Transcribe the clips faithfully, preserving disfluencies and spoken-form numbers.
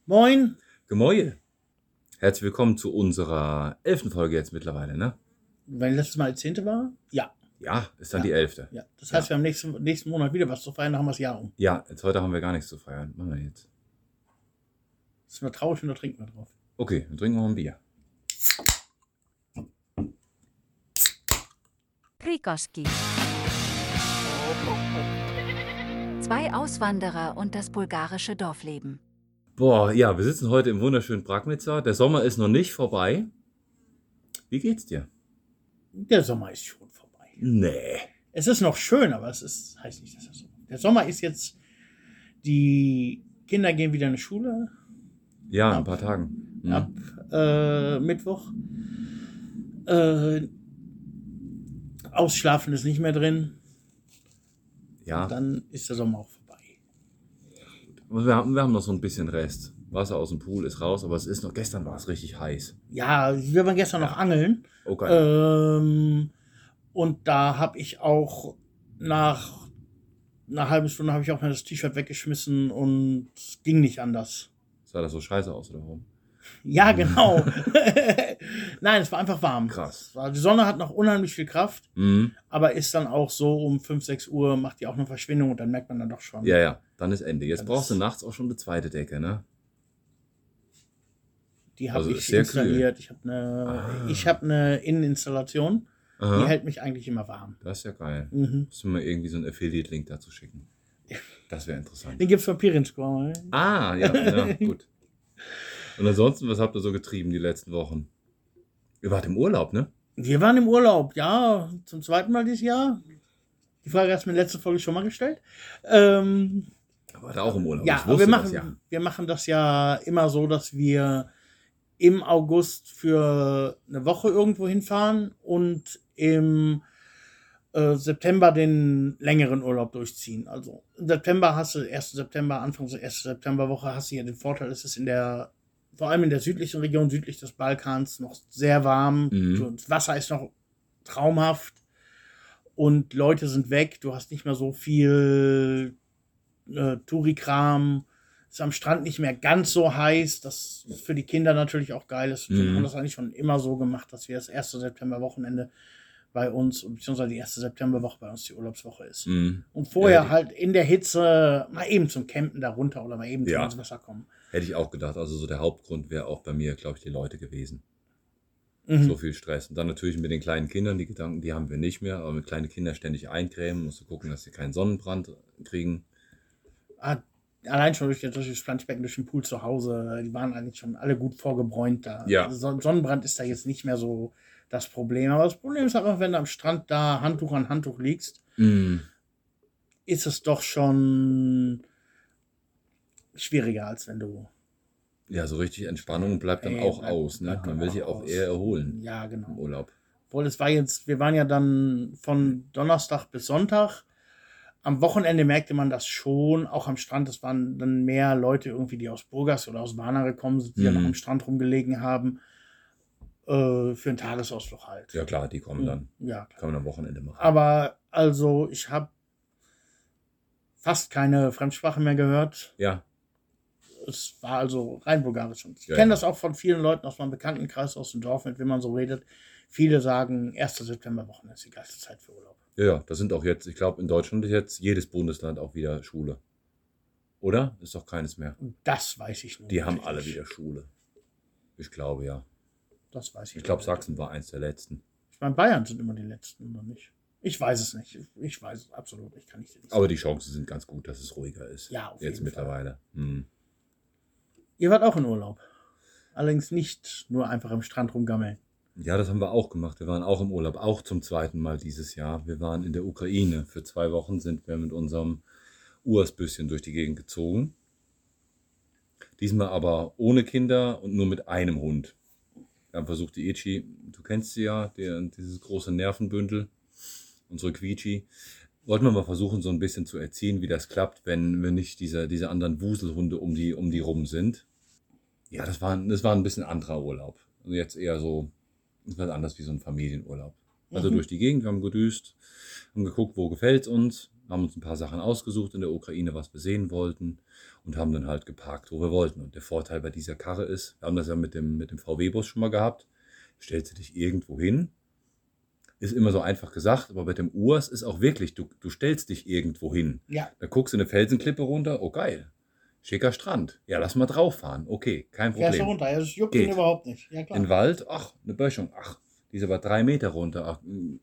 Moin. Gemäue. Herzlich willkommen zu unserer elften Folge jetzt mittlerweile, ne? Wenn letztes Mal die zehnte war? Ja. Ja, ist dann Ja. die elfte. Ja. Das heißt, Ja. wir haben nächsten, nächsten Monat wieder was zu feiern, dann haben wir das Jahr um. Ja, jetzt heute haben wir gar nichts zu feiern. Machen wir jetzt. Sind wir traurig und da trinken wir drauf. Okay, dann trinken wir noch ein Bier. Krikoski. Zwei Auswanderer und das bulgarische Dorfleben. Boah, ja, wir sitzen heute im wunderschönen Pragnica. Der Sommer ist noch nicht vorbei. Wie geht's dir? Der Sommer ist schon vorbei. Nee. Es ist noch schön, aber es ist, heißt nicht, dass das so ist. Der Sommer ist jetzt, die Kinder gehen wieder in die Schule. Ja, in Ab- ein paar Tagen. Mhm. Ab äh, Mittwoch. Äh, Ausschlafen ist nicht mehr drin. Ja, Dann ist der Sommer auch vorbei. aber wir haben, wir haben noch so ein bisschen Rest. Wasser aus dem Pool ist raus, aber es ist noch, gestern war es richtig heiß. Ja, wir waren gestern noch angeln. Okay. Ähm, und da habe ich auch nach einer halben Stunde habe ich auch mal das T-Shirt weggeschmissen und es ging nicht anders. Sah das so scheiße aus, oder warum? Ja, genau. Nein, es war einfach warm. Krass. Es war- Die Sonne hat noch unheimlich viel Kraft, Mhm. aber ist dann auch so um fünf, sechs Uhr, macht die auch eine Verschwindung und dann merkt man dann doch schon. Ja, ja, dann ist Ende. Jetzt Das brauchst du ist- nachts auch schon eine zweite Decke, ne? Die habe Also ist ich sehr installiert. Ich habe eine, Ah. ich habe eine Inneninstallation, die Aha. hält mich eigentlich immer warm. Das ist ja geil. Mhm. Müssen wir mal irgendwie so einen Affiliate-Link dazu schicken. Das wäre interessant. Den gibt's von Pirinskor. Ah, ja, ja, gut. Und ansonsten, was habt ihr so getrieben die letzten Wochen? Ihr wart im Urlaub, ne? Wir waren im Urlaub, ja, zum zweiten Mal dieses Jahr. Die Frage hast du mir in der letzten Folge schon mal gestellt. Ähm, Wart ihr auch im Urlaub? ja, Ich aber wusste wir machen, das ja. wir machen das ja immer so, dass wir im August für eine Woche irgendwo hinfahren und im äh, September den längeren Urlaub durchziehen. Also im September hast du, ersten September, Anfang der ersten Septemberwoche hast du ja den Vorteil, es ist in der, vor allem in der südlichen Region, südlich des Balkans, noch sehr warm. Mhm. Das Wasser ist noch traumhaft und Leute sind weg. Du hast nicht mehr so viel äh, Touri-Kram. Ist am Strand nicht mehr ganz so heiß, das für die Kinder natürlich auch geil ist. Wir Mhm. haben das eigentlich schon immer so gemacht, dass wir das erste Septemberwochenende bei uns, beziehungsweise die erste Septemberwoche bei uns die Urlaubswoche ist. Mhm. Und vorher Ja, die- halt in der Hitze mal eben zum Campen da runter oder mal eben Ja. ins Wasser kommen. Hätte ich auch gedacht. Also so der Hauptgrund wäre auch bei mir, glaube ich, die Leute gewesen. Mhm. So viel Stress. Und dann natürlich mit den kleinen Kindern, die Gedanken, die haben wir nicht mehr. Aber mit kleinen Kindern ständig eincremen, musst du gucken, dass sie keinen Sonnenbrand kriegen. Ah, allein schon durch, durch das Planschbecken, durch den Pool zu Hause, die waren eigentlich schon alle gut vorgebräunt da. Ja. Also Son- Sonnenbrand ist da jetzt nicht mehr so das Problem. Aber das Problem ist einfach, wenn du am Strand da Handtuch an Handtuch liegst, Mhm. ist es doch schon schwieriger, als wenn du. Ja, so richtig Entspannung bleibt dann Ey, auch bleibt- aus. Ne? bleibt Man dann will auch sich auch aus. eher erholen Ja, im genau. Urlaub. Obwohl es war jetzt, wir waren ja dann von Donnerstag bis Sonntag. Am Wochenende merkte man das schon, auch am Strand. Es waren dann mehr Leute irgendwie, die aus Burgas oder aus Warna gekommen sind, die ja Mhm. noch am Strand rumgelegen haben, äh, für einen Tagesausflug halt. Ja klar, die kommen dann. Ja, klar. Kann man am Wochenende machen. Aber also ich habe fast keine Fremdsprache mehr gehört. Ja, Es war also rein bulgarisch. Und ich Ja, kenne ja. das auch von vielen Leuten aus meinem Bekanntenkreis, aus dem Dorf, mit wem man so redet. Viele sagen, erste Septemberwoche ist die geilste Zeit für Urlaub. ja, ja. Das sind auch jetzt, ich glaube, in Deutschland ist jetzt jedes Bundesland auch wieder Schule. Oder? Ist doch keines mehr. Und das weiß ich nicht. Die haben alle wieder Schule. Ich glaube, ja. Das weiß ich Ich glaube, nicht. Sachsen war eins der letzten. Ich meine, Bayern sind immer die Letzten, oder nicht? Ich weiß es nicht. Ich weiß es absolut. Ich kann nicht sagen. Aber die Chancen sind ganz gut, dass es ruhiger ist. Ja, auf Jetzt jeden mittlerweile. Hm. Ihr wart auch in Urlaub. Allerdings nicht nur einfach am Strand rumgammeln. Ja, das haben wir auch gemacht. Wir waren auch im Urlaub, auch zum zweiten Mal dieses Jahr. Wir waren in der Ukraine. Für zwei Wochen sind wir mit unserem U A S-Büsschen durch die Gegend gezogen. Diesmal aber ohne Kinder und nur mit einem Hund. Wir haben versucht, die Ichi, du kennst sie ja, der, dieses große Nervenbündel, unsere Quietschi, wollten wir mal versuchen, so ein bisschen zu erziehen, wie das klappt, wenn wir nicht diese, diese anderen Wuselhunde um die, um die rum sind. Ja, das war, das war ein bisschen anderer Urlaub. Also jetzt eher so, das war anders wie so ein Familienurlaub. Also Mhm. durch die Gegend, wir haben gedüst, haben geguckt, wo gefällt es uns. haben uns ein paar Sachen ausgesucht in der Ukraine, was wir sehen wollten und haben dann halt geparkt, wo wir wollten. Und der Vorteil bei dieser Karre ist, wir haben das ja mit dem, mit dem V W-Bus schon mal gehabt, stellst du dich irgendwo hin, ist immer so einfach gesagt, aber mit dem Urs ist auch wirklich, du, du stellst dich irgendwo hin. Ja. Da guckst du eine Felsenklippe runter, oh geil, schicker Strand, ja lass mal drauf fahren, okay, kein Fährst du Problem. runter, ja, das juckt Geht. ihn überhaupt nicht. Ja, klar. In den Wald, ach, eine Böschung, ach, die ist aber drei Meter runter, ach,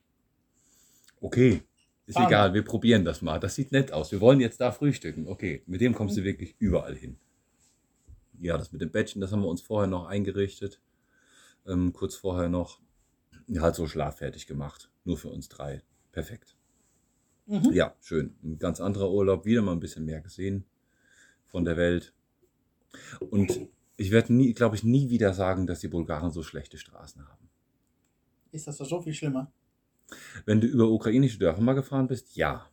okay, ist Fahren egal, wir probieren das mal, das sieht nett aus, wir wollen jetzt da frühstücken, okay, mit dem kommst du wirklich überall hin. Ja, das mit dem Bettchen, das haben wir uns vorher noch eingerichtet, ähm, kurz vorher noch, ja, halt so schlaffertig gemacht, nur für uns drei, perfekt. Mhm. Ja, schön, ein ganz anderer Urlaub, wieder mal ein bisschen mehr gesehen von der Welt und ich werde nie, glaube ich, nie wieder sagen, dass die Bulgaren so schlechte Straßen haben. Ist das doch so viel schlimmer? Wenn du über ukrainische Dörfer mal gefahren bist, ja.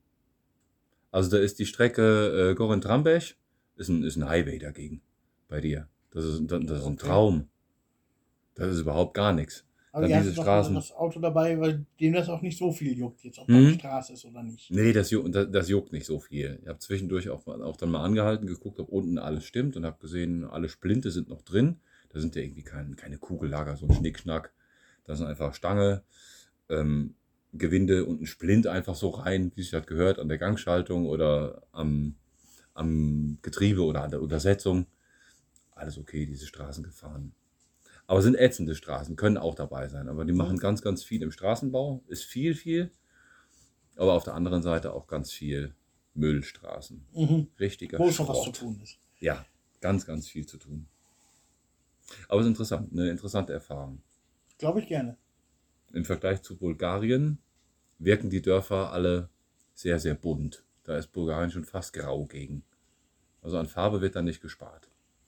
Also da ist die Strecke äh, Gorin-Trambech, ist ein, ist ein Highway dagegen bei dir. Das ist, das, das ist ein Okay. Traum. Das ist überhaupt gar nichts. Aber Dann ihr diese hast doch Straßen. das Auto dabei, weil dem das auch nicht so viel juckt, jetzt ob Mhm. da eine Straße ist oder nicht. Nee, das, ju- das, das juckt nicht so viel. Ich habe zwischendurch auch, mal- auch dann mal angehalten, geguckt, ob unten alles stimmt und habe gesehen, alle Splinte sind noch drin. Da sind ja irgendwie kein, keine Kugellager, so ein Schnickschnack. Da sind einfach Stange, ähm, Gewinde und ein Splint einfach so rein, wie sich das gehört, an der Gangschaltung oder am, am Getriebe oder an der Übersetzung. Alles okay, diese Straßen gefahren. Aber sind ätzende Straßen, können auch dabei sein. Aber die machen ganz, ganz viel im Straßenbau. Ist viel, viel. Aber auf der anderen Seite auch ganz viel Müllstraßen. Mhm. Richtiger Wo es noch was zu Schrott. tun ist. Ja, ganz, ganz viel zu tun. Aber es ist interessant, eine interessante Erfahrung. Glaube ich gerne. Im Vergleich zu Bulgarien wirken die Dörfer alle sehr, sehr bunt. Da ist Bulgarien schon fast grau gegen. Also an Farbe wird da nicht gespart.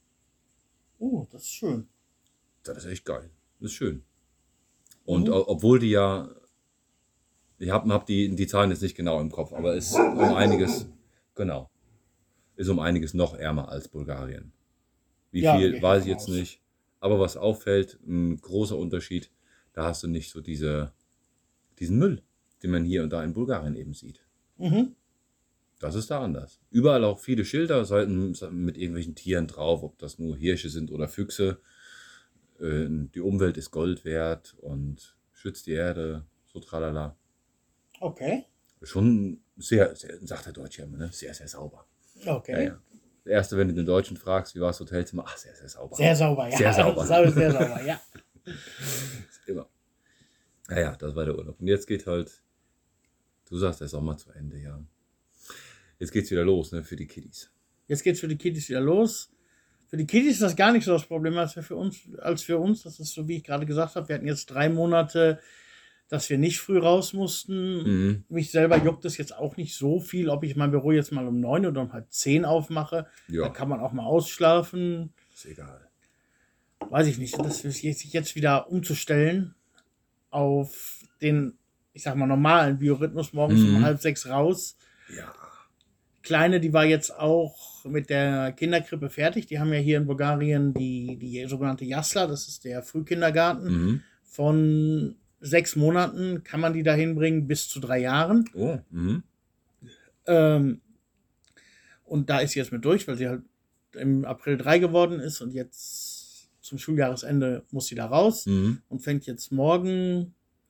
Oh, das ist schön. Das ist echt geil. Das ist schön. Und Mhm. o- obwohl die ja, ich habe hab die, die Zahlen jetzt nicht genau im Kopf, aber es ist um einiges, genau, ist um einiges noch ärmer als Bulgarien. Wie Ja, viel, gehe ich weiß ich davon jetzt aus. nicht. Aber was auffällt, ein großer Unterschied, da hast du nicht so diese, diesen Müll, den man hier und da in Bulgarien eben sieht. Mhm. Das ist da anders. Überall auch viele Schilder Seiten mit irgendwelchen Tieren drauf, ob das nur Hirsche sind oder Füchse. Äh, Die Umwelt ist Gold wert und schützt die Erde, so tralala. Okay. Schon sehr, sehr sagt der Deutsche immer, ne? Sehr, sehr sauber. Okay. Ja, ja. Das Erste, wenn du den Deutschen fragst, wie war das Hotelzimmer? Ach, sehr, sehr sauber. Sehr sauber, ja. Sehr sauber. Sau- sehr sauber, ja. Immer. Ja, ja, das war der Urlaub. Und jetzt geht halt, du sagst, der Sommer zu Ende, ja. Jetzt geht's wieder los, ne, für die Kiddies. Jetzt geht's für die Kiddies wieder los. Für die Kiddies ist das gar nicht so das Problem als für uns. Als für uns. Das ist so, wie ich gerade gesagt habe. Wir hatten jetzt drei Monate, dass wir nicht früh raus mussten. Mhm. Mich selber juckt es jetzt auch nicht so viel, ob ich mein Büro jetzt mal um neun oder um halb zehn aufmache. Da Ja, kann man auch mal ausschlafen. ist egal. Weiß ich nicht. Das ist jetzt, sich jetzt wieder umzustellen auf den, ich sag mal, normalen Biorhythmus, morgens Mhm. um halb sechs raus. Ja. Kleine, die war jetzt auch mit der Kinderkrippe fertig. Die haben ja hier in Bulgarien die, die sogenannte Jasla, das ist der Frühkindergarten. Mhm. Von sechs Monaten kann man die dahin bringen bis zu drei Jahren. Oh, mhm. Ähm, und da ist sie jetzt mit durch, weil sie halt im April drei geworden ist und jetzt zum Schuljahresende muss sie da raus Mhm. und fängt jetzt morgen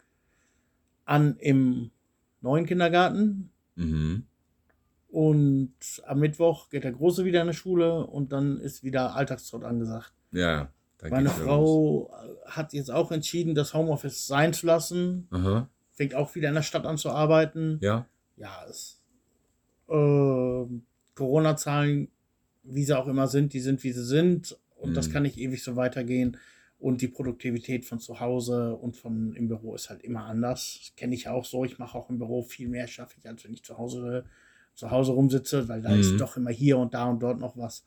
an im neuen Kindergarten. Mhm. Und am Mittwoch geht der Große wieder in die Schule und dann ist wieder Alltagstrott angesagt. Ja, da Meine geht's wieder los. Frau hat jetzt auch entschieden, das Homeoffice sein zu lassen. Aha. Fängt auch wieder in der Stadt an zu arbeiten. Ja. Ja, es, äh, Corona-Zahlen, wie sie auch immer sind, die sind, wie sie sind. Und das Mhm. kann nicht ewig so weitergehen. Und die Produktivität von zu Hause und von im Büro ist halt immer anders. Das kenne ich auch so. Ich mache auch im Büro viel mehr, schaffe ich, als wenn ich zu Hause, zu Hause rumsitze, weil da Mhm. ist doch immer hier und da und dort noch was.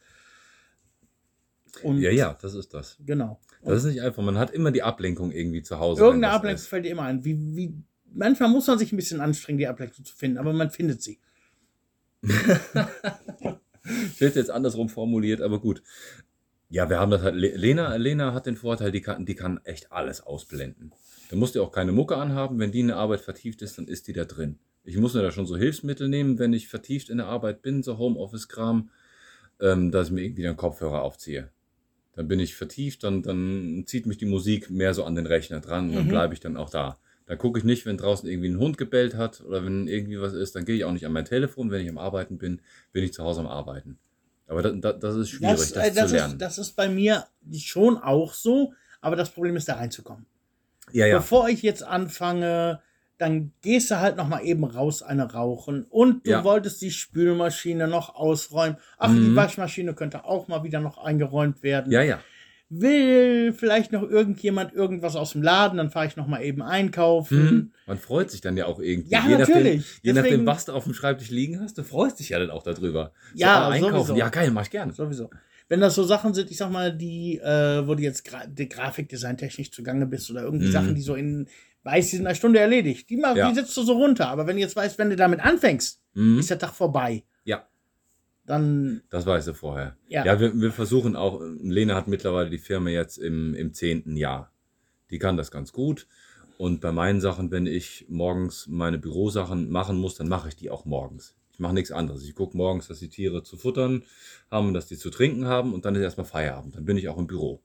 Und Ja, ja, das ist das. genau. Und Das ist nicht einfach. Man hat immer die Ablenkung irgendwie zu Hause. irgendeine wenn das Ablenkung ist. fällt dir immer ein. Wie, wie, manchmal muss man sich ein bisschen anstrengen, die Ablenkung zu finden, aber man findet sie. Ich hätte es jetzt andersrum formuliert, aber gut. Ja, wir haben das halt. Le- Lena, Lena hat den Vorteil, die kann, die kann echt alles ausblenden. Da musst du auch keine Mucke anhaben. Wenn die in eine Arbeit vertieft ist, dann ist die da drin. Ich muss mir da schon so Hilfsmittel nehmen, wenn ich vertieft in der Arbeit bin, so Homeoffice-Kram, ähm, dass ich mir irgendwie den Kopfhörer aufziehe. Dann bin ich vertieft, dann, dann zieht mich die Musik mehr so an den Rechner dran und dann Mhm. bleibe ich dann auch da. Dann gucke ich nicht, wenn draußen irgendwie ein Hund gebellt hat oder wenn irgendwie was ist, dann gehe ich auch nicht an mein Telefon. Wenn ich am Arbeiten bin, bin ich zu Hause am Arbeiten. Aber das, das, das ist schwierig, Das, das, äh, das, zu lernen. ist, das ist bei mir schon auch so, aber das Problem ist, da reinzukommen. ja, ja. Bevor ich jetzt anfange, dann gehst du halt noch mal eben raus eine rauchen und du Ja. wolltest die Spülmaschine noch ausräumen. Ach, Mhm. die Waschmaschine könnte auch mal wieder noch eingeräumt werden. Ja, ja. Will vielleicht noch irgendjemand irgendwas aus dem Laden, dann fahre ich noch mal eben einkaufen. Mhm. Man freut sich dann ja auch irgendwie. Ja, je nachdem, natürlich. je nachdem, Deswegen- was du auf dem Schreibtisch liegen hast, du freust dich ja dann auch darüber. So, Ja, ah, einkaufen. sowieso. Ja, geil, mach ich gerne. Sowieso. Wenn das so Sachen sind, ich sag mal, die, äh, wo du jetzt gra die Grafikdesign technisch zugange bist oder irgendwie Mhm. Sachen, die so in, weiß, die sind in einer Stunde erledigt. Die, mal, Ja. die setzt du so runter. Aber wenn du jetzt weißt, wenn du damit anfängst, Mhm. ist der Tag vorbei. Ja. Dann, Das weißt du vorher. Ja. Ja, wir, wir versuchen auch, Lena hat mittlerweile die Firma jetzt im, im zehnten Jahr. Die kann das ganz gut. Und bei meinen Sachen, wenn ich morgens meine Bürosachen machen muss, dann mache ich die auch morgens. Ich mache nichts anderes. Ich gucke morgens, dass die Tiere zu futtern haben, dass die zu trinken haben und dann ist erstmal Feierabend. Dann bin ich auch im Büro.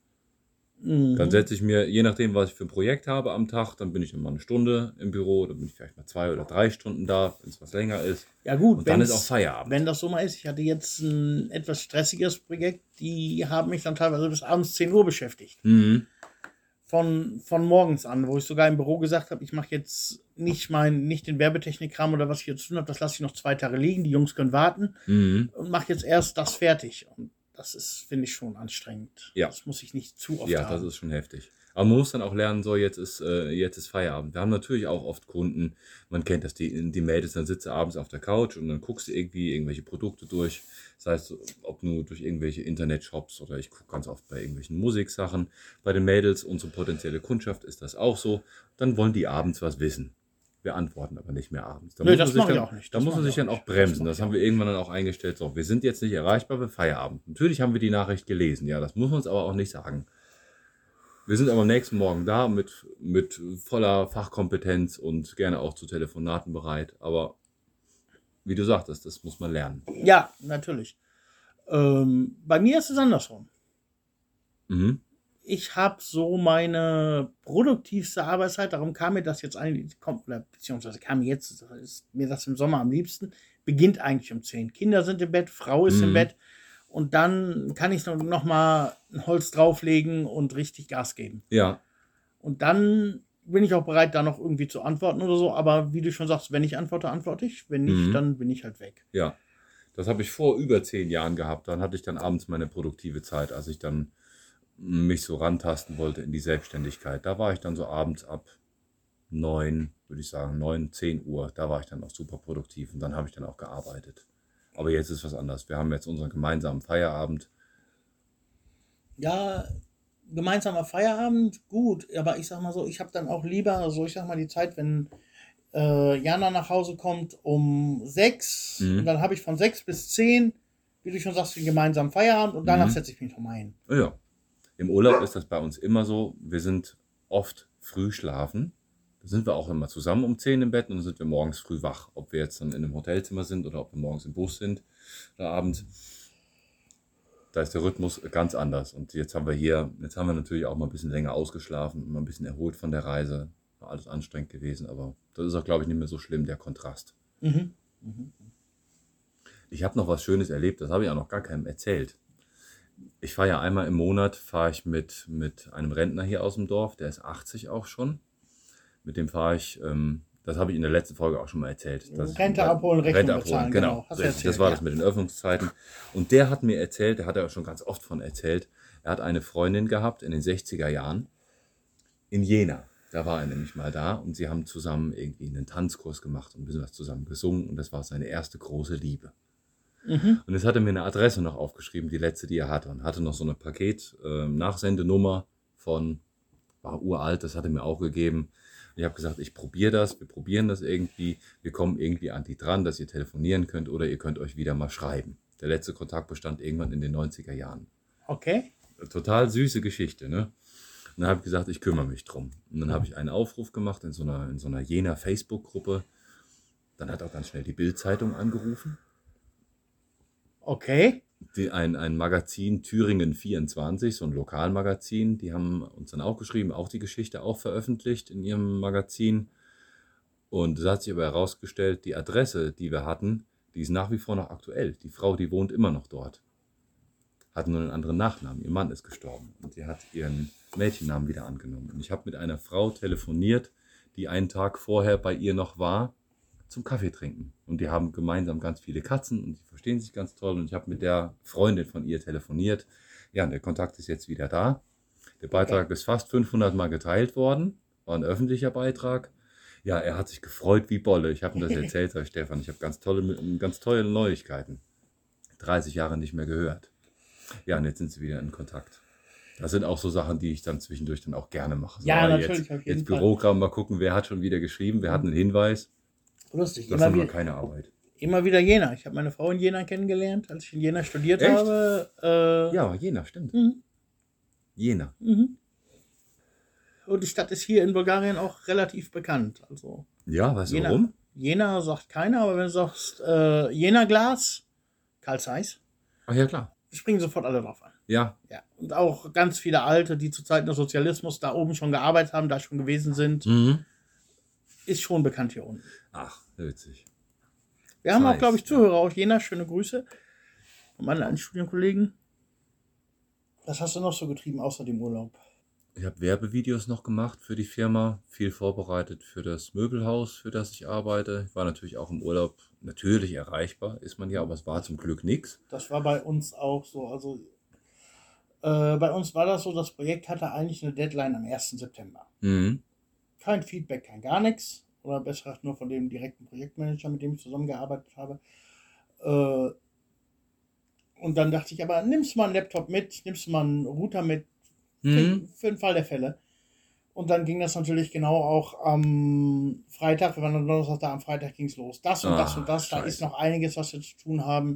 mh, Dann setze ich mir, je nachdem, was ich für ein Projekt habe am Tag, dann bin ich immer eine Stunde im Büro, dann bin ich vielleicht mal zwei oder drei Stunden da, wenn es was länger ist. ja gut, Und dann wenn's- ist auch Feierabend. wenn das so mal ist. Ich hatte jetzt ein etwas stressiges Projekt, die haben mich dann teilweise bis abends zehn Uhr beschäftigt. Mhm. Von, von morgens an, wo ich sogar im Büro gesagt habe, ich mache jetzt nicht mein, nicht den Werbetechnikkram oder was ich jetzt zu tun habe, das lasse ich noch zwei Tage liegen, die Jungs können warten Mhm. und mache jetzt erst das fertig. Und das ist, finde ich, schon anstrengend. Ja. Das muss ich nicht zu oft Ja, haben. das ist schon heftig. Aber man muss dann auch lernen, so jetzt ist, äh, jetzt ist Feierabend. Wir haben natürlich auch oft Kunden, man kennt das, die, die Mädels, dann sitzt du abends auf der Couch und dann guckst du irgendwie irgendwelche Produkte durch. Das heißt, ob nur durch irgendwelche Internetshops oder ich gucke ganz oft bei irgendwelchen Musiksachen. Bei den Mädels, unsere potenzielle Kundschaft, ist das auch so. Dann wollen die abends was wissen. Wir antworten aber nicht mehr abends. Da Nö, muss das man sich mache ich dann, auch nicht. Da Das muss man mache sich ich dann auch auch nicht. Das bremsen. mache Das ich haben auch wir irgendwann dann auch eingestellt. So, wir sind jetzt nicht erreichbar für Feierabend. Natürlich haben wir die Nachricht gelesen. Ja, das muss man uns aber auch nicht sagen. Wir sind aber am nächsten Morgen da mit, mit voller Fachkompetenz und gerne auch zu Telefonaten bereit. Aber wie du sagtest, das muss man lernen. Ja, natürlich. Ähm, bei mir ist es andersrum. Mhm. Ich habe so meine produktivste Arbeitszeit, darum kam mir das jetzt eigentlich, kommt, oder beziehungsweise kam mir jetzt, ist mir das im Sommer am liebsten, beginnt eigentlich um zehn. Kinder sind im Bett, Frau ist im Mhm. Bett und dann kann ich noch, noch mal ein Holz drauflegen und richtig Gas geben. Ja, Und dann bin ich auch bereit, da noch irgendwie zu antworten oder so, aber wie du schon sagst, wenn ich antworte, antworte ich, wenn nicht, Mhm. dann bin ich halt weg. ja. Das habe ich vor über zehn Jahren gehabt. Dann hatte ich dann abends meine produktive Zeit, als ich dann mich so rantasten wollte in die Selbstständigkeit. Da war ich dann so abends ab neun, würde ich sagen, neun, zehn Uhr. Da war ich dann auch super produktiv und dann habe ich dann auch gearbeitet. Aber jetzt ist was anderes. Wir haben jetzt unseren gemeinsamen Feierabend. Ja, gemeinsamer Feierabend, gut, aber ich sag mal so, ich habe dann auch lieber, so ich sag mal die Zeit, wenn äh, Jana nach Hause kommt um sechs Mhm. und dann habe ich von sechs bis zehn, wie du schon sagst, den gemeinsamen Feierabend und danach Mhm. setze ich mich nochmal hin. Ja, im Urlaub ist das bei uns immer so. Wir sind oft früh schlafen. Da sind wir auch immer zusammen um zehn im Bett und dann sind wir morgens früh wach. Ob wir jetzt dann in einem Hotelzimmer sind oder ob wir morgens im Bus sind oder abends. Da ist der Rhythmus ganz anders. Und jetzt haben wir hier, jetzt haben wir natürlich auch mal ein bisschen länger ausgeschlafen, mal ein bisschen erholt von der Reise. War alles anstrengend gewesen, aber das ist auch, glaube ich, nicht mehr so schlimm, der Kontrast. Mhm. Mhm. Ich habe noch was Schönes erlebt, das habe ich auch noch gar keinem erzählt. Ich fahre ja einmal im Monat, fahre ich mit, mit einem Rentner hier aus dem Dorf, der ist achtzig auch schon. Mit dem fahre ich, ähm, das habe ich in der letzten Folge auch schon mal erzählt. dass ich- Rente abholen, Rechnung Rente abholen, bezahlen, genau. genau. Hast du Richtig, erzählt, das war ja. das mit den Öffnungszeiten. Und der hat mir erzählt, der hat ja schon ganz oft von erzählt, er hat eine Freundin gehabt in den sechziger Jahren in Jena. Da war er nämlich mal da und sie haben zusammen irgendwie einen Tanzkurs gemacht und ein bisschen was zusammen gesungen und das war seine erste große Liebe. Mhm. Und jetzt hat er mir eine Adresse noch aufgeschrieben, die letzte, die er hatte. Und hatte noch so eine Paket-Nachsendenummer von, war uralt, das hat er mir auch gegeben. Und ich habe gesagt, ich probiere das, wir probieren das irgendwie. Wir kommen irgendwie an die dran, dass ihr telefonieren könnt oder ihr könnt euch wieder mal schreiben. Der letzte Kontakt bestand irgendwann in den neunziger Jahren. Okay. Total süße Geschichte, ne? Und dann habe ich gesagt, ich kümmere mich drum. Und dann habe ich einen Aufruf gemacht in so einer, in so einer Jena Facebook-Gruppe. Dann hat auch ganz schnell die Bild-Zeitung angerufen. Okay. Die, ein, ein Magazin, Thüringen vierundzwanzig, so ein Lokalmagazin, die haben uns dann auch geschrieben, auch die Geschichte auch veröffentlicht in ihrem Magazin. Und es hat sich aber herausgestellt, die Adresse, die wir hatten, die ist nach wie vor noch aktuell. Die Frau, die wohnt immer noch dort. Hat nur einen anderen Nachnamen. Ihr Mann ist gestorben und sie hat ihren Mädchennamen wieder angenommen. Und ich habe mit einer Frau telefoniert, die einen Tag vorher bei ihr noch war, zum Kaffee trinken. Und die haben gemeinsam ganz viele Katzen und die verstehen sich ganz toll. Und ich habe mit der Freundin von ihr telefoniert. Ja, und der Kontakt ist jetzt wieder da. Der Beitrag okay. ist fast fünfhundert Mal geteilt worden. War ein öffentlicher Beitrag. Ja, er hat sich gefreut wie Bolle. Ich habe ihm das erzählt, Herr Stefan. Ich habe ganz tolle, ganz tolle Neuigkeiten. dreißig Jahre nicht mehr gehört. Ja, und jetzt sind sie wieder in Kontakt. Das sind auch so Sachen, die ich dann zwischendurch dann auch gerne mache. So, ja, natürlich. Jetzt, auf jeden jetzt Fall. Bürogramm, mal gucken, wer hat schon wieder geschrieben, wer hat einen Hinweis. Lustig. Das Immer ist nur wieder, keine Arbeit. immer wieder Jena. Ich habe meine Frau in Jena kennengelernt, als ich in Jena studiert Echt? habe. Äh, Ja, Jena, stimmt. Mhm. Jena. Mhm. Und die Stadt ist hier in Bulgarien auch relativ bekannt. Also Ja, weißt du Jena, warum? Jena sagt keiner, aber wenn du sagst äh, Jena Glas, Karl Zeiss, Ach ja, klar. springen sofort alle drauf an. Ja, Ja. Und auch ganz viele Alte, die zu Zeiten des Sozialismus da oben schon gearbeitet haben, da schon gewesen sind, mhm. ist schon bekannt hier unten. Ach, witzig. Wir haben auch, Zeiss, glaube ich, Zuhörer aus Jena. Schöne Grüße von meinen alten Studienkollegen. Was hast du noch so getrieben außer dem Urlaub? Ich habe Werbevideos noch gemacht für die Firma, viel vorbereitet für das Möbelhaus, für das ich arbeite. Ich war natürlich auch im Urlaub natürlich erreichbar, ist man ja, aber es war zum Glück nichts. Das war bei uns auch so. Also äh, bei uns war das so, das Projekt hatte eigentlich eine Deadline am ersten September. Mhm. Kein Feedback, kein gar nichts. Oder besser gesagt nur von dem direkten Projektmanager, mit dem ich zusammengearbeitet habe. Äh, und dann dachte ich, aber nimmst du mal einen Laptop mit, nimmst du mal einen Router mit, Mhm. für, für den Fall der Fälle. Und dann ging das natürlich genau auch am Freitag, wir waren am Donnerstag da, am Freitag ging es los. Das und das Ah, und das, da scheiße. ist noch einiges, was wir zu tun haben.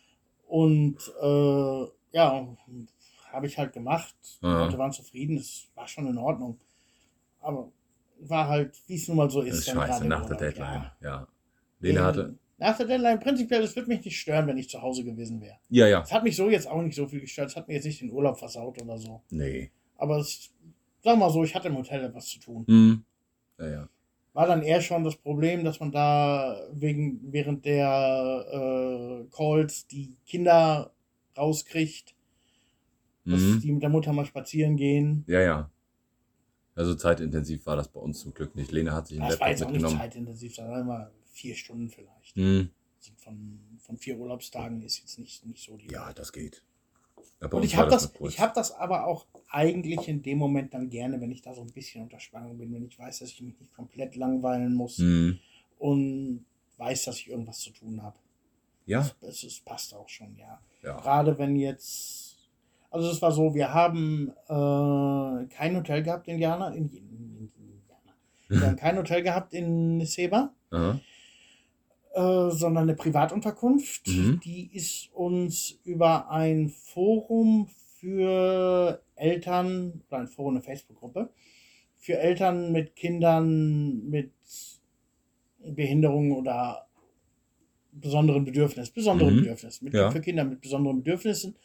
Und äh, ja, habe ich halt gemacht. Die Ja. Leute waren zufrieden, es war schon in Ordnung. Aber war halt, wie es nun mal so ist. Das ist dann scheiße, gerade im nach der Urlaub, Deadline. ja. Ja. Lena hatte. Nach der Deadline, prinzipiell, es würde mich nicht stören, wenn ich zu Hause gewesen wäre. Ja, ja. Es hat mich so jetzt auch nicht so viel gestört, es hat mir jetzt nicht den Urlaub versaut oder so. Nee. Aber es, sag mal so, ich hatte im Hotel etwas zu tun. Mhm. Ja, ja. War dann eher schon das Problem, dass man da wegen, während der äh, Calls die Kinder rauskriegt, dass Mhm. die mit der Mutter mal spazieren gehen. Ja, ja. Also zeitintensiv war das bei uns zum Glück nicht. Lena hat sich einen Das war Laptop jetzt auch nicht mitgenommen. zeitintensiv, das war immer vier Stunden vielleicht. Mhm. Also von, von vier Urlaubstagen ist jetzt nicht, nicht so die Ja, das geht. Ja, bei Und uns ich war habe das, nur kurz. ich hab das aber auch eigentlich in dem Moment dann gerne, wenn ich da so ein bisschen unter Spannung bin, wenn ich weiß, dass ich mich nicht komplett langweilen muss Mhm. und weiß, dass ich irgendwas zu tun habe. Ja, Es, es passt auch schon, ja. ja. Gerade wenn jetzt, also es war so, wir haben äh, kein Hotel gehabt in Jana, in, in, in, in Jana. Wir haben kein Hotel gehabt in Seba, Aha. äh, sondern eine Privatunterkunft. Mhm. Die ist uns über ein Forum für Eltern, oder ein Forum, eine Facebook-Gruppe, für Eltern mit Kindern mit Behinderungen oder besonderen Bedürfnissen, besonderen Mhm. Bedürfnissen, mit, Ja. für Kinder mit besonderen Bedürfnissen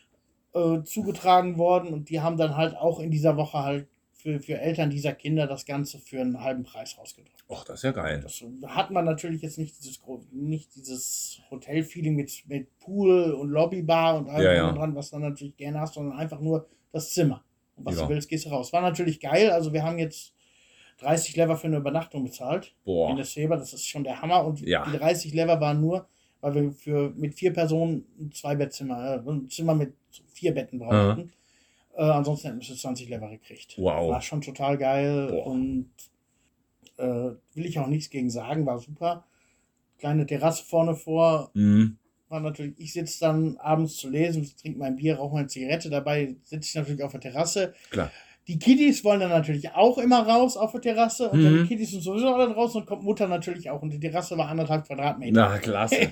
äh, zugetragen worden, und die haben dann halt auch in dieser Woche halt für, für Eltern dieser Kinder das Ganze für einen halben Preis rausgedrückt. Och, das ist ja geil. Das hat man natürlich jetzt nicht dieses, gro- nicht dieses Hotel-Feeling mit, mit Pool und Lobbybar und allem Ja, drum ja. und dran, was du natürlich gerne hast, sondern einfach nur das Zimmer. Und was Ja. du willst, gehst du raus. War natürlich geil. Also wir haben jetzt dreißig Lever für eine Übernachtung bezahlt. Boah. In der Seba, das ist schon der Hammer. Und Ja. die dreißig Lever waren nur, weil wir für mit vier Personen ein Zwei-Bettzimmer, äh, ein Zimmer mit vier Betten brauchten. Äh, ansonsten hätten wir für zwanzig Lever gekriegt. Wow. War schon total geil. Boah. Und äh, will ich auch nichts gegen sagen, war super. Kleine Terrasse vorne vor, Mhm. war natürlich, ich sitze dann abends zu lesen, trinke mein Bier, rauche meine Zigarette, dabei sitze ich natürlich auf der Terrasse. Klar. Die Kiddies wollen dann natürlich auch immer raus auf der Terrasse, und dann Mhm. die Kiddies sind sowieso alle draußen und kommt Mutter natürlich auch, und die Terrasse war anderthalb Quadratmeter. Na, klasse.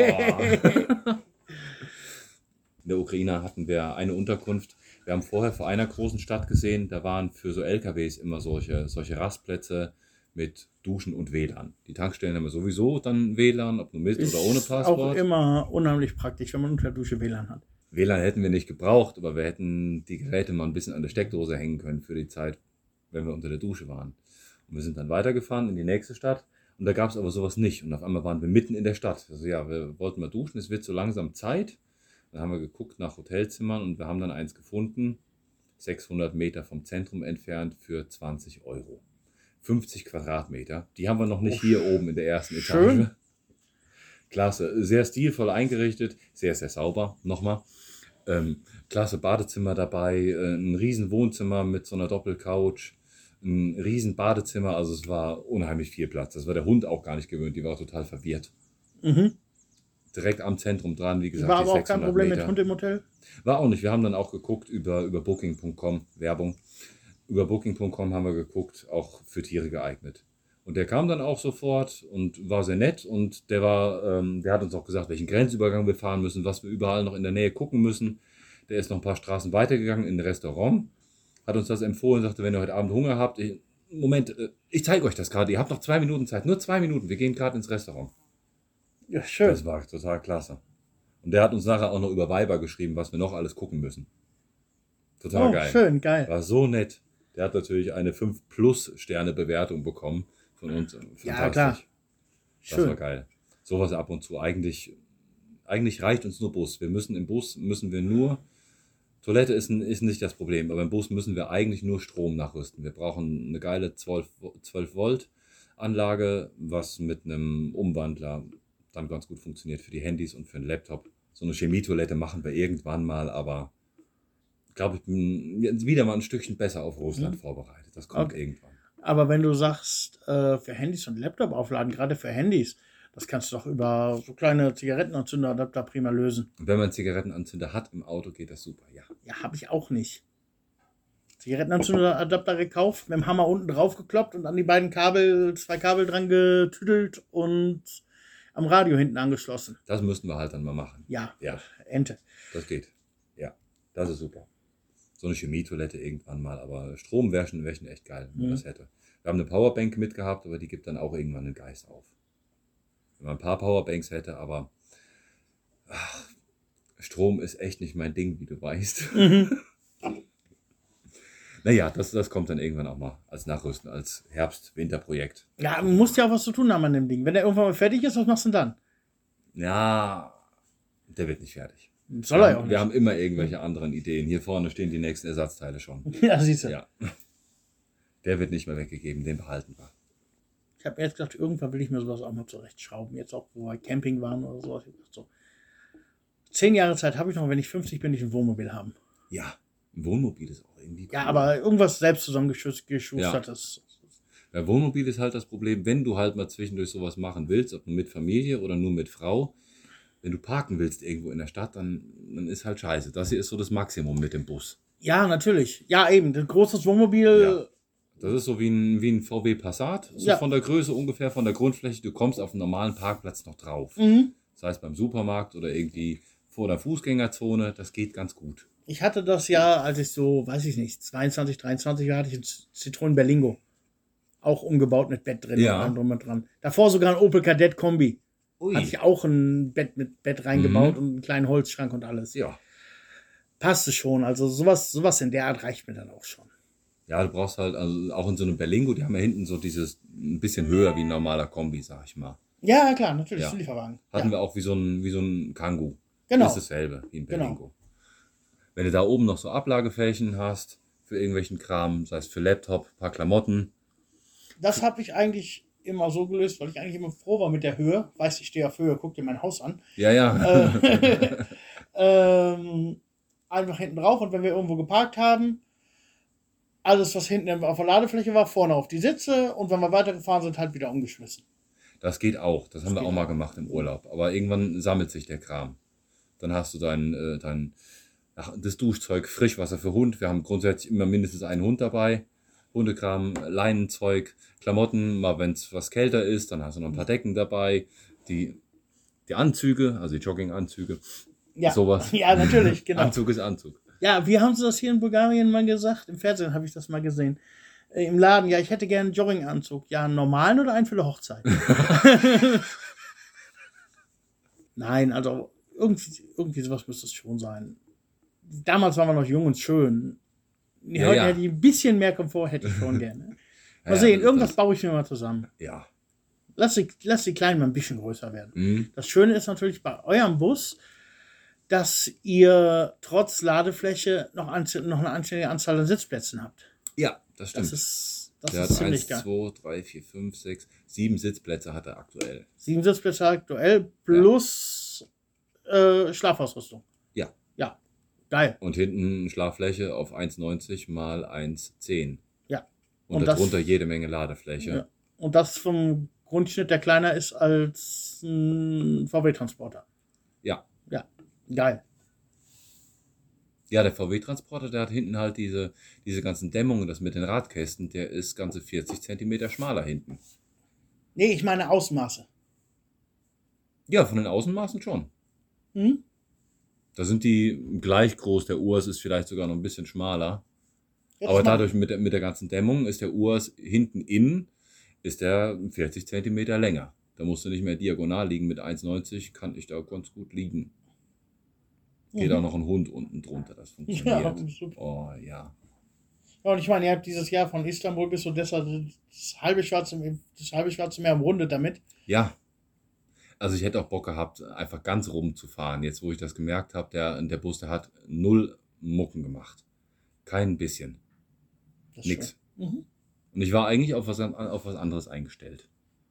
Boah. In der Ukraine hatten wir eine Unterkunft. Wir haben vorher vor einer großen Stadt gesehen, da waren für so L K Ws immer solche, solche Rastplätze mit Duschen und W L A N. Die Tankstellen haben ja sowieso dann W L A N, ob nur mit Ist oder ohne auch Passwort. immer unheimlich praktisch, wenn man unter der Dusche W L A N hat. W L A N hätten wir nicht gebraucht, aber wir hätten die Geräte mal ein bisschen an der Steckdose hängen können für die Zeit, wenn wir unter der Dusche waren. Und wir sind dann weitergefahren in die nächste Stadt und da gab es aber sowas nicht. Und auf einmal waren wir mitten in der Stadt. Also ja, wir wollten mal duschen, es wird so langsam Zeit. Dann haben wir geguckt nach Hotelzimmern und wir haben dann eins gefunden, sechshundert Meter vom Zentrum entfernt für zwanzig Euro. fünfzig Quadratmeter. Die haben wir noch nicht Oh, hier oben in der ersten Etage. schön. Klasse, sehr stilvoll eingerichtet, sehr, sehr sauber, nochmal. Ähm, klasse Badezimmer dabei, äh, ein riesen Wohnzimmer mit so einer Doppelcouch, ein riesen Badezimmer, also es war unheimlich viel Platz. Das war der Hund auch gar nicht gewöhnt, die war auch total verwirrt. Mhm. Direkt am Zentrum dran, wie gesagt, War die aber auch kein sechshundert Problem Meter. mit Hund im Hotel. War auch nicht, wir haben dann auch geguckt über, über Booking Punkt com, Werbung. Über Booking Punkt com haben wir geguckt, auch für Tiere geeignet. Und der kam dann auch sofort und war sehr nett und der war, ähm, der hat uns auch gesagt, welchen Grenzübergang wir fahren müssen, was wir überall noch in der Nähe gucken müssen. Der ist noch ein paar Straßen weitergegangen in ein Restaurant, hat uns das empfohlen, sagte, wenn ihr heute Abend Hunger habt, ich, Moment, äh, ich zeige euch das gerade, ihr habt noch zwei Minuten Zeit, nur zwei Minuten, wir gehen gerade ins Restaurant. Ja, schön. Das war total klasse. Und der hat uns nachher auch noch über Viber geschrieben, was wir noch alles gucken müssen. Total Oh, geil. schön, geil. War so nett. Der hat natürlich eine fünf Plus Sterne Bewertung bekommen von uns. Fantastisch. Ja, klar. Das Schön. war geil. Sowas ab und zu. Eigentlich, eigentlich reicht uns nur Bus. Wir müssen im Bus müssen wir nur, Toilette ist, ein, ist nicht das Problem, aber im Bus müssen wir eigentlich nur Strom nachrüsten. Wir brauchen eine geile zwölf Volt Anlage, was mit einem Umwandler dann ganz gut funktioniert für die Handys und für den Laptop. So eine Chemietoilette machen wir irgendwann mal, aber ich glaube, ich bin jetzt wieder mal ein Stückchen besser auf Russland Mhm. vorbereitet. Das kommt Okay. irgendwann. Aber wenn du sagst, äh, für Handys und Laptop aufladen, gerade für Handys, das kannst du doch über so kleine Zigarettenanzünderadapter prima lösen. Und wenn man einen Zigarettenanzünder hat im Auto, geht das super, ja. Ja, habe ich auch nicht. Zigarettenanzünderadapter gekauft, mit dem Hammer unten drauf gekloppt und an die beiden Kabel, zwei Kabel dran getüdelt und am Radio hinten angeschlossen. Das müssten wir halt dann mal machen. Ja, Ja, Ente. das geht. Ja, das ist super. So eine Chemietoilette irgendwann mal, aber Strom wäre schon, wär schon echt geil, wenn man Mhm. das hätte. Wir haben eine Powerbank mitgehabt, aber die gibt dann auch irgendwann den Geist auf. Wenn man ein paar Powerbanks hätte, aber ach, Strom ist echt nicht mein Ding, wie du weißt. Mhm. Naja, das, das kommt dann irgendwann auch mal als Nachrüsten, als Herbst-Winter-Projekt. Ja, man muss ja auch was zu tun haben an dem Ding. Wenn der irgendwann mal fertig ist, was machst du denn dann? Ja, der wird nicht fertig. Soll wir, er ja auch haben, nicht. wir haben immer irgendwelche anderen Ideen. Hier vorne stehen die nächsten Ersatzteile schon. Ja, siehst du. Ja. Der wird nicht mehr weggegeben, den behalten wir. Ich habe erst gedacht, irgendwann will ich mir sowas auch mal zurechtschrauben. Jetzt auch, wo wir Camping waren oder sowas. Ich dachte so, zehn Jahre Zeit habe ich noch, wenn ich fünfzig bin, ich ein Wohnmobil haben. Ja, ein Wohnmobil ist auch irgendwie cool. Ja, aber irgendwas selbst zusammengeschustertes. Bei Wohnmobil ist halt das Problem, wenn du halt mal zwischendurch sowas machen willst, ob nur mit Familie oder nur mit Frau, wenn du parken willst irgendwo in der Stadt, dann, dann ist halt scheiße. Das hier ist so das Maximum mit dem Bus. Ja, natürlich. Ja, eben. Ein großes Wohnmobil. Ja. Das ist so wie ein, wie ein V W Passat, so Ja. von der Größe ungefähr, von der Grundfläche. Du kommst auf einen normalen Parkplatz noch drauf. Mhm. Das heißt beim Supermarkt oder irgendwie vor der Fußgängerzone, das geht ganz gut. Ich hatte das ja, als ich so, weiß ich nicht, zweiundzwanzig, dreiundzwanzig war, hatte ich ein Citroën Berlingo. Auch umgebaut mit Bett drin Ja. und allem drum und dran. Davor sogar ein Opel Kadett Kombi. Ui. Hatte ich auch ein Bett mit Bett reingebaut Mhm. und einen kleinen Holzschrank und alles. Ja. Passte schon. Also sowas, sowas in der Art reicht mir dann auch schon. Ja, du brauchst halt, also auch in so einem Berlingo, die haben ja hinten so dieses, ein bisschen höher wie ein normaler Kombi, sag ich mal. Ja, klar, natürlich. Ja. Ja. Lieferwagen. Hatten Ja. wir auch wie so ein, wie so ein Kangoo. Genau. Das ist dasselbe wie ein Genau. Berlingo. Wenn du da oben noch so Ablageflächen hast, für irgendwelchen Kram, sei es für Laptop, paar Klamotten. Das habe ich eigentlich immer so gelöst, weil ich eigentlich immer froh war mit der Höhe. Weißt, ich stehe auf Höhe, guck dir mein Haus an. Ja, ja. Äh, ähm, einfach hinten drauf und wenn wir irgendwo geparkt haben, alles, was hinten auf der Ladefläche war, vorne auf die Sitze und wenn wir weitergefahren sind, halt wieder umgeschmissen. Das geht auch. Das haben wir geht auch mal auch. gemacht im Urlaub. Aber irgendwann sammelt sich der Kram. Dann hast du dein, äh, dein ach, das Duschzeug, Frischwasser für Hund. Wir haben grundsätzlich immer mindestens einen Hund dabei. Hundekram, Leinenzeug, Klamotten. Mal wenn es was kälter ist, dann hast du noch ein paar Decken dabei. Die, die Anzüge, also die Jogginganzüge. Ja, Sowas. ja, natürlich, genau. Anzug ist Anzug. Ja, wie haben sie das hier in Bulgarien mal gesagt? Im Fernsehen habe ich das mal gesehen. äh, im Laden, ja, ich hätte gerne einen Jogginganzug. Ja, einen normalen oder einen für die Hochzeit? Nein, also irgendwie, irgendwie sowas müsste es schon sein. Damals waren wir noch jung und schön. Ja, Heute ja. hätte ich ein bisschen mehr Komfort, hätte ich schon gerne. Mal Ja, sehen, das- irgendwas das- baue ich mir mal zusammen. Ja. Lass die, lass die Kleinen mal ein bisschen größer werden. Mhm. Das Schöne ist natürlich bei eurem Bus, dass ihr trotz Ladefläche noch, an, noch eine anständige Anzahl an Sitzplätzen habt. Ja, das stimmt. Das ist, das Der ist hat ziemlich eins, geil. zwei, drei, vier, fünf, sechs, sieben Sitzplätze hat er aktuell. Sieben Sitzplätze aktuell plus äh, Schlafausrüstung. Ja. Ja, geil. Und hinten Schlaffläche auf eins neunzig mal eins zehn. Ja. Und, Und das- darunter jede Menge Ladefläche. Ja. Und das vom Grundschnitt, der kleiner ist als ein V W-Transporter. Ja. Ja, geil. Ja, der V W-Transporter, der hat hinten halt diese, diese ganzen Dämmungen, das mit den Radkästen, der ist ganze vierzig Zentimeter schmaler hinten. Nee, ich meine Ausmaße. Ja, von den Außenmaßen schon. Hm? Da sind die gleich groß. Der Urs ist vielleicht sogar noch ein bisschen schmaler. Jetzt Aber mal- dadurch mit der, mit der ganzen Dämmung ist der Urs hinten innen ist der vierzig Zentimeter länger. Da musst du nicht mehr diagonal liegen. Mit eins neunzig kann ich da ganz gut liegen. Geht Mhm. auch noch ein Hund unten drunter. Das Ja, funktioniert. super. Oh ja. Ja, und ich meine, ihr habt dieses Jahr von Istanbul bis Odessa das halbe Schwarze, das halbe Schwarze Meer umrundet damit. Ja. Also ich hätte auch Bock gehabt, einfach ganz rumzufahren. Jetzt, wo ich das gemerkt habe, der, der Bus, der hat null Mucken gemacht. Kein bisschen. Das ist Nix. schön. Mhm. Und ich war eigentlich auf was, an- auf was anderes eingestellt.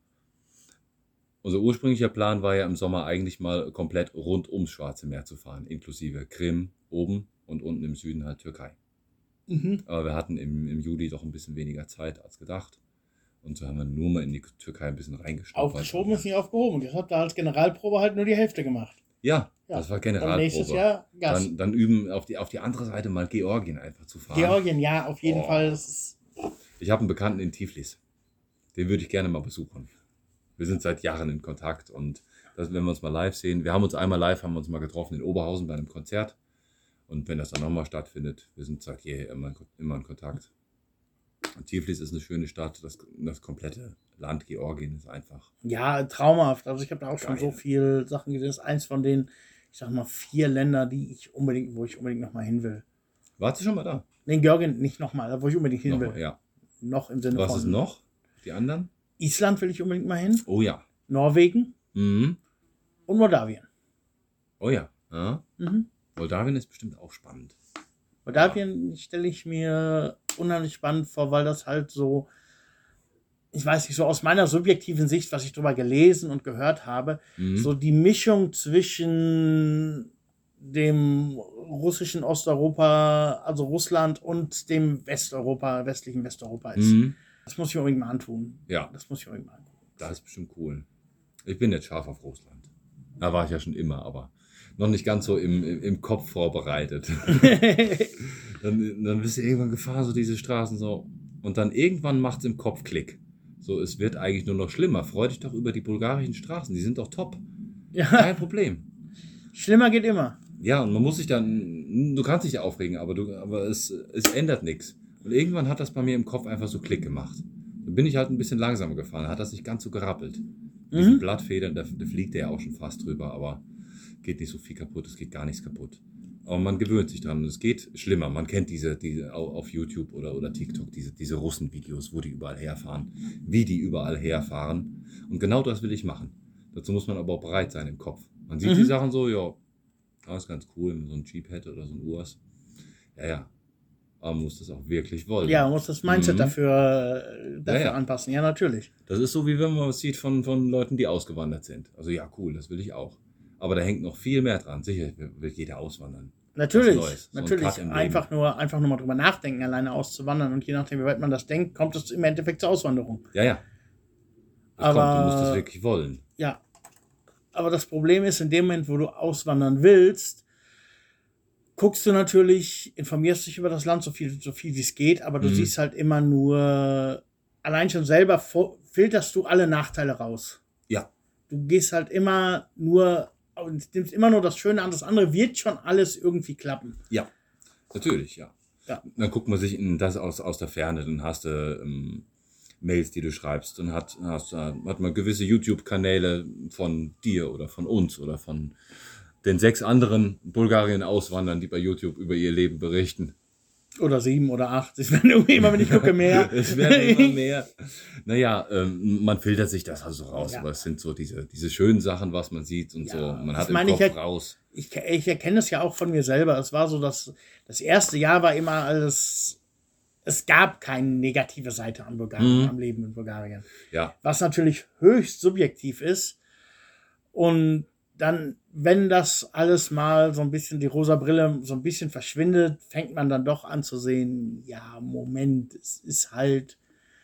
Unser ursprünglicher Plan war ja im Sommer eigentlich mal komplett rund ums Schwarze Meer zu fahren, inklusive Krim oben und unten im Süden halt Türkei. Mhm. Aber wir hatten im, im Juli doch ein bisschen weniger Zeit als gedacht. Und so haben wir nur mal in die Türkei ein bisschen reingeschnuppert. Aufgeschoben ist nicht aufgehoben. Das habt ihr als Generalprobe halt nur die Hälfte gemacht. Ja, Ja. das war Und nächstes Generalprobe. Jahr Gas. Dann, dann üben, auf die, auf die andere Seite mal Georgien einfach zu fahren. Georgien, ja, auf jeden Oh. Fall. Das ist, Ich habe einen Bekannten in Tiflis. Den würde ich gerne mal besuchen. Wir sind seit Jahren in Kontakt und das, wenn wir uns mal live sehen, wir haben uns einmal live, haben uns mal getroffen in Oberhausen bei einem Konzert. Und wenn das dann nochmal stattfindet, wir sind seit jeher immer, immer in Kontakt. Und Tiflis ist eine schöne Stadt, das, das komplette Land Georgien ist einfach. ja, traumhaft. Also ich habe da auch schon Geil. so viel Sachen gesehen. Das ist eins von den, ich sag mal, vier Länder, die ich unbedingt, wo ich unbedingt nochmal hin will. Warst du schon mal da? Nee, Georgien nicht nochmal, wo ich unbedingt hin will. Nochmal, ja. Noch im Sinne Was von ist noch? Die anderen? Island will ich unbedingt mal hin. Oh ja. Norwegen Mhm. und Moldawien. Oh ja. ja. Mhm. Moldawien ist bestimmt auch spannend. Moldawien stelle ich mir unheimlich spannend vor, weil das halt so, ich weiß nicht, so aus meiner subjektiven Sicht, was ich drüber gelesen und gehört habe, Mhm. so die Mischung zwischen dem russischen Osteuropa, also Russland und dem Westeuropa, westlichen Westeuropa ist. Mhm. Das muss ich unbedingt mal antun. Ja. Das muss ich unbedingt mal antun. Das ist bestimmt cool. Ich bin jetzt scharf auf Russland. Da war ich ja schon immer, aber noch nicht ganz so im, im, im Kopf vorbereitet. dann, dann bist du irgendwann gefahren, so diese Straßen so. Und dann irgendwann macht es im Kopf Klick. So, es wird eigentlich nur noch schlimmer. Freu dich doch über die bulgarischen Straßen, die sind doch top. Ja, Kein Problem. schlimmer geht immer. Ja, und man muss sich dann, du kannst dich aufregen, aber, du, aber es, es ändert nichts. Und irgendwann hat das bei mir im Kopf einfach so Klick gemacht. Dann bin ich halt ein bisschen langsamer gefahren, hat das nicht ganz so gerappelt. Diese Mhm. Blattfedern, da, da fliegt der ja auch schon fast drüber, aber geht nicht so viel kaputt, es geht gar nichts kaputt. Aber man gewöhnt sich dran und es geht schlimmer. Man kennt diese, diese au- auf YouTube oder, oder TikTok, diese, diese Russen-Videos, wo die überall herfahren, wie die überall herfahren. Und genau das will ich machen. Dazu muss man aber auch bereit sein im Kopf. Man sieht Mhm. die Sachen so, ja, das ist ganz cool, wenn man so ein Jeep hätte oder so ein Urs. Ja, ja. Aber man muss das auch wirklich wollen. Ja, man muss das Mindset Mhm. dafür, äh, dafür Ja, ja. anpassen. Ja, natürlich. Das ist so, wie wenn man was sieht von, von Leuten, die ausgewandert sind. Also ja, cool, das will ich auch. Aber da hängt noch viel mehr dran. Sicher will jeder auswandern. Natürlich, Was Neues, so ein natürlich. Cut im Leben. Einfach nur, einfach nur mal drüber nachdenken, alleine auszuwandern. Und je nachdem, wie weit man das denkt, kommt es im Endeffekt zur Auswanderung. Ja, ja. Das Aber- kommt, du musst das wirklich wollen. Ja. Aber das Problem ist, in dem Moment, wo du auswandern willst, guckst du natürlich, informierst dich über das Land so viel, so viel wie es geht, aber du Mhm. siehst halt immer nur, allein schon selber fo- filterst du alle Nachteile raus. Ja. Du gehst halt immer nur, und nimmst immer nur das Schöne an, das andere wird schon alles irgendwie klappen. Ja, natürlich, ja. Ja. Dann guckt man sich in das aus, aus der Ferne, dann hast du ähm, Mails, die du schreibst, dann hat, hast, hat man gewisse YouTube-Kanäle von dir oder von uns oder von den sechs anderen Bulgarien-Auswandern, die bei YouTube über ihr Leben berichten. Oder sieben oder acht. Es werden irgendwie immer, wenn ich gucke, mehr. Es werden immer mehr. Naja, ähm, man filtert sich das also raus, Ja. aber es sind so diese, diese schönen Sachen, was man sieht und Ja, so. Man das hat im meine ich Kopf ja- raus. Ich, ich erkenne es ja auch von mir selber. Es war so, dass das erste Jahr war immer alles, es gab keine negative Seite an Bulgarien, Mhm. am Leben in Bulgarien. Ja, Was natürlich höchst subjektiv ist. Und dann, wenn das alles mal so ein bisschen, die rosa Brille so ein bisschen verschwindet, fängt man dann doch an zu sehen, ja, Moment, es ist halt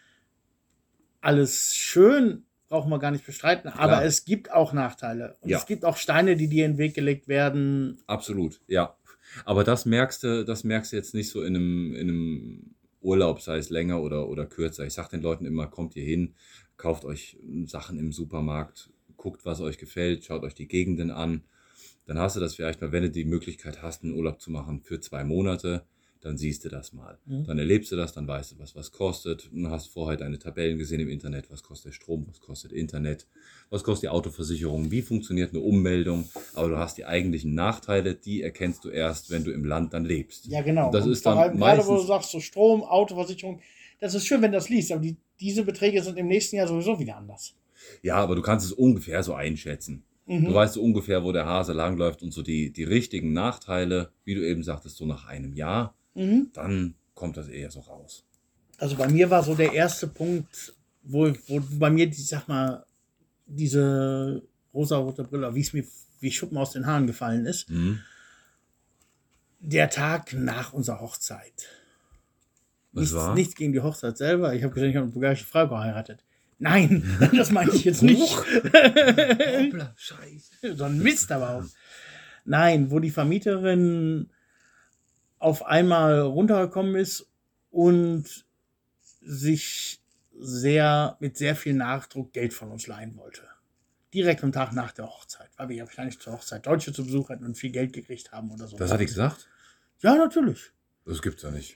alles schön, brauchen wir gar nicht bestreiten, aber Klar. es gibt auch Nachteile. Und Ja. es gibt auch Steine, die dir in den Weg gelegt werden. absolut, ja. Aber das merkst du, das merkst du jetzt nicht so in einem, in einem Urlaub, sei es länger oder, oder kürzer. Ich sage den Leuten immer, kommt hier hin, kauft euch Sachen im Supermarkt, guckt, was euch gefällt, schaut euch die Gegenden an. Dann hast du das vielleicht mal, wenn du die Möglichkeit hast, einen Urlaub zu machen für zwei Monate, dann siehst du das mal. Mhm. Dann erlebst du das, dann weißt du, was was kostet. Du hast vorher deine Tabellen gesehen im Internet, was kostet Strom, was kostet Internet, was kostet die Autoversicherung, wie funktioniert eine Ummeldung. Aber du hast die eigentlichen Nachteile, die erkennst du erst, wenn du im Land dann lebst. Ja, genau. Und das Und ist vor dann allem gerade, wo du meistens, sagst, so Strom, Autoversicherung, das ist schön, wenn du das liest, aber die, diese Beträge sind im nächsten Jahr sowieso wieder anders. ja, aber du kannst es ungefähr so einschätzen. Mhm. Du weißt so ungefähr, wo der Hase langläuft und so die, die richtigen Nachteile, wie du eben sagtest, so nach einem Jahr, Mhm. dann kommt das eher so raus. Also bei mir war so der erste Punkt, wo, wo bei mir, die, sag mal, diese rosa-rote Brille, wie es mir wie Schuppen aus den Haaren gefallen ist, Mhm. der Tag nach unserer Hochzeit. Was Nichts, war? nichts gegen die Hochzeit selber. Ich habe gesehen, ich habe eine bulgarische Frau geheiratet. Nein, das meine ich jetzt nicht. Hoppla, Scheiße. So ein Mist aber auch. Nein, wo die Vermieterin auf einmal runtergekommen ist und sich sehr, mit sehr viel Nachdruck Geld von uns leihen wollte. Direkt am Tag nach der Hochzeit, weil wir ja wahrscheinlich zur Hochzeit Deutsche zu Besuch hatten und viel Geld gekriegt haben oder so. Das hat die gesagt? Ja, natürlich. Das gibt's ja nicht.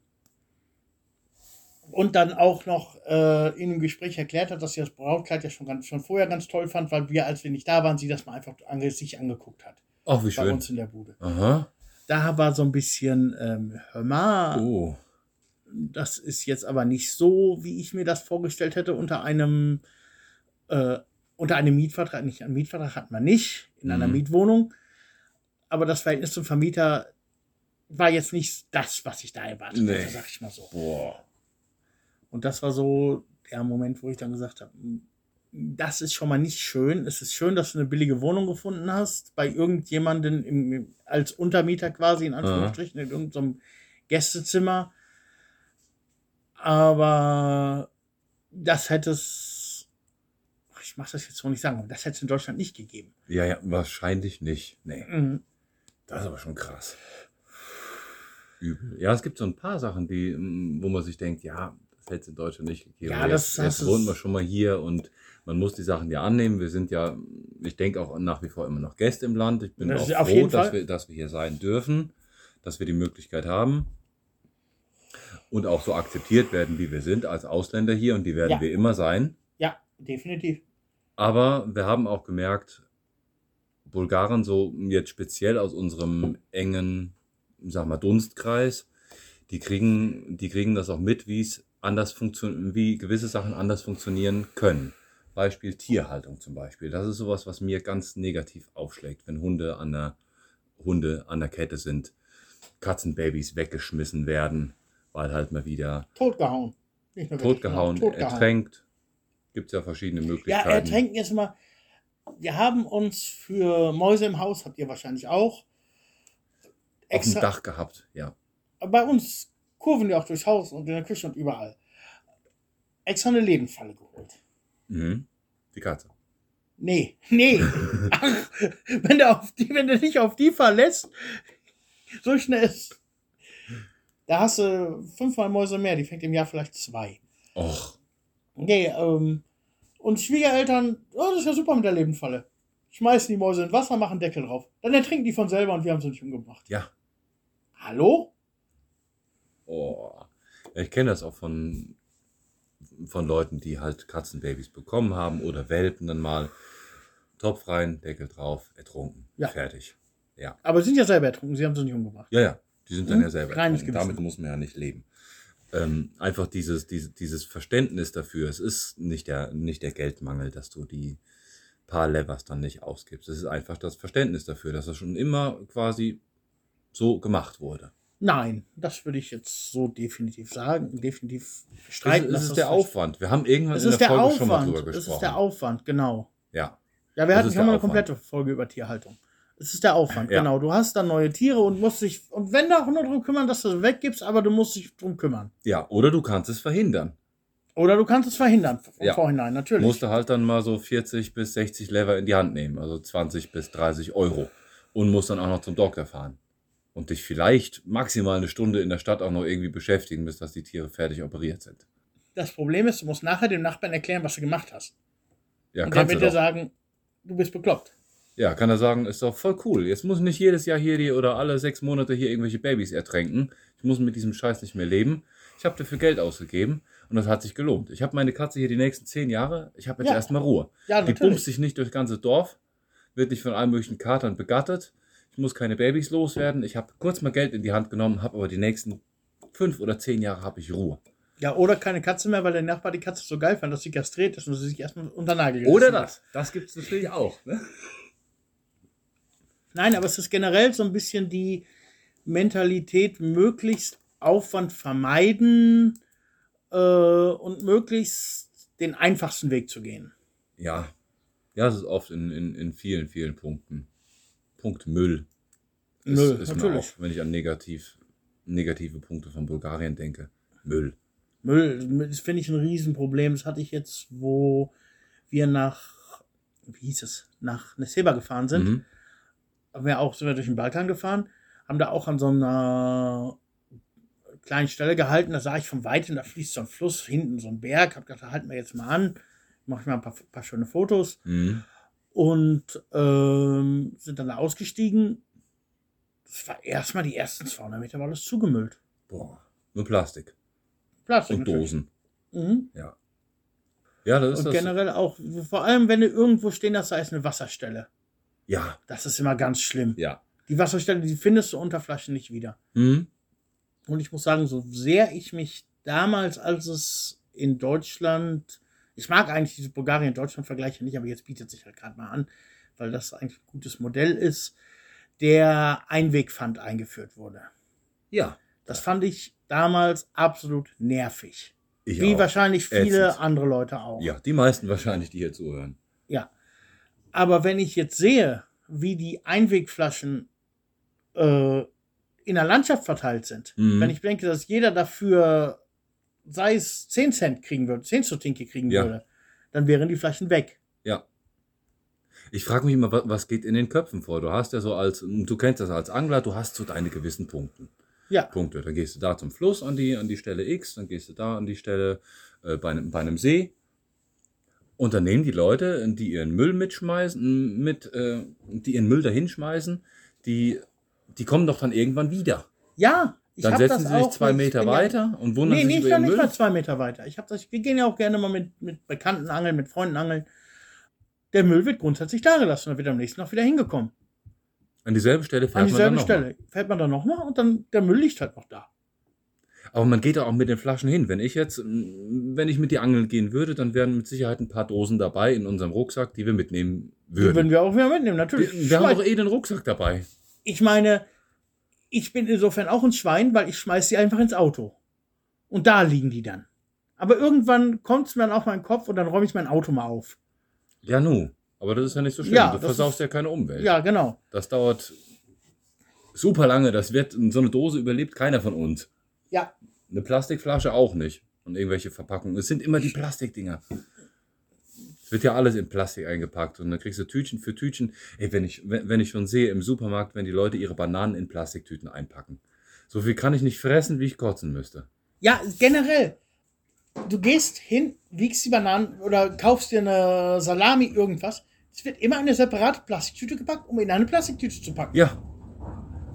Und dann auch noch äh, in einem Gespräch erklärt hat, dass sie das Brautkleid ja schon, ganz, schon vorher ganz toll fand, weil wir, als wir nicht da waren, sie das mal einfach ange, sich angeguckt hat. Ach, wie Bei schön. uns in der Bude. Aha. Da war so ein bisschen, ähm, hör mal, Oh. das ist jetzt aber nicht so, wie ich mir das vorgestellt hätte, unter einem, äh, unter einem Mietvertrag. Nicht einen Mietvertrag hatten wir nicht, in einer Mhm. Mietwohnung. Aber das Verhältnis zum Vermieter war jetzt nicht das, was ich da erwartet Nee. hatte, sag ich mal so. Boah. Und das war so der Moment, wo ich dann gesagt habe, das ist schon mal nicht schön. Es ist schön, dass du eine billige Wohnung gefunden hast, bei irgendjemandem im, als Untermieter quasi, in Anführungsstrichen, in irgendeinem Gästezimmer. Aber das hätte es, ich mache das jetzt so nicht sagen, aber das hätte es in Deutschland nicht gegeben. Ja, ja, wahrscheinlich nicht. Nee, Mhm. das ist aber schon krass. Übel. Ja, es gibt so ein paar Sachen, die, mm, wo man sich denkt, ja, das hätte es in Deutschland nicht gegeben. Ja, Aber das jetzt, hast jetzt du- wohnt man schon mal hier und man muss die Sachen ja annehmen. Wir sind ja, ich denke auch nach wie vor immer noch Gäste im Land. Ich bin Das auch ist auf froh, jeden dass Fall. wir, dass wir hier sein dürfen, dass wir die Möglichkeit haben und auch so akzeptiert werden, wie wir sind als Ausländer hier und die werden Ja. wir immer sein. Ja, definitiv. Aber wir haben auch gemerkt, Bulgaren, so jetzt speziell aus unserem engen, sag mal, Dunstkreis, die kriegen, die kriegen das auch mit, wie es anders funktioniert, wie gewisse Sachen anders funktionieren können. Beispiel Tierhaltung zum Beispiel. Das ist sowas, was mir ganz negativ aufschlägt, wenn Hunde an der, Hunde an der Kette sind, Katzenbabys weggeschmissen werden, weil halt mal wieder Totgehauen. Nicht nur totgehauen, totgehauen. ertränkt. Gibt es ja verschiedene Ja, Möglichkeiten. ertränken ist immer. Wir haben uns für Mäuse im Haus, habt ihr wahrscheinlich auch, Auf dem Dach gehabt, ja. bei uns kurven die auch durchs Haus und in der Küche und überall, extra eine Lebendfalle geholt. Mhm. Die Katze. Nee, nee. Ach, wenn du, auf die, wenn du dich auf die verlässt, so schnell ist. Da hast du fünfmal Mäuse mehr, die fängt im Jahr vielleicht zwei. Och, Nee, ähm, und Schwiegereltern, oh, das ist ja super mit der Lebendfalle. Schmeißen die Mäuse in Wasser, machen Deckel drauf. Dann ertrinken die von selber und wir haben sie nicht umgebracht. ja. Hallo? Ja, ich kenne das auch von, von Leuten, die halt Katzenbabys bekommen haben oder Welpen dann mal. Topf rein, Deckel drauf, ertrunken. Ja. Fertig. Ja. Aber sie sind ja selber ertrunken, sie haben sie nicht umgebracht. Ja, ja. Die sind dann Hm? ja selber Reines ertrunken. Gewissen. Damit muss man ja nicht leben. Ähm, einfach dieses, dieses, dieses Verständnis dafür. Es ist nicht der, nicht der Geldmangel, dass du die paar Levers dann nicht ausgibst. Es ist einfach das Verständnis dafür, dass das schon immer quasi so gemacht wurde. Nein, das würde ich jetzt so definitiv sagen, definitiv Es bestreiten. ist, dass es ist das der nicht- Aufwand. Wir haben irgendwann Es in ist der der Folge schon mal Aufwand. drüber Es gesprochen. ist der Aufwand, genau. Ja. Ja, wir Das hatten ist schon mal der eine komplette Folge über Tierhaltung. Es ist der Aufwand, Ja. genau. Du hast dann neue Tiere und musst dich, und wenn du auch nur darum kümmern, dass du sie weggibst, aber du musst dich drum kümmern. Ja, oder du kannst es verhindern. Oder du kannst es verhindern im Ja. Vorhinein, natürlich. Musst du halt dann mal so vierzig bis sechzig Lever in die Hand nehmen, also zwanzig bis dreißig Euro. Und musst dann auch noch zum Doktor fahren. Und dich vielleicht maximal eine Stunde in der Stadt auch noch irgendwie beschäftigen, bis dass die Tiere fertig operiert sind. Das Problem ist, du musst nachher dem Nachbarn erklären, was du gemacht hast. Ja, und der kannst du wird dir doch. sagen, du bist bekloppt. Ja, kann er sagen, ist doch voll cool. Jetzt muss ich nicht jedes Jahr hier die oder alle sechs Monate hier irgendwelche Babys ertränken. Ich muss mit diesem Scheiß nicht mehr leben. Ich habe dafür Geld ausgegeben und das hat sich gelohnt. Ich habe meine Katze hier die nächsten zehn Jahre. Ich habe jetzt Ja. erstmal Ruhe. Ja, Die natürlich. bumst sich nicht durchs ganze Dorf, wird nicht von allen möglichen Katern begattet. Ich muss keine Babys loswerden. Ich habe kurz mal Geld in die Hand genommen, habe aber die nächsten fünf oder zehn Jahre habe ich Ruhe. Ja, oder keine Katze mehr, weil der Nachbar die Katze so geil fand, dass sie kastriert ist und sie sich erstmal unter den Nagel Oder gerissen hat. das. Das gibt es natürlich auch. Ne? Nein, aber es ist generell so ein bisschen die Mentalität, möglichst Aufwand vermeiden äh, und möglichst den einfachsten Weg zu gehen. Ja. Ja, das ist oft in, in, in vielen, vielen Punkten. Punkt Müll. Ist, Müll, ist mir natürlich. auch, wenn ich an negativ, negative Punkte von Bulgarien denke. Müll. Müll, das finde ich ein Riesenproblem. Das hatte ich jetzt, wo wir nach, wie hieß es, nach Neseba gefahren sind. Mhm. Haben wir auch, sind wir durch den Balkan gefahren, haben da auch an so einer kleinen Stelle gehalten. Da sah ich von weitem, da fließt so ein Fluss, hinten so ein Berg. Hab gedacht, da halten wir jetzt mal an. Mach ich mal ein paar, paar schöne Fotos. Mhm. Und ähm, sind dann da ausgestiegen. Das war erstmal die ersten zweihundert Meter, war alles zugemüllt. Boah. Nur Plastik. Plastik Und natürlich. Dosen. Mhm. Ja. Ja, das ist Und das. generell auch, vor allem wenn du irgendwo stehen hast, da ist eine Wasserstelle. Ja. Das ist immer ganz schlimm. Ja. Die Wasserstelle, die findest du unter Flaschen nicht wieder. Mhm. Und ich muss sagen, so sehr ich mich damals, als es in Deutschland, ich mag eigentlich diese Bulgarien-Deutschland-Vergleiche nicht, aber jetzt bietet sich halt gerade mal an, weil das eigentlich ein gutes Modell ist, der Einwegpfand eingeführt wurde. Ja. Das fand ich damals absolut nervig. Ich Wie auch. wahrscheinlich viele Ätzend. andere Leute auch. Ja, die meisten wahrscheinlich, die hier zuhören. Ja. Aber wenn ich jetzt sehe, wie die Einwegflaschen äh, in der Landschaft verteilt sind, Mhm. wenn ich denke, dass jeder dafür, sei es zehn Cent kriegen würde, zehn Zotinke kriegen Ja. würde, dann wären die Flaschen weg. Ja. Ich frage mich immer, wa- was geht in den Köpfen vor? Du hast ja so als, du kennst das als Angler, du hast so deine gewissen Punkte. Ja, Punkte. Dann gehst du da zum Fluss an die, an die Stelle X, dann gehst du da an die Stelle äh, bei, einem, bei einem See. Und dann nehmen die Leute, die ihren Müll mitschmeißen, mit, äh, die ihren Müll dahin schmeißen, die, die kommen doch dann irgendwann wieder. ja. Ich Dann hab setzen das sie sich auch, zwei ich Meter bin ja- weiter und wundern Nee, sich nicht, über ihren nicht Müll. mal zwei Meter weiter. Ich hab das, wir gehen ja auch gerne mal mit, mit Bekannten angeln, mit Freunden angeln. Der Müll wird grundsätzlich da gelassen und wird am nächsten noch wieder hingekommen. An dieselbe Stelle fährt An dieselbe man dann Stelle. Stelle. Fährt man dann nochmal und dann der Müll liegt halt noch da. Aber man geht auch mit den Flaschen hin. Wenn ich jetzt, mm, wenn ich mit dir angeln gehen würde, dann wären mit Sicherheit ein paar Dosen dabei in unserem Rucksack, die wir mitnehmen Die würden. würden wir auch wieder mitnehmen, natürlich. Wir, wir haben Schwein. doch eh den Rucksack dabei. Ich meine, ich bin insofern auch ein Schwein, weil ich schmeiß sie einfach ins Auto. Und da liegen die dann. Aber irgendwann kommt es mir dann auf meinen Kopf und dann räume ich mein Auto mal auf. Ja, nu. Aber das ist ja nicht so schlimm. Ja, du das versaust ist- ja keine Umwelt. Ja, genau. Das dauert super lange. Das wird, so eine Dose überlebt keiner von uns. Ja, Eine Plastikflasche auch nicht. Und irgendwelche Verpackungen. Es sind immer die Plastikdinger. Es wird ja alles in Plastik eingepackt. Und dann kriegst du Tütchen für Tütchen. Ey, wenn ich, wenn, wenn ich schon sehe im Supermarkt, wenn die Leute ihre Bananen in Plastiktüten einpacken. So viel kann ich nicht fressen, wie ich kotzen müsste. ja, generell. Du gehst hin, wiegst die Bananen oder kaufst dir eine Salami, irgendwas. Es wird immer in eine separate Plastiktüte gepackt, um in eine Plastiktüte zu packen. Ja.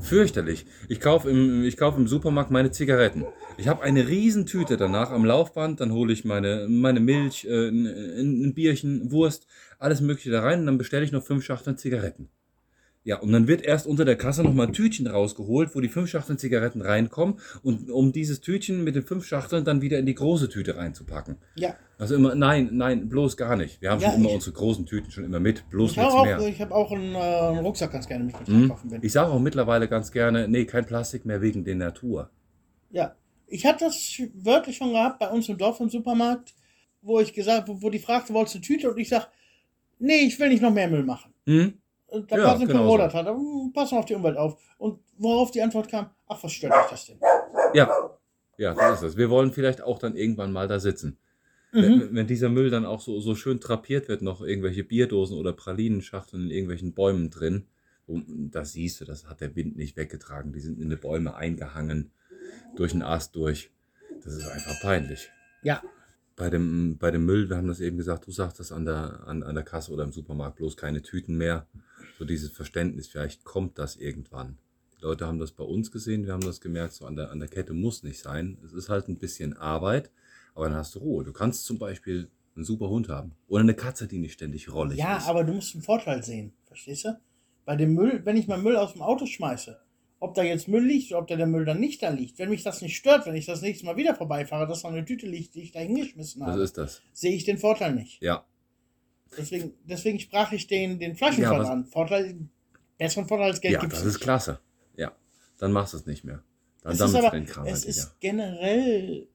Fürchterlich. Ich kaufe im, ich kauf im Supermarkt meine Zigaretten. Ich habe eine Riesentüte danach am Laufband, dann hole ich meine, meine Milch, äh, ein, ein Bierchen, Wurst, alles mögliche da rein und dann bestelle ich noch fünf Schachteln Zigaretten. Ja, und dann wird erst unter der Kasse nochmal ein Tütchen rausgeholt, wo die fünf Schachteln Zigaretten reinkommen und um dieses Tütchen mit den fünf Schachteln dann wieder in die große Tüte reinzupacken. Ja. Also immer, nein, nein, bloß gar nicht. Wir haben Ja, schon immer ich- unsere großen Tüten schon immer mit, bloß Ich habe nichts auch, mehr. ich hab auch einen, äh, einen Rucksack ganz gerne mit, wenn ich Hm? einkaufen bin. Ich sage auch mittlerweile ganz gerne, nee, kein Plastik mehr wegen der Natur. Ja. Ich hatte das wörtlich schon gehabt bei uns im Dorf im Supermarkt, wo ich gesagt, wo, wo die fragte, wolltest du eine Tüte? Und ich sag, nee, ich will nicht noch mehr Müll machen. Hm? Und da Ja, war sie genau verrodert hat. Hm, Pass mal auf die Umwelt auf. Und worauf die Antwort kam, ach, was stört euch das denn? Ja, ja, das ist es. Wir wollen vielleicht auch dann irgendwann mal da sitzen. Mhm. Wenn, wenn dieser Müll dann auch so, so schön drapiert wird, noch irgendwelche Bierdosen oder Pralinenschachteln in irgendwelchen Bäumen drin, und das siehst du, das hat der Wind nicht weggetragen. Die sind in die Bäume eingehangen, durch den Ast durch. Das ist einfach peinlich. Ja. Bei dem, bei dem Müll, wir haben das eben gesagt, du sagst das an der, an, an der Kasse oder im Supermarkt, bloß keine Tüten mehr. So dieses Verständnis, vielleicht kommt das irgendwann. Die Leute haben das bei uns gesehen, wir haben das gemerkt, so an der, an der Kette muss nicht sein. Es ist halt ein bisschen Arbeit, aber dann hast du Ruhe. Du kannst zum Beispiel einen super Hund haben oder eine Katze, die nicht ständig rollig Ja, ist. aber du musst einen Vorteil sehen, verstehst du? Bei dem Müll, wenn ich mal Müll aus dem Auto schmeiße, ob da jetzt Müll liegt oder ob da der Müll dann nicht da liegt, wenn mich das nicht stört, wenn ich das nächste Mal wieder vorbeifahre, dass da eine Tüte liegt, die ich da hingeschmissen Was habe, ist das? sehe ich den Vorteil nicht. Ja, Deswegen, deswegen sprach ich den, den Ja, Flaschenpfand was- an. Vorteil, besseren Vorteil als Geld ja, gibt's das nicht. ist klasse. Ja, dann machst du es nicht mehr. Dann Es ist sammelst du aber, den Kram es halt ist wieder. generell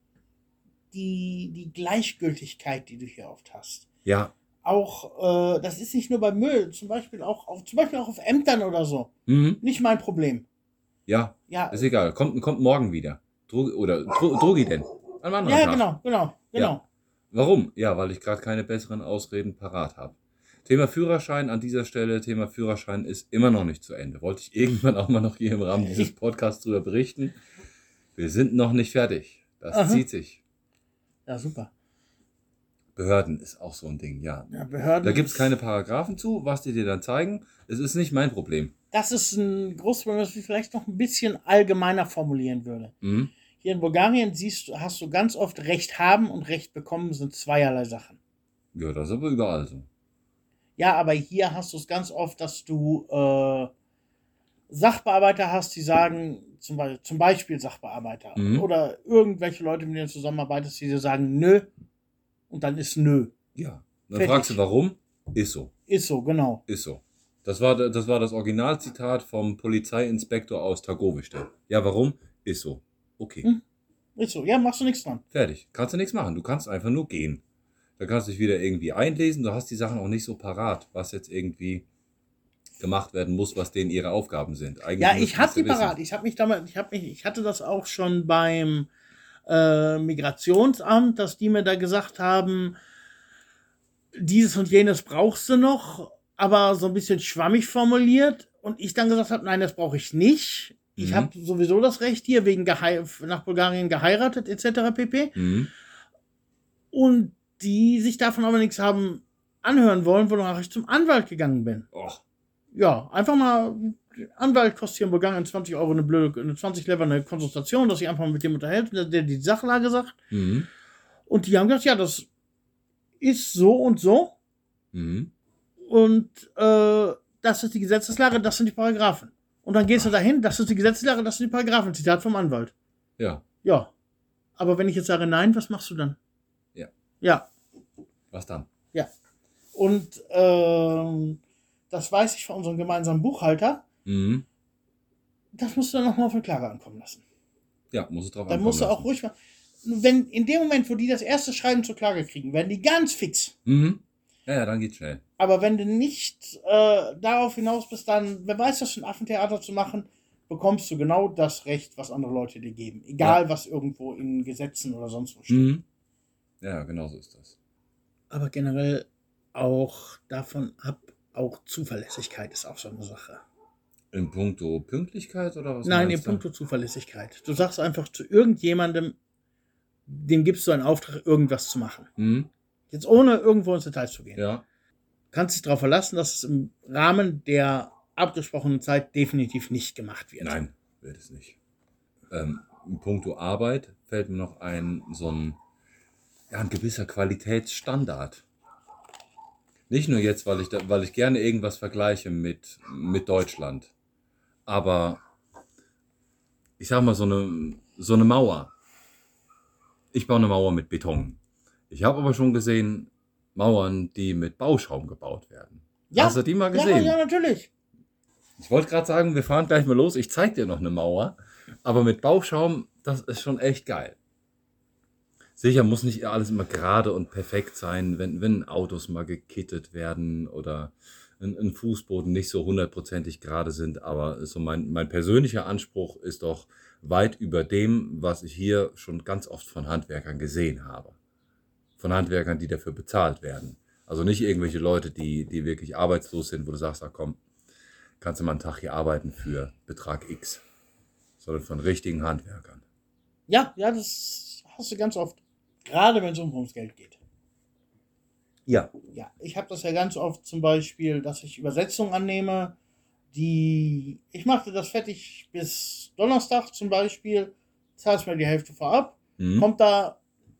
die, die Gleichgültigkeit, die du hier oft hast. Ja, Auch, äh, das ist nicht nur bei Müll, zum Beispiel auch auf, zum Beispiel auch auf Ämtern oder so. mhm. Nicht mein Problem. ja, Ja, ist egal. Kommt, kommt morgen wieder. Dro oder Dro Drogi denn? An einem anderen ja Tag. genau, genau, genau. Warum? Ja, weil ich gerade keine besseren Ausreden parat habe. Thema Führerschein an dieser Stelle. Thema Führerschein ist immer noch nicht zu Ende. Wollte ich irgendwann auch mal noch hier im Rahmen dieses Podcasts drüber berichten. Wir sind noch nicht fertig. Das Aha. zieht sich. Ja, super. Behörden ist auch so ein Ding, ja. Ja, Behörden. Da gibt es keine Paragraphen zu, was die dir dann zeigen. Es ist nicht mein Problem. Das ist ein großes Problem, das ich vielleicht noch ein bisschen allgemeiner formulieren würde. Mhm. Hier in Bulgarien siehst du, hast du ganz oft Recht haben und Recht bekommen sind zweierlei Sachen. Ja, das ist aber überall so. Ja, aber hier hast du es ganz oft, dass du äh, Sachbearbeiter hast, die sagen, zum Beispiel, zum Beispiel Sachbearbeiter Mhm. oder irgendwelche Leute, mit denen du zusammenarbeitest, die dir sagen, nö, und dann ist nö. Ja. Dann Fertig. fragst du, warum? Ist so. Ist so, genau. Ist so. Das war, das war das Originalzitat vom Polizeiinspektor aus Targowischte. Ja, warum? Ist so. Okay. Hm. Ist so. Ja, machst du nichts dran. Fertig. Kannst du nichts machen. Du kannst einfach nur gehen. Da kannst du dich wieder irgendwie einlesen. Du hast die Sachen auch nicht so parat, was jetzt irgendwie gemacht werden muss, was denen ihre Aufgaben sind. Eigentlich Ja, müssten ich hatte sie die wissen. parat. Ich habe mich damals, ich habe mich, ich hatte das auch schon beim äh, Migrationsamt, dass die mir da gesagt haben, dieses und jenes brauchst du noch, aber so ein bisschen schwammig formuliert. Und ich dann gesagt habe, nein, das brauche ich nicht. Ich Mhm. habe sowieso das Recht hier wegen Gehei nach Bulgarien geheiratet et cetera pp. Mhm. Und die sich davon aber nichts haben anhören wollen, wonach ich zum Anwalt gegangen bin. Och, Ja, einfach mal, Anwalt kostet hier in Bulgarien zwanzig Euro eine blöde, eine zwanzig Lever eine Konsultation, dass ich einfach mal mit dem unterhält, der der die Sachlage sagt. mhm. Und die haben gesagt, ja, das ist so und so. Mhm. Und äh, das ist die Gesetzeslage, das sind die Paragraphen. Und dann gehst du dahin, das ist die Gesetzeslage, das sind die Paragraphen. Zitat vom Anwalt. Ja, Ja. Aber wenn ich jetzt sage nein, was machst du dann? Ja. Ja. was dann? Ja. Und ähm, das weiß ich von unserem gemeinsamen Buchhalter. Mhm. Das musst du dann nochmal auf eine Klage ankommen lassen. Ja, muss es drauf Dann ankommen musst du auch lassen. ruhig mal. Wenn in dem Moment, wo die das erste Schreiben zur Klage kriegen, werden die ganz fix. Mhm. Ja, ja, dann geht's schnell. Aber wenn du nicht äh, darauf hinaus bist, dann, wer weiß, was für ein Affentheater zu machen, bekommst du genau das Recht, was andere Leute dir geben. Egal, was irgendwo in Gesetzen oder sonst wo steht. Mhm. Ja, genau so ist das. Aber generell auch davon ab, auch Zuverlässigkeit ist auch so eine Sache. In puncto Pünktlichkeit oder was? Nein, in meinst du? puncto Zuverlässigkeit. Du sagst einfach zu irgendjemandem, dem gibst du einen Auftrag, irgendwas zu machen. Mhm. Jetzt ohne irgendwo ins Detail zu gehen. Ja. Kannst dich darauf verlassen, dass es im Rahmen der abgesprochenen Zeit definitiv nicht gemacht wird. Nein, wird es nicht. Ähm, in puncto Arbeit fällt mir noch ein, so ein, ja, ein gewisser Qualitätsstandard. Nicht nur jetzt, weil ich, da, weil ich gerne irgendwas vergleiche mit, mit Deutschland, aber ich sag mal so eine, so eine Mauer. Ich baue eine Mauer mit Beton. Ich habe aber schon gesehen, Mauern, die mit Bauschaum gebaut werden. Ja, Hast du die mal gesehen? Ja, ja, natürlich. Ich wollte gerade sagen, wir fahren gleich mal los. Ich zeig dir noch eine Mauer. Aber mit Bauschaum, das ist schon echt geil. Sicher muss nicht alles immer gerade und perfekt sein, wenn, wenn Autos mal gekittet werden oder ein, ein Fußboden nicht so hundertprozentig gerade sind. Aber so mein, mein persönlicher Anspruch ist doch weit über dem, was ich hier schon ganz oft von Handwerkern gesehen habe. Von Handwerkern, die dafür bezahlt werden. Also nicht irgendwelche Leute, die, die wirklich arbeitslos sind, wo du sagst, ach komm, kannst du mal einen Tag hier arbeiten für Betrag X. Sondern von richtigen Handwerkern. Ja, ja, das hast du ganz oft. Gerade wenn es um ums Geld geht. Ja. Ja, ich habe das ja ganz oft zum Beispiel, dass ich Übersetzungen annehme, die, ich machte das fertig bis Donnerstag zum Beispiel, zahlst mir die Hälfte vorab, Mhm. kommt da,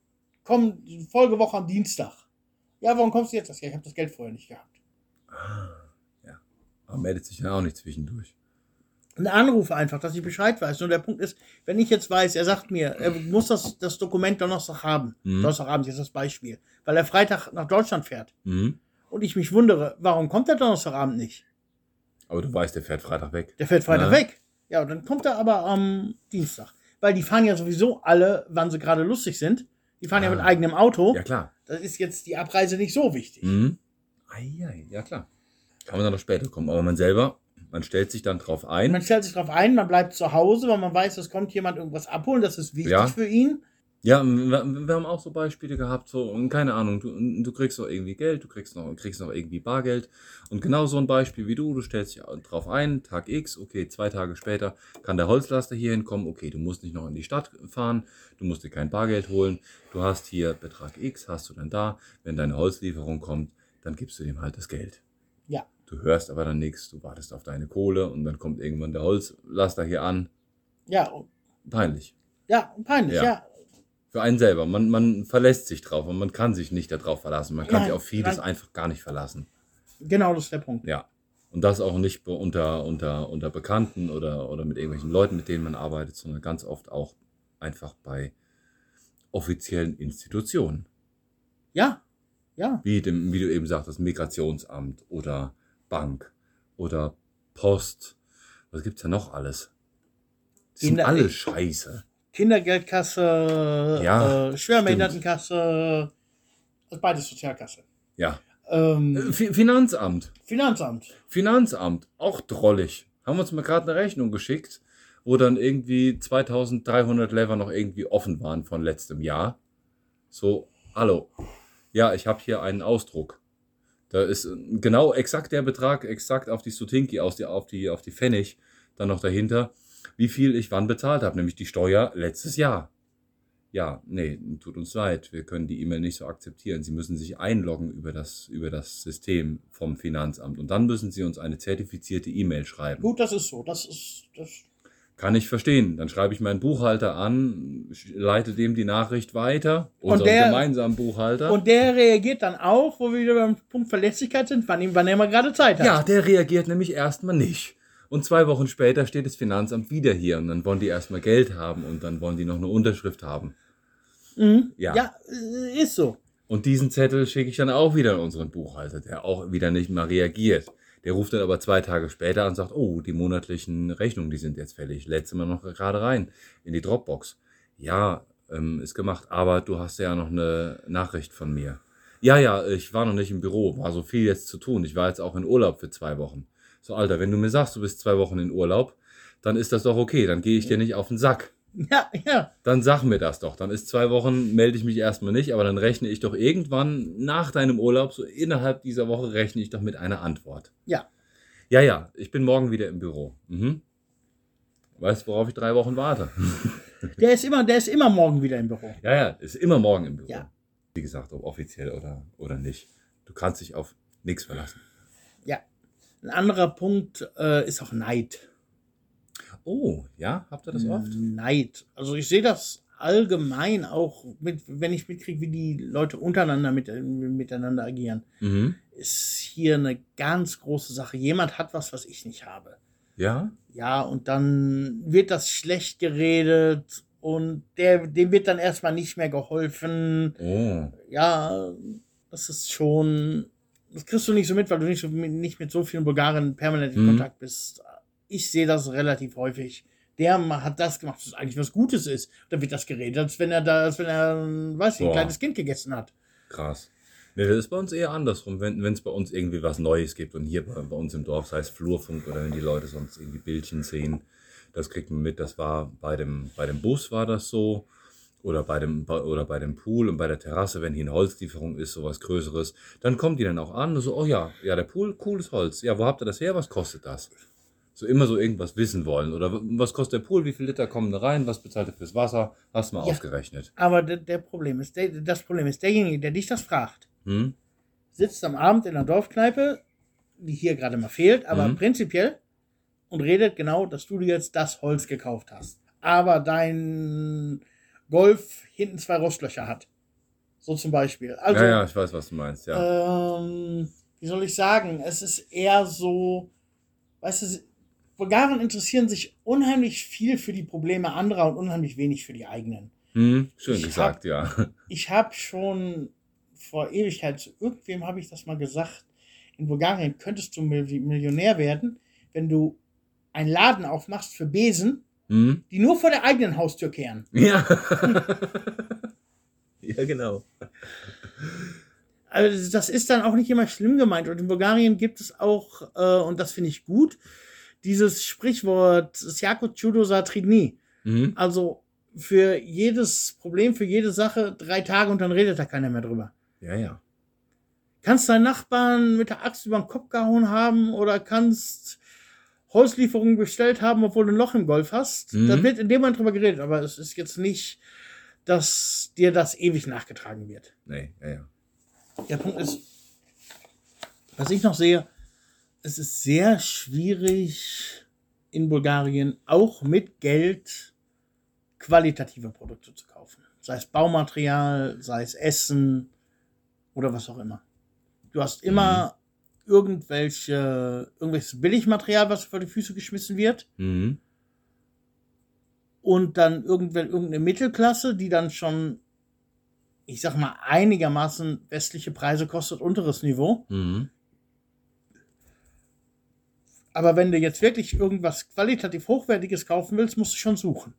kommt die Folgewoche am Dienstag. Ja, warum kommst du jetzt? Ja, ich habe das Geld vorher nicht gehabt. Ah, ja. Aber meldet sich dann auch nicht zwischendurch. Ein Anruf einfach, dass ich Bescheid weiß. Nur der Punkt ist, wenn ich jetzt weiß, er sagt mir, er muss das, das Dokument Donnerstag haben. Mhm. Donnerstagabend ist das Beispiel. Weil er Freitag nach Deutschland fährt. Mhm. Und ich mich wundere, warum kommt er Donnerstagabend nicht? Aber du weißt, der fährt Freitag weg. Der fährt Freitag Ja. weg. Ja, und dann kommt er aber am Dienstag. Weil die fahren ja sowieso alle, wann sie gerade lustig sind. Die fahren ja Ah. mit eigenem Auto. Ja, klar. Das ist jetzt die Abreise nicht so wichtig. Mhm. Eieiei, ja, klar. Kann man dann noch später kommen. Aber man selber, man stellt sich dann drauf ein. Man stellt sich darauf ein, man bleibt zu Hause, weil man weiß, es kommt jemand irgendwas abholen. Das ist wichtig Ja. für ihn. Ja, wir, wir haben auch so Beispiele gehabt, so, und keine Ahnung, du, du kriegst noch irgendwie Geld, du kriegst noch, kriegst noch irgendwie Bargeld. Und genau so ein Beispiel wie du, du stellst dich drauf ein, Tag X, okay, zwei Tage später kann der Holzlaster hier hinkommen, okay, du musst nicht noch in die Stadt fahren, du musst dir kein Bargeld holen, du hast hier Betrag X, hast du dann da, wenn deine Holzlieferung kommt, dann gibst du dem halt das Geld. Ja. Du hörst aber dann nichts, du wartest auf deine Kohle und dann kommt irgendwann der Holzlaster hier an. Ja, und- Peinlich. ja, peinlich, Ja. ja. Für einen selber. Man, man verlässt sich drauf und man kann sich nicht darauf verlassen. Man kann Nein, sich auf vieles nein. einfach gar nicht verlassen. Genau, das ist der Punkt. Ja. Und das auch nicht be- unter, unter, unter Bekannten oder, oder mit irgendwelchen Leuten, mit denen man arbeitet, sondern ganz oft auch einfach bei offiziellen Institutionen. Ja, ja. Wie, dem, wie du eben sagtest, Migrationsamt oder Bank oder Post. Was gibt's da noch alles? Die sind Kinder- alle scheiße. Kindergeldkasse, Ja, äh, Schwerbehindertenkasse, das ist beides Sozialkasse. Ja. Ähm, Fi- Finanzamt. Finanzamt. Finanzamt, auch drollig. Haben uns mal gerade eine Rechnung geschickt, wo dann irgendwie zweitausenddreihundert Lever noch irgendwie offen waren von letztem Jahr. So, hallo. Ja, ich habe hier einen Ausdruck. Da ist genau exakt der Betrag, exakt auf die Sutinki, aus die, auf, die, auf die Pfennig, dann noch dahinter, wie viel ich wann bezahlt habe, nämlich die Steuer letztes Jahr. Ja, nee, tut uns leid, wir können die E-Mail nicht so akzeptieren. Sie müssen sich einloggen über das, über das System vom Finanzamt und dann müssen Sie uns eine zertifizierte E-Mail schreiben. Gut, das ist so. Das ist, das, Kann ich verstehen. Dann schreibe ich meinen Buchhalter an, leite dem die Nachricht weiter, unseren der- gemeinsamen Buchhalter. und der reagiert dann auch, wo wir wieder beim Punkt Verlässlichkeit sind, wann, ihm- wann er mal gerade Zeit hat. Ja, der reagiert nämlich erstmal nicht. Und zwei Wochen später steht das Finanzamt wieder hier und dann wollen die erstmal Geld haben und dann wollen die noch eine Unterschrift haben. Mhm. Ja. Ja, äh, ist so. Und diesen Zettel schicke ich dann auch wieder an unseren Buchhalter, der auch wieder nicht mal reagiert. Der ruft dann aber zwei Tage später an und sagt, oh, die monatlichen Rechnungen, die sind jetzt fällig. Letztes Mal noch gerade rein in die Dropbox. Ja, ähm, ist gemacht, aber du hast ja noch eine Nachricht von mir. Ja, ja, ich war noch nicht im Büro, war so viel jetzt zu tun. Ich war jetzt auch in Urlaub für zwei Wochen. So, Alter, wenn du mir sagst, du bist zwei Wochen in Urlaub, dann ist das doch okay, dann gehe ich dir nicht auf den Sack. Ja, ja. Dann sag mir das doch. Dann ist zwei Wochen, melde ich mich erstmal nicht, aber dann rechne ich doch irgendwann nach deinem Urlaub, so innerhalb dieser Woche, rechne ich doch mit einer Antwort. Ja. Ja, ja, ich bin morgen wieder im Büro. Mhm. Weißt du, worauf ich drei Wochen warte? Der ist immer, der ist immer morgen wieder im Büro. Ja, ja, ist immer morgen im Büro. Ja. Wie gesagt, ob offiziell oder, oder nicht. Du kannst dich auf nichts verlassen. Ja. Ein anderer Punkt äh, ist auch Neid. Oh, ja, habt ihr das oft? Neid. Also ich sehe das allgemein auch, mit, wenn ich mitkriege, wie die Leute untereinander mit, miteinander agieren. Mhm. Ist hier eine ganz große Sache. Jemand hat was, was ich nicht habe. Ja? Ja, und dann wird das schlecht geredet und der, dem wird dann erstmal nicht mehr geholfen. Oh. Ja, das ist schon, das kriegst du nicht so mit, weil du nicht, so, nicht mit so vielen Bulgaren permanent in Mhm. Kontakt bist. Ich sehe das relativ häufig. Der hat das gemacht, was eigentlich was Gutes ist. Da wird das geredet, als wenn er da, als wenn er, weiß ich, ein Boah. kleines Kind gegessen hat. Krass. Nee, das ist bei uns eher andersrum, wenn es bei uns irgendwie was Neues gibt und hier bei, bei uns im Dorf, sei es Flurfunk oder wenn die Leute sonst irgendwie Bildchen sehen, das kriegt man mit. Das war bei dem, bei dem Bus war das so oder bei dem bei, oder bei dem Pool und bei der Terrasse, wenn hier eine Holzlieferung ist, sowas Größeres, dann kommen die dann auch an und so, oh ja, ja, der Pool, cooles Holz. Ja, wo habt ihr das her? Was kostet das? So immer so irgendwas wissen wollen. Oder was kostet der Pool? Wie viel Liter kommen da rein? Was bezahlt er fürs Wasser? Hast du mal Ja. ausgerechnet. Aber der, der Problem ist, der, das Problem ist, derjenige, der dich das fragt, Hm? sitzt am Abend in der Dorfkneipe, die hier gerade mal fehlt, aber Mhm. prinzipiell und redet genau, dass du dir jetzt das Holz gekauft hast. Aber dein Golf hinten zwei Rostlöcher hat. So zum Beispiel. Also, Ja, ja, ich weiß, was du meinst, ja. ähm, wie soll ich sagen, es ist eher so, weißt du, Bulgaren interessieren sich unheimlich viel für die Probleme anderer und unheimlich wenig für die eigenen. Hm, schön ich gesagt, ja. Ich habe schon vor Ewigkeit zu irgendwem habe ich das mal gesagt. In Bulgarien könntest du Mil- Millionär werden, wenn du einen Laden aufmachst für Besen, Hm? die nur vor der eigenen Haustür kehren. Ja. Ja, genau. Also das ist dann auch nicht immer schlimm gemeint. Und in Bulgarien gibt es auch, äh, und das finde ich gut, dieses Sprichwort Sjako Chudo Satridni. Mhm. Also für jedes Problem, für jede Sache drei Tage und dann redet da keiner mehr drüber. Ja, ja. Kannst deinen Nachbarn mit der Axt über den Kopf gehauen haben oder kannst Holzlieferungen bestellt haben, obwohl du ein Loch im Golf hast. Mhm. Da wird in dem Moment drüber geredet, aber es ist jetzt nicht, dass dir das ewig nachgetragen wird. Nee, ja, ja. Der Punkt ist, was ich noch sehe, es ist sehr schwierig in Bulgarien auch mit Geld qualitative Produkte zu kaufen. Sei es Baumaterial, sei es Essen oder was auch immer. Du hast immer mhm. irgendwelche, irgendwelches Billigmaterial, was vor die Füße geschmissen wird. Mhm. Und dann irgendwel, irgendeine Mittelklasse, die dann schon, ich sag mal, einigermaßen westliche Preise kostet, unteres Niveau. Mhm. Aber wenn du jetzt wirklich irgendwas qualitativ Hochwertiges kaufen willst, musst du schon suchen.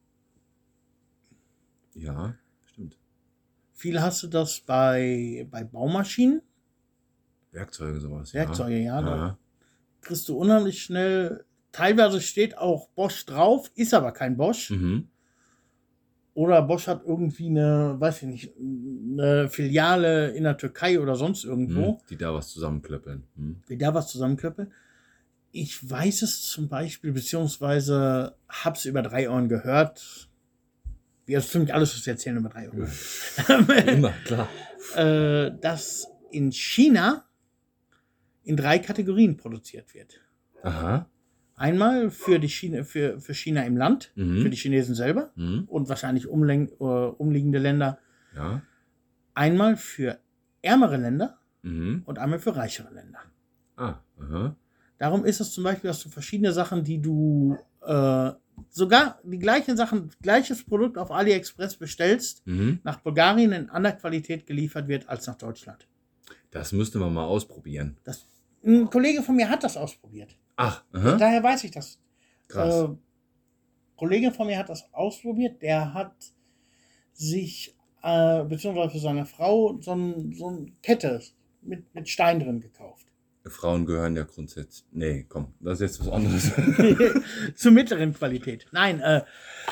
Ja, stimmt. Viel hast du das bei, bei Baumaschinen. Werkzeuge, sowas. Werkzeuge, ja. ja. Da ja. kriegst du unheimlich schnell. Teilweise steht auch Bosch drauf, ist aber kein Bosch. Mhm. Oder Bosch hat irgendwie eine, weiß ich nicht, eine Filiale in der Türkei oder sonst irgendwo. Mhm. Die da was zusammenklöppeln. Mhm. Die da was zusammenklöppeln. Ich weiß es zum Beispiel, beziehungsweise hab's über drei Ohren gehört. Wie das ziemlich alles, was wir erzählen, über drei Ohren. Immer, klar. äh, dass in China in drei Kategorien produziert wird. Aha. Einmal für, die China, für, für China im Land, Mhm. für die Chinesen selber Mhm. und wahrscheinlich umlen, äh, umliegende Länder. Ja. Einmal für ärmere Länder Mhm. und einmal für reichere Länder. Ah, aha. Darum ist es zum Beispiel, dass du verschiedene Sachen, die du äh, sogar die gleichen Sachen, gleiches Produkt auf AliExpress bestellst, Mhm. nach Bulgarien in anderer Qualität geliefert wird als nach Deutschland. Das müsste man mal ausprobieren. Das, ein Kollege von mir hat das ausprobiert. Ach, aha. Daher weiß ich das. Krass. Äh, Kollege von mir hat das ausprobiert. Der hat sich, äh, beziehungsweise für seine Frau, so eine so ein Kette mit, mit Stein drin gekauft. Frauen gehören ja grundsätzlich. Nee, komm, das ist jetzt was anderes. Zur mittleren Qualität. Nein, äh,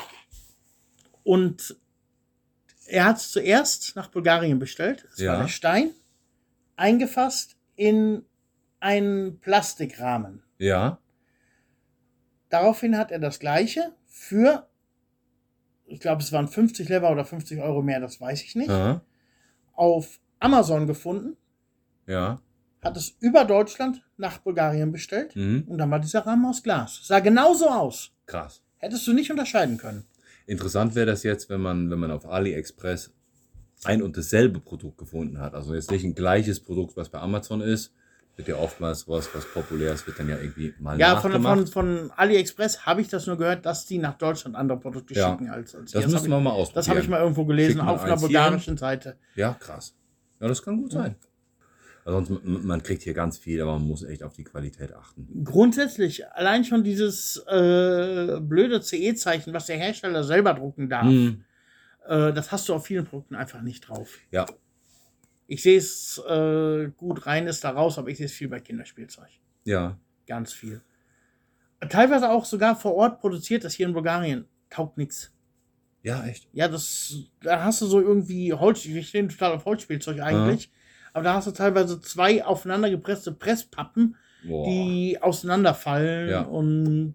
und er hat es zuerst nach Bulgarien bestellt. Es Ja. war der Stein, eingefasst in einen Plastikrahmen. Ja. Daraufhin hat er das Gleiche für, ich glaube, es waren fünfzig Lever oder fünfzig Euro mehr, das weiß ich nicht, Aha. auf Amazon gefunden. Ja. hat es über Deutschland nach Bulgarien bestellt Mhm. und dann war dieser Rahmen aus Glas. Sah genauso aus. Krass. Hättest du nicht unterscheiden können. Interessant wäre das jetzt, wenn man, wenn man auf AliExpress ein und dasselbe Produkt gefunden hat. Also jetzt nicht ein gleiches Produkt, was bei Amazon ist. Wird ja oftmals was, was populär ist, wird dann ja irgendwie mal Ja, von, nachgemacht. von, von AliExpress habe ich das nur gehört, dass die nach Deutschland andere Produkte Ja. schicken als, als Das hier. müssen hab wir ich, mal ausprobieren. Das habe ich mal irgendwo gelesen, Schick mal auf einer eins bulgarischen Seite. Ja, krass. Ja, das kann gut sein. Also sonst, m- man kriegt hier ganz viel, aber man muss echt auf die Qualität achten. Grundsätzlich, allein schon dieses äh, blöde C E-Zeichen, was der Hersteller selber drucken darf, Mhm. äh, das hast du auf vielen Produkten einfach nicht drauf. Ja, Ich sehe es äh, gut rein, ist da raus, aber ich sehe es viel bei Kinderspielzeug. ja. Ganz viel. Teilweise auch sogar vor Ort produziert, das hier in Bulgarien. Taugt nichts. Ja, echt. Ja, das, da hast du so irgendwie Holz, ich stehe total auf Holzspielzeug eigentlich, aber da hast du teilweise zwei aufeinander gepresste Presspappen, Boah. die auseinanderfallen Ja. und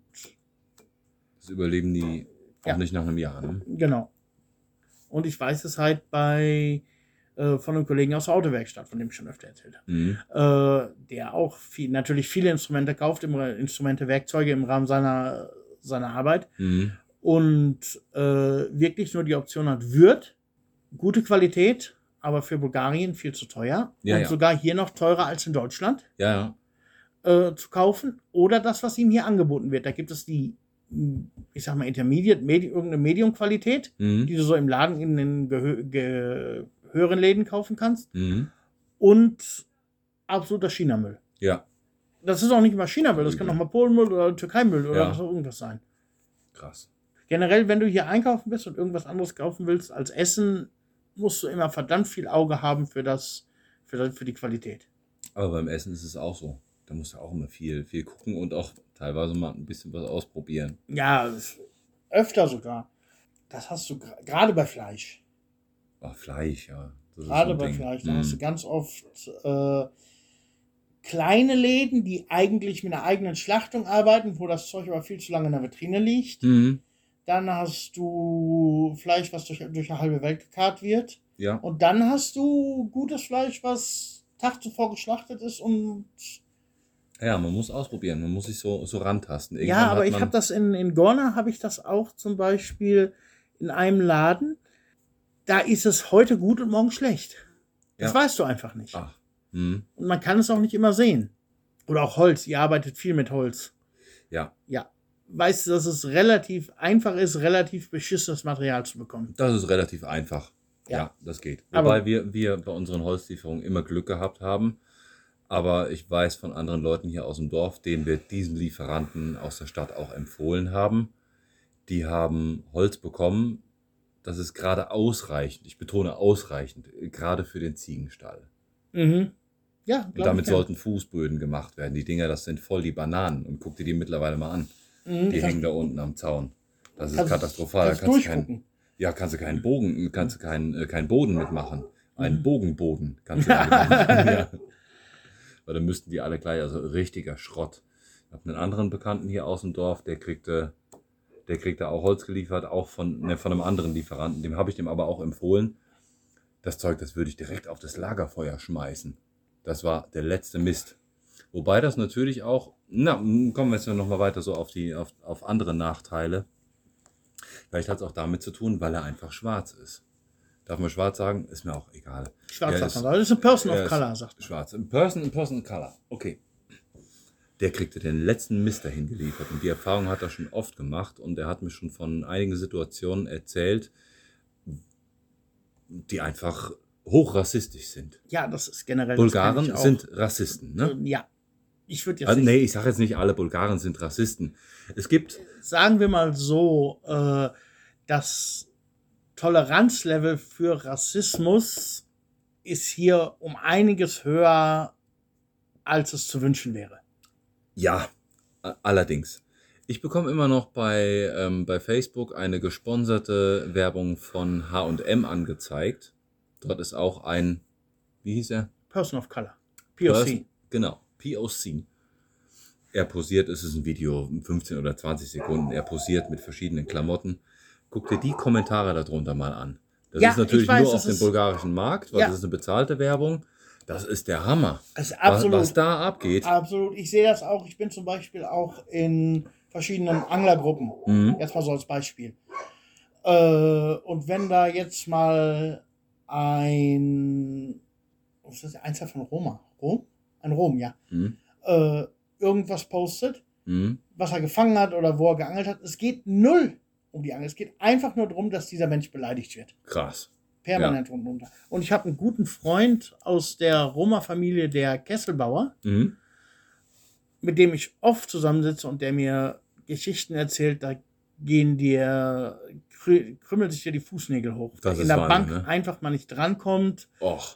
Das überleben die auch Ja. nicht nach einem Jahr, ne? genau. Und ich weiß es halt bei äh, von einem Kollegen aus der Autowerkstatt, von dem ich schon öfter erzählt habe, Mhm. äh, der auch viel, natürlich viele Instrumente kauft, im, Ra- Instrumente, Werkzeuge im Rahmen seiner, seiner Arbeit Mhm. und äh, wirklich nur die Option hat, wird gute Qualität, aber für Bulgarien viel zu teuer Ja, und ja. sogar hier noch teurer als in Deutschland Ja, ja. äh, zu kaufen oder das, was ihm hier angeboten wird. Da gibt es die, mh, ich sag mal, Intermediate, Medi irgendeine Medium-Qualität, Mhm. die du so im Laden in den gehö ge höheren Läden kaufen kannst Mhm. und absoluter China-Müll. Ja, Das ist auch nicht immer China-Müll, das kann auch mal Polenmüll oder Türkei-Müll oder Ja. was auch irgendwas sein. krass. Generell, wenn du hier einkaufen bist und irgendwas anderes kaufen willst als Essen, musst du immer verdammt viel Auge haben für das, für, das, für die Qualität. Aber beim Essen ist es auch so. Da musst du auch immer viel, viel gucken und auch teilweise mal ein bisschen was ausprobieren. Ja, das- öfter sogar. Das hast du gra- gerade bei Fleisch. Ach, Fleisch, ja. Das ist Gerade so ein bei Ding. Fleisch. Da Mhm. hast du ganz oft äh, kleine Läden, die eigentlich mit einer eigenen Schlachtung arbeiten, wo das Zeug aber viel zu lange in der Vitrine liegt. Mhm. Dann hast du Fleisch, was durch, durch eine halbe Welt gekarrt wird. Ja, Und dann hast du gutes Fleisch, was Tag zuvor geschlachtet ist und ja, man muss ausprobieren. Man muss sich so, so rantasten. ja, Irgendwann aber hat ich man- habe das in, in Gorna, habe ich das auch zum Beispiel in einem Laden. Da ist es heute gut und morgen schlecht. Das Ja. weißt du einfach nicht. Ach. Mhm. Und man kann es auch nicht immer sehen. Oder auch Holz. Ihr arbeitet viel mit Holz. Ja, Ja. Weißt du, dass es relativ einfach ist, relativ beschissenes Material zu bekommen. das ist relativ einfach. Ja. Ja, das geht. Aber- Wobei wir, wir bei unseren Holzlieferungen immer Glück gehabt haben. Aber ich weiß von anderen Leuten hier aus dem Dorf, denen wir diesen Lieferanten aus der Stadt auch empfohlen haben. Die haben Holz bekommen. Das ist gerade ausreichend. Ich betone ausreichend. Gerade für den Ziegenstall. Mhm. Ja, Und glaub damit ich gern. sollten Fußböden gemacht werden. Die Dinger, das sind voll die Bananen. Und guck dir die mittlerweile mal an. Mhm, Die kannst- hängen da unten am Zaun. Das ist kannst- katastrophal. Da kannst kannst du keinen, durchgucken. ja, kannst du keinen Bogen, kannst du keinen, äh, keinen Boden mitmachen. Einen Mhm. Bogenboden kannst du da mitmachen. Ja. Weil dann müssten die alle gleich, also richtiger Schrott. Ich habe einen anderen Bekannten hier aus dem Dorf, der kriegte, der kriegte auch Holz geliefert, auch von, ne, von einem anderen Lieferanten. Dem habe ich dem aber auch empfohlen. Das Zeug, das würde ich direkt auf das Lagerfeuer schmeißen. Das war der letzte Mist. Wobei das natürlich auch, na, kommen wir jetzt noch mal weiter so auf die, auf, auf andere Nachteile. Vielleicht hat es auch damit zu tun, weil er einfach schwarz ist. Darf man schwarz sagen? Ist mir auch egal. Schwarz Er sagt ist- man. Das ist eine Person er of ist Color, sagt man. Schwarz. In Person, in Person of Color. Okay. Der kriegte den letzten Mist dahin geliefert. Und die Erfahrung hat er schon oft gemacht. Und er hat mir schon von einigen Situationen erzählt, die einfach hochrassistisch sind. Ja, das ist generell. das Bulgaren kenn ich auch. sind Rassisten, ne? Äh, Ja. Ich würde jetzt Also, nicht nee, ich sage jetzt nicht, alle Bulgaren sind Rassisten. Es gibt, sagen wir mal so, äh, das Toleranzlevel für Rassismus ist hier um einiges höher, als es zu wünschen wäre. ja, a- allerdings. Ich bekomme immer noch bei, ähm, bei Facebook eine gesponserte Werbung von H und M angezeigt. Dort ist auch ein, wie hieß er? Person of Color. P O C. Person- Genau, P O C. Er posiert, es ist ein Video, fünfzehn oder zwanzig Sekunden. Er posiert mit verschiedenen Klamotten. Guck dir die Kommentare darunter mal an. Das Ja, ist natürlich ich weiß, nur das auf dem ist- bulgarischen Markt, weil Ja. das ist eine bezahlte Werbung. Das ist der Hammer. Das ist absolut, was, was da abgeht. Absolut. Ich sehe das auch. Ich bin zum Beispiel auch in verschiedenen Anglergruppen. Mhm. Jetzt mal so als Beispiel. Äh, und wenn da jetzt mal ein, was ist das, Einzahl von Roma? Rom? Ein Rom, ja. Mhm. Äh, irgendwas postet, Mhm. was er gefangen hat oder wo er geangelt hat. Es geht null um die Angel. Es geht einfach nur darum, dass dieser Mensch beleidigt wird. Krass. Permanent ja. und runter. Und ich habe einen guten Freund aus der Roma-Familie, der Kesselbauer, Mhm. mit dem ich oft zusammensitze und der mir Geschichten erzählt, da gehen dir, krü- krümmelt sich dir die Fußnägel hoch. Das in ist der Wahnsinn, Bank ne? einfach mal nicht drankommt Och.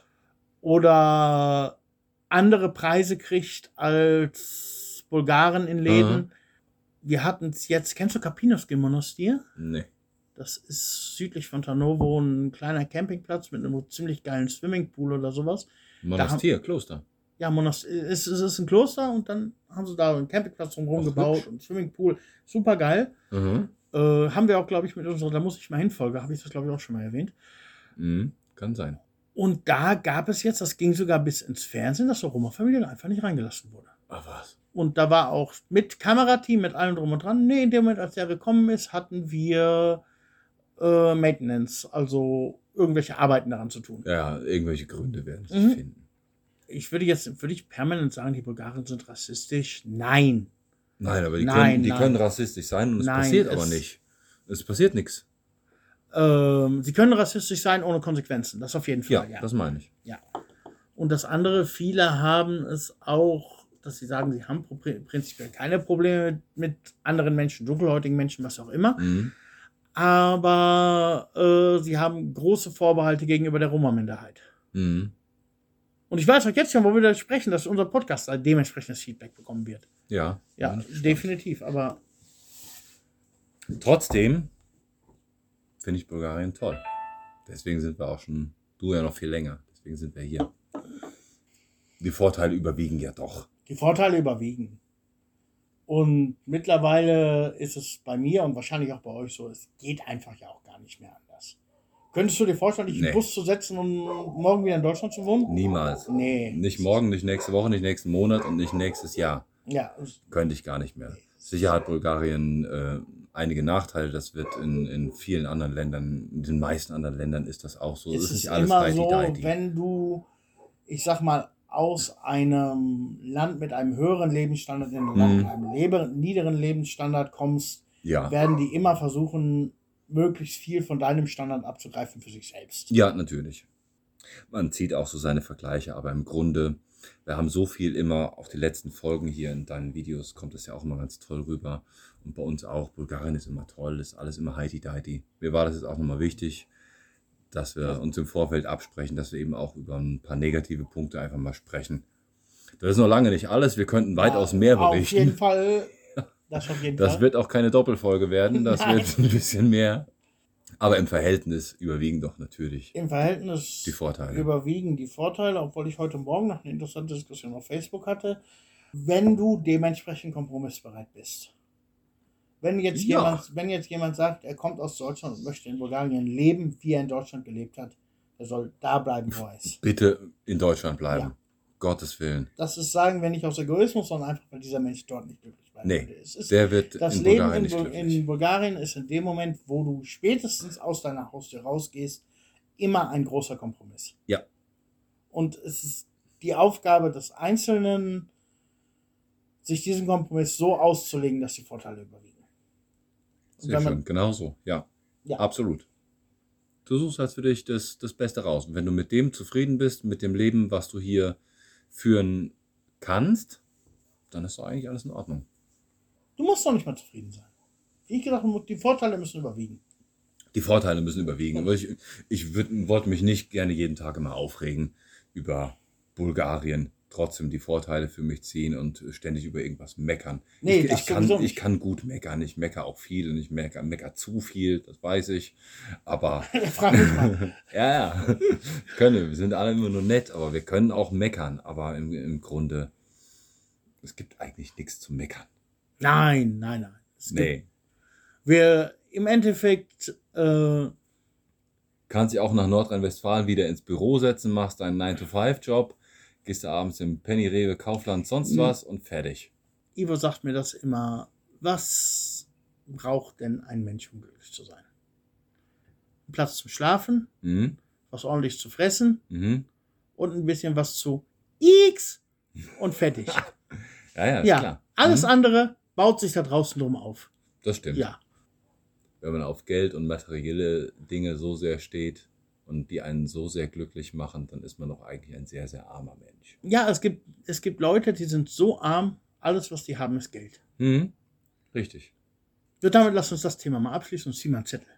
oder andere Preise kriegt als Bulgaren in Läden. Mhm. Wir hatten es jetzt, kennst du Kapinovski Monastir? Nee. Das ist südlich von Tarnowo ein kleiner Campingplatz mit einem ziemlich geilen Swimmingpool oder sowas. Monastir, Kloster. Ja, Monastir, es, es ist ein Kloster und dann haben sie da einen Campingplatz drumherum Ach, gebaut hübsch. und Swimmingpool. Super geil. Mhm. Äh, haben wir auch, glaube ich, mit unserer, da muss ich mal hinfolgen, habe ich das, glaube ich, auch schon mal erwähnt. Mhm. Kann sein. Und da gab es jetzt, das ging sogar bis ins Fernsehen, dass die Roma-Familie einfach nicht reingelassen wurde. Ach was. Und da war auch mit Kamerateam, mit allem drum und dran. Nee, in dem Moment, als der gekommen ist, hatten wir äh, Maintenance, also irgendwelche Arbeiten daran zu tun. Ja, irgendwelche Gründe werden sich Mhm. finden. Ich würde jetzt, würde ich permanent sagen, die Bulgaren sind rassistisch? Nein. Nein, aber die, Nein, können, die nein. können rassistisch sein und es Nein, passiert es- aber nicht. Es passiert nichts. Ähm, sie können rassistisch sein ohne Konsequenzen. Das auf jeden Ja, Fall, ja. das meine ich. Und das andere, viele haben es auch, dass sie sagen, sie haben pro- prinzipiell keine Probleme mit anderen Menschen, dunkelhäutigen Menschen, was auch immer. Mhm. Aber äh, sie haben große Vorbehalte gegenüber der Roma-Minderheit. Mhm. Und ich weiß auch jetzt schon, wo wir da sprechen, dass unser Podcast ein dementsprechendes Feedback bekommen wird. Ja. Ja, bin gespannt. definitiv. Aber Trotzdem finde ich Bulgarien toll. Deswegen sind wir auch schon, du ja noch viel länger. Deswegen sind wir hier. Die Vorteile überwiegen ja doch. die Vorteile überwiegen. Und mittlerweile ist es bei mir und wahrscheinlich auch bei euch so, es geht einfach ja auch gar nicht mehr anders. Könntest du dir vorstellen, dich in Nee. den Bus zu setzen und morgen wieder in Deutschland zu wohnen? Niemals. Nee. Nicht morgen, nicht nächste Woche, nicht nächsten Monat und nicht nächstes Jahr. Ja, es- Könnte ich gar nicht mehr. Sicher hat Bulgarien äh, einige Nachteile. Das wird in, in vielen anderen Ländern, in den meisten anderen Ländern ist das auch so. es Es ist ist nicht alles immer so, heidi-deidi. wenn du, ich sag mal, aus einem Land mit einem höheren Lebensstandard in ein Land Mhm. mit einem lebe- niederen Lebensstandard kommst, Ja. werden die immer versuchen, möglichst viel von deinem Standard abzugreifen für sich selbst. Ja, natürlich. Man zieht auch so seine Vergleiche, aber im Grunde, wir haben so viel immer, auf die letzten Folgen hier in deinen Videos kommt es ja auch immer ganz toll rüber. Und bei uns auch, Bulgarien ist immer toll, ist alles immer heidi-deidi. Mir war das jetzt auch nochmal wichtig, dass wir uns im Vorfeld absprechen, dass wir eben auch über ein paar negative Punkte einfach mal sprechen. Das ist noch lange nicht alles, wir könnten weitaus mehr Auf jeden berichten. Fall. Das auf jeden Das Fall. wird auch keine Doppelfolge werden, das Nein. wird ein bisschen mehr. Aber im Verhältnis überwiegen doch natürlich Im Verhältnis die Vorteile. überwiegen die Vorteile, obwohl ich heute Morgen noch eine interessante Diskussion auf Facebook hatte. Wenn du dementsprechend kompromissbereit bist. Wenn jetzt, Ja. jemand, wenn jetzt jemand sagt, er kommt aus Deutschland und möchte in Bulgarien leben, wie er in Deutschland gelebt hat, der soll da bleiben, wo er ist. Bitte in Deutschland bleiben. Ja. Gottes Willen. Das ist, sagen wir, nicht aus Egoismus, sondern einfach, weil dieser Mensch dort nicht glücklich bleiben Nee, würde. Es ist, der wird das in Leben Bulgarien in, nicht Bul- glücklich. in Bulgarien ist in dem Moment, wo du spätestens aus deiner Haustür rausgehst, immer ein großer Kompromiss. Ja. Und es ist die Aufgabe des Einzelnen, sich diesen Kompromiss so auszulegen, dass die Vorteile überwiegen. Und Sehr wenn man- schön, genau so. Ja, Ja. absolut. Du suchst halt für dich das, das Beste raus. Und wenn du mit dem zufrieden bist, mit dem Leben, was du hier führen kannst, dann ist doch eigentlich alles in Ordnung. Du musst doch nicht mal zufrieden sein. Wie ich gesagt habe, die Vorteile müssen überwiegen. Die Vorteile müssen überwiegen. Aber ich ich würd, wollte mich nicht gerne jeden Tag immer aufregen über Bulgarien, trotzdem die Vorteile für mich ziehen und ständig über irgendwas meckern. Nee, ich, das ich, kann, sowieso nicht. ich kann gut meckern. Ich meckere auch viel und ich meckere, meckere zu viel, das weiß ich. Aber Frag mich mal. ja, ja, können. Wir sind alle immer nur nett, aber wir können auch meckern. Aber im, im Grunde, es gibt eigentlich nichts zu meckern. Nein, nein, nein. Es gibt- Nee. Wir im Endeffekt, äh, Kannst dich auch nach Nordrhein-Westfalen wieder ins Büro setzen, machst deinen nine to five Job, gehst du abends im Penny, Rewe, Kaufland, sonst Mhm. was und fertig. Ivo sagt mir das immer, was braucht denn ein Mensch, um glücklich zu sein? Ein Platz zum Schlafen, Mhm. was ordentlich zu fressen Mhm. und ein bisschen was zu X und fertig. Ja, ja, ist Ja, klar. alles Mhm. andere baut sich da draußen drum auf. Das stimmt. Ja, Wenn man auf Geld und materielle Dinge so sehr steht und die einen so sehr glücklich machen, dann ist man doch eigentlich ein sehr, sehr armer Mensch. ja es, gibt, es gibt Leute, die sind so arm, alles, was die haben, ist Geld. Mhm. Richtig. So, damit lass uns das Thema mal abschließen und zieh mal einen Zettel.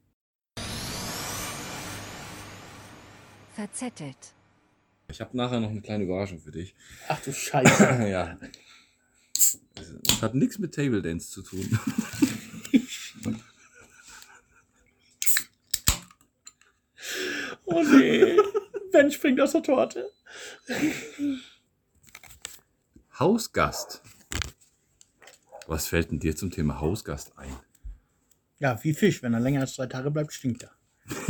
Verzettelt. Ich habe nachher noch eine kleine Überraschung für dich. Ach du Scheiße. Ja. Das hat nichts mit Table Dance zu tun. Oh nee. Ben springt aus der Torte. Hausgast. Was fällt denn dir zum Thema Hausgast ein? Ja, wie Fisch. Wenn er länger als drei Tage bleibt, stinkt er.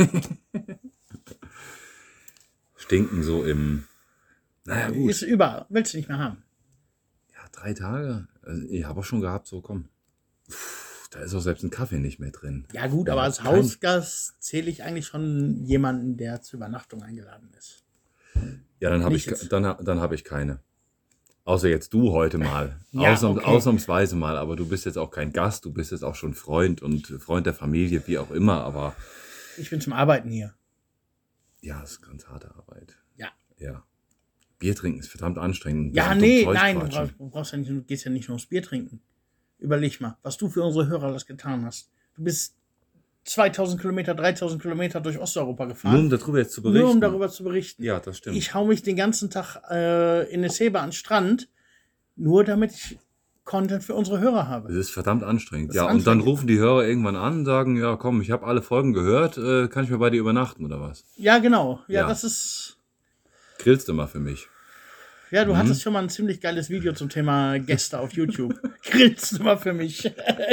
Stinken so im... Naja, gut. Ist überall. Willst du nicht mehr haben. Ja, drei Tage. Also ich habe auch schon gehabt, so komm. Puh, da ist auch selbst ein Kaffee nicht mehr drin. Ja gut, Ja, aber als kein- Hausgast zähle ich eigentlich schon jemanden, der zur Übernachtung eingeladen ist. Ja, dann habe ich, Nichts. dann, dann hab ich keine. Außer jetzt du heute mal. Ja, Ausnahms, okay. Ausnahmsweise mal. Aber du bist jetzt auch kein Gast. Du bist jetzt auch schon Freund und Freund der Familie, wie auch immer. Aber Ich bin zum Arbeiten hier. ja, es ist ganz harte Arbeit. Ja. Ja. Bier trinken ist verdammt anstrengend. Ja, Und nee, Zeug nein, du quatschen. brauchst, du brauchst ja nicht, du gehst ja nicht nur ums Bier trinken. Überleg mal, was du für unsere Hörer alles getan hast. Du bist zweitausend Kilometer, dreitausend Kilometer durch Osteuropa Nur um gefahren, darüber jetzt zu berichten. nur um darüber zu berichten. Ja, das stimmt. Ich hau mich den ganzen Tag äh, in Neseba an den Strand, nur damit ich Content für unsere Hörer Es habe. ist verdammt anstrengend. Das Ja, ist und dann anstrengend. rufen die Hörer irgendwann an und sagen, ja komm, ich habe alle Folgen gehört, äh, kann ich mal bei dir übernachten oder was? Ja, genau. Ja, Ja. das ist. Grillst du mal für mich? Ja, du Mhm. hattest schon mal ein ziemlich geiles Video zum Thema Gäste auf YouTube. Grillst du mal für mich.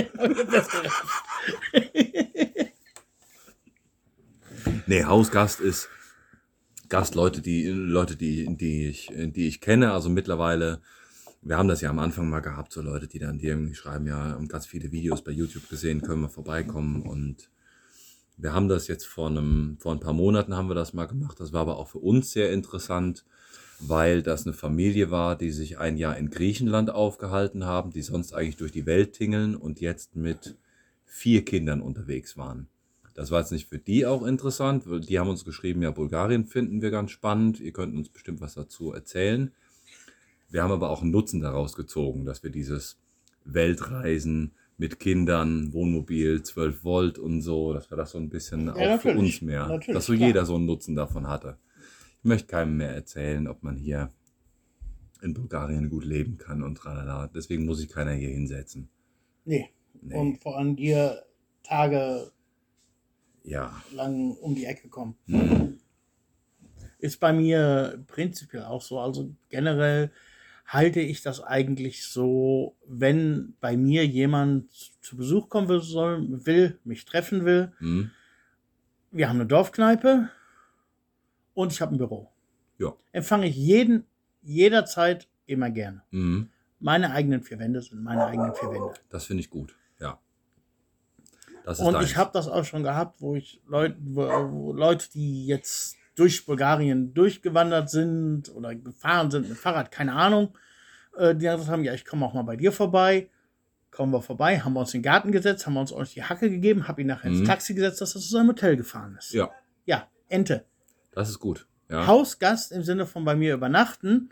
Nee, Hausgast ist Gast, Leute, die, Leute, die, die ich, die ich kenne. Also mittlerweile, wir haben das ja am Anfang mal gehabt, so Leute, die dann dir irgendwie schreiben, ja, haben ganz viele Videos bei YouTube gesehen, können wir vorbeikommen. Und wir haben das jetzt vor einem, vor ein paar Monaten haben wir das mal gemacht. Das war aber auch für uns sehr interessant, weil das eine Familie war, die sich ein Jahr in Griechenland aufgehalten haben, die sonst eigentlich durch die Welt tingeln und jetzt mit vier Kindern unterwegs waren. Das war jetzt nicht für die auch interessant, weil die haben uns geschrieben, ja, Bulgarien finden wir ganz spannend, ihr könnt uns bestimmt was dazu erzählen. Wir haben aber auch einen Nutzen daraus gezogen, dass wir dieses Weltreisen mit Kindern, Wohnmobil, zwölf Volt und so, dass wir das so ein bisschen auch für natürlich. uns mehr, Natürlich, dass so klar. jeder so einen Nutzen davon hatte. Ich möchte keinem mehr erzählen, ob man hier in Bulgarien gut leben kann und tralala. Deswegen muss sich keiner hier hinsetzen. Nee. Nee. Und vor allem dir Tage Ja. lang um die Ecke kommen. Hm. Ist bei mir prinzipiell auch so. Also generell halte ich das eigentlich so, wenn bei mir jemand zu Besuch kommen will, soll, will mich treffen will. Hm. Wir haben eine Dorfkneipe und ich habe ein Büro. Ja. Empfange ich jeden, jederzeit immer gerne. Hm. Meine eigenen vier Wände sind meine eigenen vier Wände. Das finde ich gut. Ja. Das ist Und deins. ich habe das auch schon gehabt, wo ich Leute, wo, wo Leute, die jetzt durch Bulgarien durchgewandert sind oder gefahren sind mit Fahrrad, keine Ahnung, äh, die gesagt haben, ja, ich komme auch mal bei dir vorbei. Kommen wir vorbei, haben wir uns in den Garten gesetzt, haben wir uns euch die Hacke gegeben, habe ihn nachher Mhm. ins Taxi gesetzt, dass er zu seinem Hotel gefahren ist. Ja, Ja, Ente. das ist gut. Ja. Hausgast im Sinne von bei mir übernachten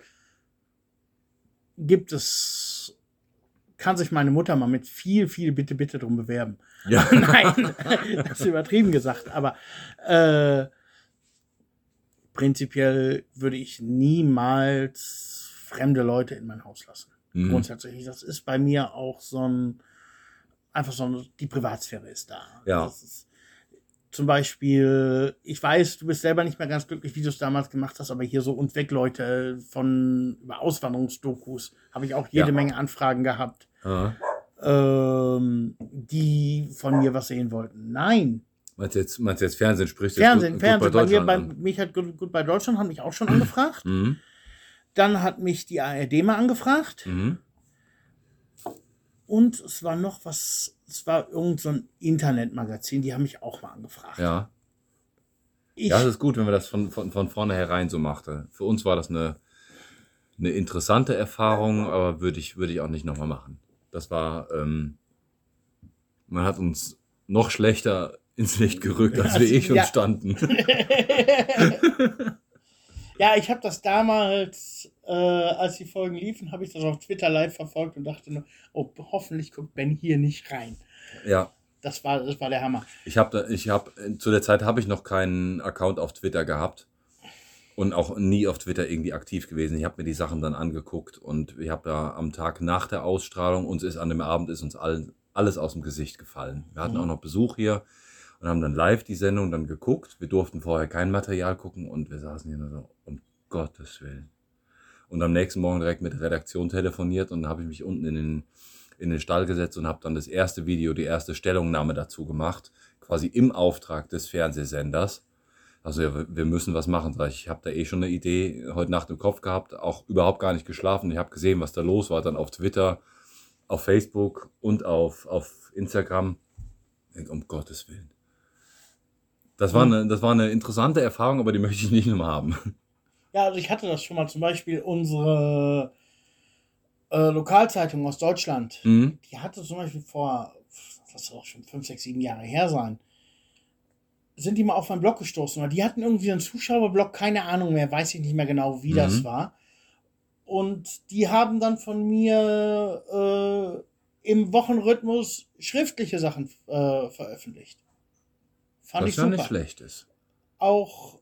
gibt es, kann sich meine Mutter mal mit viel, viel Bitte, Bitte drum bewerben. Ja. Nein, das ist übertrieben gesagt, aber äh, prinzipiell würde ich niemals fremde Leute in mein Haus lassen. Mhm. Grundsätzlich. Das ist bei mir auch so ein, einfach so ein, die Privatsphäre ist da. Ja. Das ist, zum Beispiel, ich weiß, du bist selber nicht mehr ganz glücklich, wie du es damals gemacht hast, aber hier so und weg Leute von über Auswanderungsdokus habe ich auch jede Ja. Menge Anfragen gehabt, Ja. ähm, die von mir was sehen wollten. Nein. Meinst du jetzt, meinst du jetzt Fernsehen? Sprichst du Fernsehen, jetzt gut, Fernsehen. gut bei Bei mir, Deutschland bei, an? mich hat gut, gut bei Deutschland, haben mich auch schon angefragt. Mhm. Dann hat mich die A R D mal angefragt. Mhm. Und es war noch was, es war irgend so ein Internetmagazin, die haben mich auch mal angefragt. Ja. Ich, Ja, es ist gut, wenn man das von, von, von vornherein so machte. Für uns war das eine, eine interessante Erfahrung, aber würde ich, würde ich auch nicht nochmal machen. Das war, ähm, man hat uns noch schlechter ins Licht gerückt, als wir eh schon Ja. standen. ja, ich habe das damals, äh, als die Folgen liefen, habe ich das auf Twitter live verfolgt und dachte nur, oh, hoffentlich guckt Ben hier nicht rein. Ja. Das war, das war der Hammer. Ich habe, ich habe, zu der Zeit habe ich noch keinen Account auf Twitter gehabt und auch nie auf Twitter irgendwie aktiv gewesen. Ich habe mir die Sachen dann angeguckt und ich habe ja am Tag nach der Ausstrahlung, uns ist an dem Abend ist uns allen, alles aus dem Gesicht gefallen. Wir hatten Mhm. auch noch Besuch hier und haben dann live die Sendung dann geguckt. Wir durften vorher kein Material gucken und wir saßen hier nur so, um Gottes Willen. Und am nächsten Morgen direkt mit der Redaktion telefoniert und dann habe ich mich unten in den in den Stall gesetzt und habe dann das erste Video, die erste Stellungnahme dazu gemacht, quasi im Auftrag des Fernsehsenders. Also ja, wir müssen was machen, sag ich. Ich habe da eh schon eine Idee heute Nacht im Kopf gehabt, auch überhaupt gar nicht geschlafen. Ich habe gesehen, was da los war, dann auf Twitter, auf Facebook und auf, auf Instagram. Ich denk, um Gottes Willen. Das war, eine, das war eine interessante Erfahrung, aber die möchte ich nicht nochmal haben. Ja, also ich hatte das schon mal, zum Beispiel unsere äh, Lokalzeitung aus Deutschland. Mhm. Die hatte zum Beispiel vor, das soll auch schon fünf, sechs, sieben Jahre her sein, sind die mal auf meinen Blog gestoßen. Die hatten irgendwie einen Zuschauerblog, keine Ahnung mehr, weiß ich nicht mehr genau, wie Mhm. das war. Und die haben dann von mir äh, im Wochenrhythmus schriftliche Sachen äh, veröffentlicht. Fand Was ich ja super. nicht schlecht ist. Auch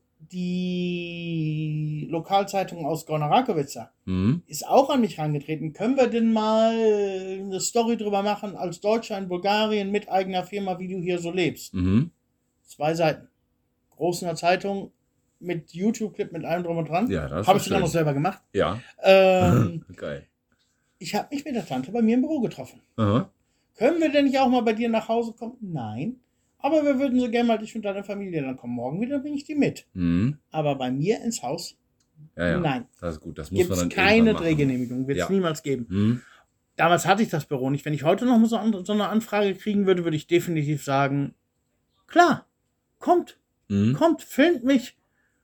die Lokalzeitung aus Gorna-Rakowitzer Mhm. ist auch an mich herangetreten. Können wir denn mal eine Story drüber machen, als Deutscher in Bulgarien mit eigener Firma, wie du hier so lebst? Mhm. Zwei Seiten. Groß in der Zeitung, mit YouTube-Clip, mit allem drum und dran. Ja, das Habe ist ich sogar noch schön. selber gemacht. Ja, Ähm, geil. ich habe mich mit der Tante bei mir im Büro getroffen. Aha. Können wir denn nicht auch mal bei dir nach Hause kommen? Nein. Aber wir würden so gerne mal dich und deine Familie dann kommen. Morgen wieder bringe ich die mit. Mhm. Aber bei mir ins Haus? Ja, ja. Nein. Das ist gut. Das muss Gibt man es dann keine irgendwann machen. Drehgenehmigung. Wird es Ja. niemals geben. Mhm. Damals hatte ich das Büro nicht. Wenn ich heute noch mal so, an, so eine Anfrage kriegen würde, würde ich definitiv sagen, klar, kommt, Mhm. kommt, filmt mich.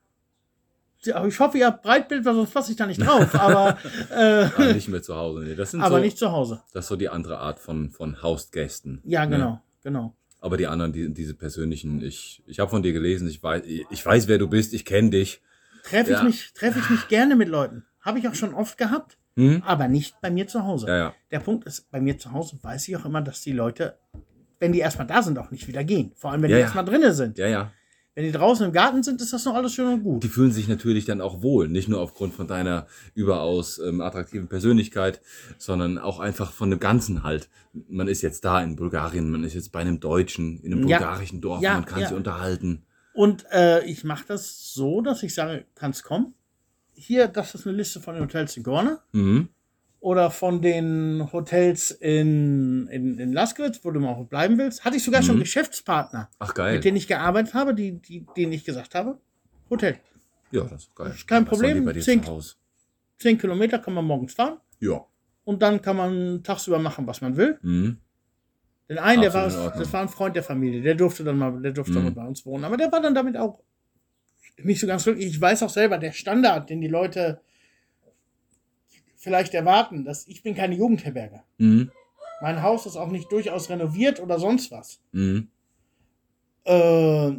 Ich hoffe, ihr habt Breitbild, weil sonst fasse ich da nicht drauf. Aber, Ah, äh, nicht mehr zu Hause. Nee, das sind aber so, nicht zu Hause. Das ist so die andere Art von, von Hausgästen. Ja, ne? genau, genau. Aber die anderen, die, diese persönlichen, ich, ich habe von dir gelesen, ich weiß, ich weiß, wer du bist, ich kenne dich. Treffe ich, Ja. mich, treffe ich mich gerne mit Leuten. Habe ich auch schon oft gehabt, Hm? aber nicht bei mir zu Hause. Ja, ja. Der Punkt ist, bei mir zu Hause weiß ich auch immer, dass die Leute, wenn die erstmal da sind, auch nicht wieder gehen. Vor allem, wenn Ja, die ja. erstmal drinnen sind. Ja, ja. Wenn die draußen im Garten sind, ist das noch alles schön und gut. Die fühlen sich natürlich dann auch wohl, nicht nur aufgrund von deiner überaus ähm, attraktiven Persönlichkeit, sondern auch einfach von dem Ganzen halt. Man ist jetzt da in Bulgarien, man ist jetzt bei einem Deutschen, in einem Ja. bulgarischen Dorf, Ja, man kann ja. sich unterhalten. Und äh, ich mache das so, dass ich sage, kannst kommen. Hier, das ist eine Liste von den Hotels in Gorna Mhm. oder von den Hotels in, in, in Laskowitz, wo du mal bleiben willst. Hatte ich sogar schon Mhm. Geschäftspartner, Ach, geil. mit denen ich gearbeitet habe, die, die, denen ich gesagt habe, Hotel. Ja, das ist geil. Das ist kein Was sollen die Problem. bei dir Zink. zu Hause? Zehn Kilometer kann man morgens fahren Ja. und dann kann man tagsüber machen, was man will. Mhm. Den einen, der war, Absolut in Ordnung. das war ein Freund der Familie, der durfte dann mal, der durfte Mhm. mal bei uns wohnen. Aber der war dann damit auch nicht so ganz glücklich. Ich weiß auch selber, der Standard, den die Leute vielleicht erwarten, dass ich bin keine Jugendherberge. Mhm. Mein Haus ist auch nicht durchaus renoviert oder sonst was. Mhm. Äh,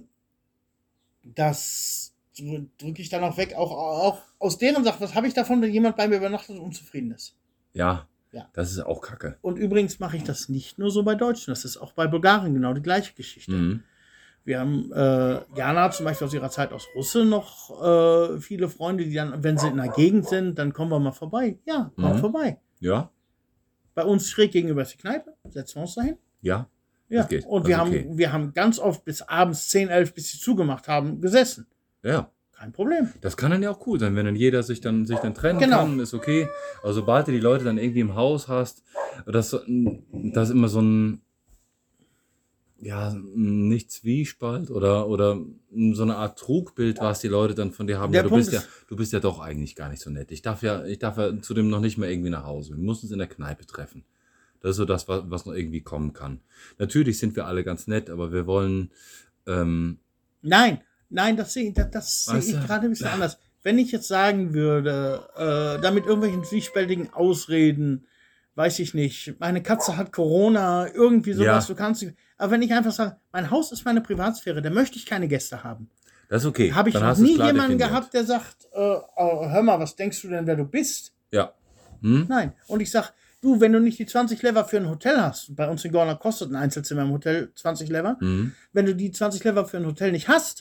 das drücke ich dann auch weg, auch, auch aus deren Sache. Was habe ich davon, wenn jemand bei mir übernachtet und unzufrieden ist? Ja. Ja. Das ist auch Kacke. Und übrigens mache ich das nicht nur so bei Deutschen, das ist auch bei Bulgarien genau die gleiche Geschichte. Mhm. Wir haben äh, Jana zum Beispiel aus ihrer Zeit aus Russland noch äh, viele Freunde, die dann, wenn sie in der Gegend sind, dann kommen wir mal vorbei. Ja, kommt Mhm. vorbei. Ja. Bei uns schräg gegenüber ist die Kneipe, setzen wir uns dahin. Ja. Ja. Das geht. Und Das wir ist haben, okay. wir haben ganz oft bis abends zehn, elf, bis sie zugemacht haben, gesessen. Ja. Kein Problem. Das kann dann ja auch cool sein, wenn dann jeder sich dann, sich dann trennen Genau. kann, ist okay. Aber sobald du die Leute dann irgendwie im Haus hast, das, das ist immer so ein, ja, nicht Zwiespalt oder, oder so eine Art Trugbild, was die Leute dann von dir haben. Der Ja, du Punkt bist ja, ist- du bist ja doch eigentlich gar nicht so nett. Ich darf ja, ich darf ja zudem noch nicht mal irgendwie nach Hause. Wir müssen uns in der Kneipe treffen. Das ist so das, was, was noch irgendwie kommen kann. Natürlich sind wir alle ganz nett, aber wir wollen, ähm, Nein, nein, das sehe das, das sehe Weißt ich du? gerade ein bisschen anders. Wenn ich jetzt sagen würde, äh, damit irgendwelchen zwiespältigen Ausreden, weiß ich nicht, meine Katze hat Corona, irgendwie sowas, Ja. du kannst nicht. Aber wenn ich einfach sage, mein Haus ist meine Privatsphäre, da möchte ich keine Gäste haben. das ist okay. Habe ich Dann noch hast du es nie klar jemanden definiert. gehabt, der sagt, äh, äh, hör mal, was denkst du denn, wer du bist? Ja. Hm? Nein. Und ich sag, du, wenn du nicht die zwanzig Lever für ein Hotel hast, bei uns in Gorna kostet ein Einzelzimmer im Hotel zwanzig Lever, Hm? wenn du die zwanzig Lever für ein Hotel nicht hast,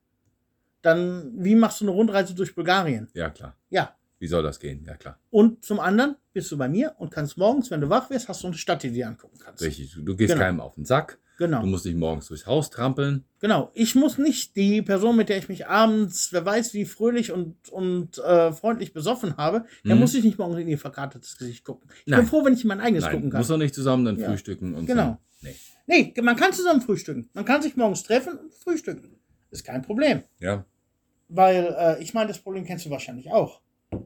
dann wie machst du eine Rundreise durch Bulgarien? Ja, klar. Ja. Wie soll das gehen? Ja, klar. Und zum anderen bist du bei mir und kannst morgens, wenn du wach wirst, hast du eine Stadt, die du dir angucken kannst. Richtig. Du, du gehst Genau. keinem auf den Sack. Genau. Du musst nicht morgens durchs Haus trampeln. Genau. Ich muss nicht die Person, mit der ich mich abends, wer weiß wie fröhlich und, und äh, freundlich besoffen habe, der Mhm. muss ich nicht morgens in ihr verkartetes Gesicht gucken. Ich Nein. bin froh, wenn ich in mein eigenes Nein, gucken kann. muss doch nicht zusammen dann Ja. frühstücken und Genau. so. Nee. Nee, man kann zusammen frühstücken. Man kann sich morgens treffen und frühstücken. Ist kein Problem. Ja. Weil, äh, ich meine, das Problem kennst du wahrscheinlich auch.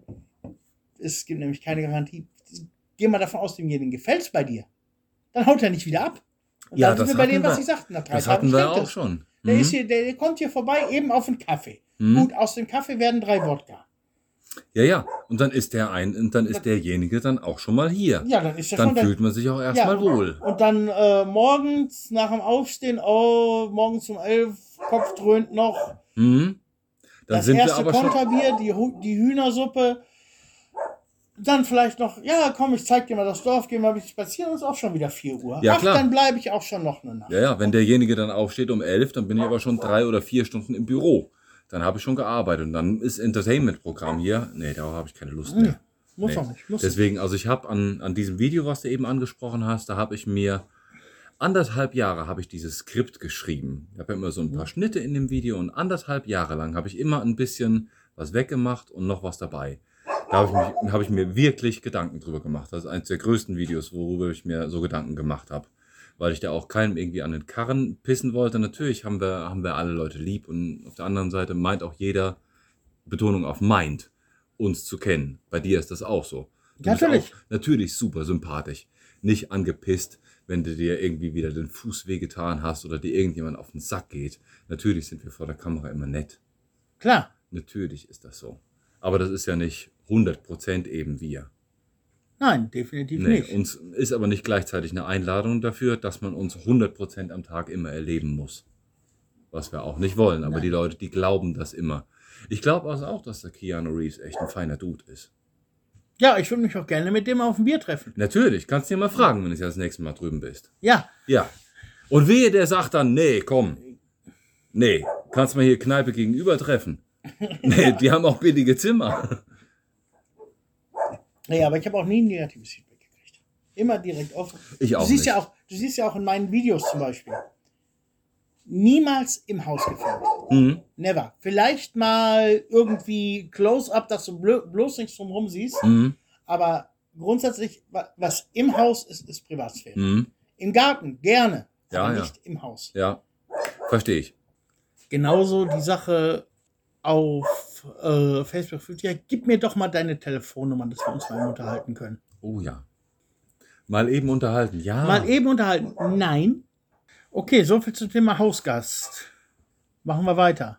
Es gibt nämlich keine Garantie. Geh mal davon aus, demjenigen gefällt es bei dir. Dann haut er nicht wieder ab. Und Ja, dann sind das wir bei dem, hatten was wir- ich sagte. Nach drei Das Tagen hatten wir stinkt auch es. schon. Der, Mhm. ist hier, der, der kommt hier vorbei, eben auf einen Kaffee. Mhm. Gut, aus dem Kaffee werden drei Wodka. Ja, ja. Und dann ist der ein, und dann ist derjenige dann auch schon mal hier. Ja, dann ist er Dann schon der- fühlt man sich auch erstmal Ja. wohl. Und dann äh, morgens nach dem Aufstehen, oh, morgens um elf, Kopf dröhnt noch. Mhm. Dann Das sind wir erste aber schon. Konterbier, die, Hu- die Hühnersuppe. Dann vielleicht noch, ja, komm, ich zeig dir mal das Dorf, gehen wir ein bisschen spazieren, ist auch schon wieder vier Uhr. Ja, Ach, klar. dann bleibe ich auch schon noch eine Nacht. Ja, ja, wenn derjenige dann aufsteht um elf, dann bin ich aber schon drei oder vier Stunden im Büro. Dann habe ich schon gearbeitet und dann ist Entertainment-Programm hier. Nee, darauf habe ich keine Lust Nee, mehr. muss Nee. doch nicht. Muss Deswegen, also ich habe an, an diesem Video, was du eben angesprochen hast, da habe ich mir anderthalb Jahre habe ich dieses Skript geschrieben. Ich habe ja immer so ein paar Schnitte in dem Video und anderthalb Jahre lang habe ich immer ein bisschen was weggemacht und noch was dabei. Da habe ich, mich- habe ich mir wirklich Gedanken drüber gemacht. Das ist eines der größten Videos, worüber ich mir so Gedanken gemacht habe. Weil ich da auch keinem irgendwie an den Karren pissen wollte. Natürlich haben wir, haben wir alle Leute lieb und auf der anderen Seite meint auch jeder, Betonung auf meint, uns zu kennen. Bei dir ist das auch so. Du bist Natürlich. Auch natürlich super sympathisch. Nicht angepisst, wenn du dir irgendwie wieder den Fuß wehgetan hast oder dir irgendjemand auf den Sack geht. Natürlich sind wir vor der Kamera immer nett. Klar. Natürlich ist das so. Aber das ist ja nicht hundert Prozent eben wir. Nein, definitiv Nee, nicht. uns ist aber nicht gleichzeitig eine Einladung dafür, dass man uns hundert Prozent am Tag immer erleben muss. Was wir auch nicht wollen. Aber Nein. die Leute, die glauben das immer. Ich glaube also auch, dass der Keanu Reeves echt ein feiner Dude ist. Ja, ich würde mich auch gerne mit dem auf ein Bier treffen. Natürlich, kannst du dir mal fragen, wenn du das nächste Mal drüben bist. Ja, Ja. Und wehe, der sagt dann, nee, komm. Nee, kannst mal hier Kneipe gegenüber treffen. Nee, die haben auch billige Zimmer. nee, aber ich habe auch nie ein negatives Feedback gekriegt. Immer direkt offen. Ich auch du siehst nicht. ja auch, du siehst ja auch in meinen Videos zum Beispiel. Niemals im Haus gefilmt. Mhm. Never. Vielleicht mal irgendwie Close-up, dass du blo bloß nichts drumherum siehst. Mhm. Aber grundsätzlich, wa- was im Haus ist, ist Privatsphäre. Mhm. Im Garten, gerne. Ja, aber ja. nicht im Haus. Ja, verstehe ich. Genauso die Sache auf äh, Facebook. Ja, gib mir doch mal deine Telefonnummer, dass wir uns mal unterhalten können. Oh ja. Mal eben unterhalten. Ja. Mal eben unterhalten. Nein. Okay, soviel zum Thema Hausgast. Machen wir weiter.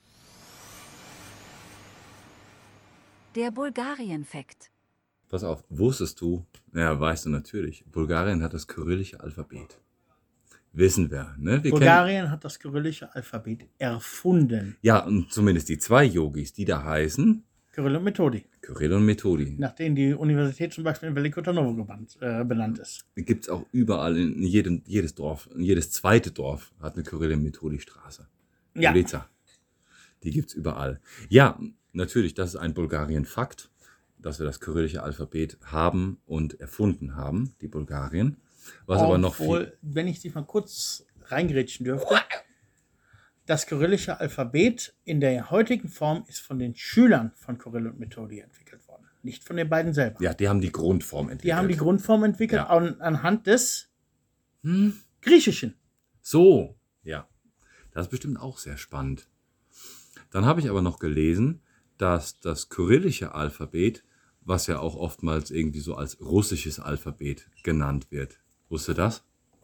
Der Bulgarien-Fakt. Pass auf, wusstest du? Ja, weißt du natürlich. Bulgarien hat das kyrillische Alphabet. Wissen wir, ne? Wir kennen, Bulgarien hat das kyrillische Alphabet erfunden. ja, und zumindest die zwei Yogis, die da heißen, Kyrill und Methodi. Kyrill und Methodi. Nach denen die Universität zum Beispiel in Veliko Tarnovo gebannt, äh, benannt ist. Gibt es auch überall, in jedem, jedes Dorf, in jedes zweite Dorf hat eine Kyrill und Methodi Straße. Ja. Ulica. Die gibt es überall. Ja, natürlich, das ist ein Bulgarien-Fakt, dass wir das kyrillische Alphabet haben und erfunden haben, die Bulgarien. Was aber noch viel. Obwohl, wenn ich dich mal kurz reingrätschen dürfte, das kyrillische Alphabet in der heutigen Form ist von den Schülern von Kyrill und Methodi entwickelt worden. Nicht von den beiden selber. Ja, die haben die Grundform entwickelt. Die haben die Grundform entwickelt Ja. an, anhand des Hm? Griechischen. So, ja. Das ist bestimmt auch sehr spannend. Dann habe ich aber noch gelesen, dass das kyrillische Alphabet, was ja auch oftmals irgendwie so als russisches Alphabet genannt wird. Wusste das?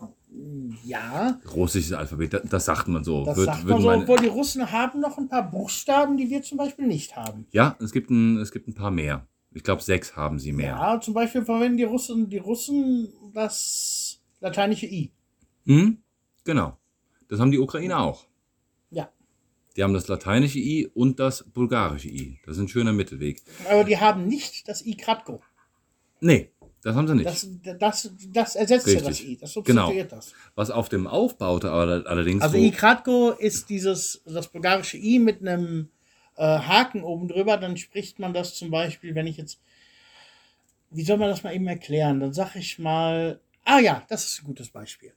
Ja, Russisches Alphabet, das, das sagt man so. das Wird- sagt man würden so, meine- obwohl die Russen haben noch ein paar Buchstaben, die wir zum Beispiel nicht haben. Ja, es gibt ein, es gibt ein paar mehr. Ich glaube, sechs haben sie mehr. Ja, zum Beispiel verwenden die Russen, die Russen das lateinische I. Hm? Genau. Das haben die Ukrainer auch. Ja, Die haben das lateinische I und das bulgarische I. Das ist ein schöner Mittelweg. aber die haben nicht das I Kratko. Nee, das haben sie nicht. Das, das, das ersetzt ja das Richtig. I, das Genau. substituiert das. Was auf dem Aufbaute aber allerdings Also so, I Kratko ist dieses, das bulgarische I mit einem äh, Haken oben drüber, dann spricht man das zum Beispiel, wenn ich jetzt, wie soll man das mal eben erklären? Dann sage ich mal, ah ja, das ist ein gutes Beispiel.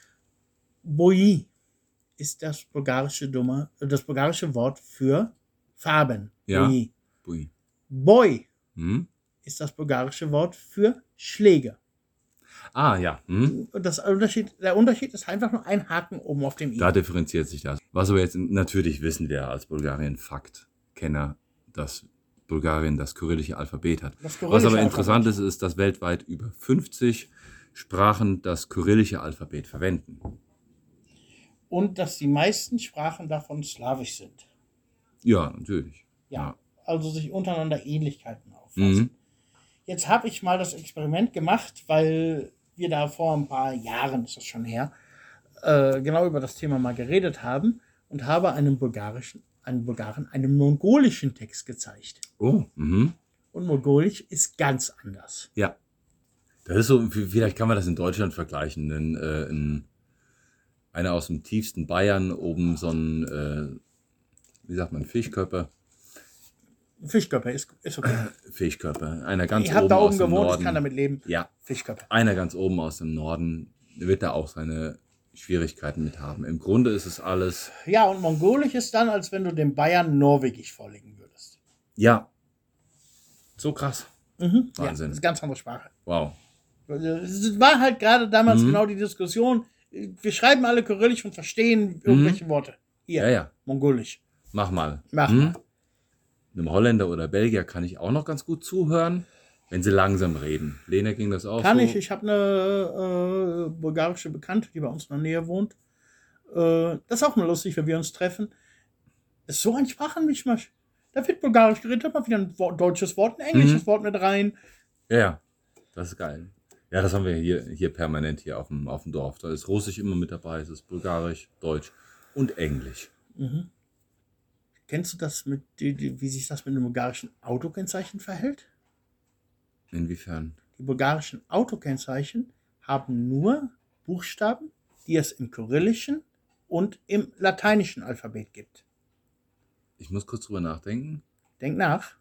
Boi ist das bulgarische, Dumme, das bulgarische Wort für Farben. Ja. Boi. Ui. Boy Hm? ist das bulgarische Wort für Schläge. Ah, ja. Hm? Und das Unterschied, der Unterschied ist einfach nur ein Haken oben auf dem I. Da differenziert sich das. Was aber jetzt natürlich wissen wir als Bulgarien-Fakt-Kenner, dass Bulgarien das kyrillische Alphabet hat. Das Was kyrillische aber Alphabet. interessant ist, ist, dass weltweit über fünfzig Sprachen das kyrillische Alphabet verwenden. Und dass die meisten Sprachen davon slawisch sind. Ja, natürlich. Ja, also sich untereinander Ähnlichkeiten aufweisen. Mhm. Jetzt habe ich mal das Experiment gemacht, weil wir da vor ein paar Jahren, ist das schon her, äh, genau über das Thema mal geredet haben und habe einem bulgarischen, einem Bulgaren einen mongolischen Text gezeigt. Oh, mhm. Und mongolisch ist ganz anders. Ja. Das ist so, vielleicht kann man das in Deutschland vergleichen. Denn, äh, in, einer aus dem tiefsten Bayern, oben so ein, äh, wie sagt man, Fischkörper. Fischkörper ist, ist okay. Fischkörper. Einer ganz Ich habe oben da aus oben dem gewohnt, Norden. ich kann damit leben. Ja, Fischkörper. einer ganz oben aus dem Norden wird da auch seine Schwierigkeiten mit haben. Im Grunde ist es alles, Ja, und mongolisch ist dann, als wenn du dem Bayern norwegisch vorlegen würdest. ja, so krass. Mhm. Ja, Wahnsinn. das ist eine ganz andere Sprache. Wow. Es war halt gerade damals Mhm. genau die Diskussion. Wir schreiben alle Kyrillisch und verstehen irgendwelche Worte. Hier, Ja, ja. mongolisch. Mach mal. Mach Hm? mal. Einem Holländer oder Belgier kann ich auch noch ganz gut zuhören, wenn sie langsam reden. Lena ging das auch Kann so. ich. Ich habe eine äh, bulgarische Bekannte, die bei uns in der Nähe wohnt. Äh, das ist auch mal lustig, wenn wir uns treffen. Das ist so ein Sprachenmischmasch. Da wird bulgarisch geredet, hat man wieder ein Wort, deutsches Wort, ein englisches Mhm. Wort mit rein. Ja, ja, das ist geil. Ja, das haben wir hier, hier permanent hier auf dem, auf dem Dorf. Da ist Russisch immer mit dabei, es ist Bulgarisch, Deutsch und Englisch. Mhm. Kennst du das mit, die, die, wie sich das mit dem bulgarischen Autokennzeichen verhält? Inwiefern? Die bulgarischen Autokennzeichen haben nur Buchstaben, die es im kyrillischen und im lateinischen Alphabet gibt. Ich muss kurz drüber nachdenken. Denk nach.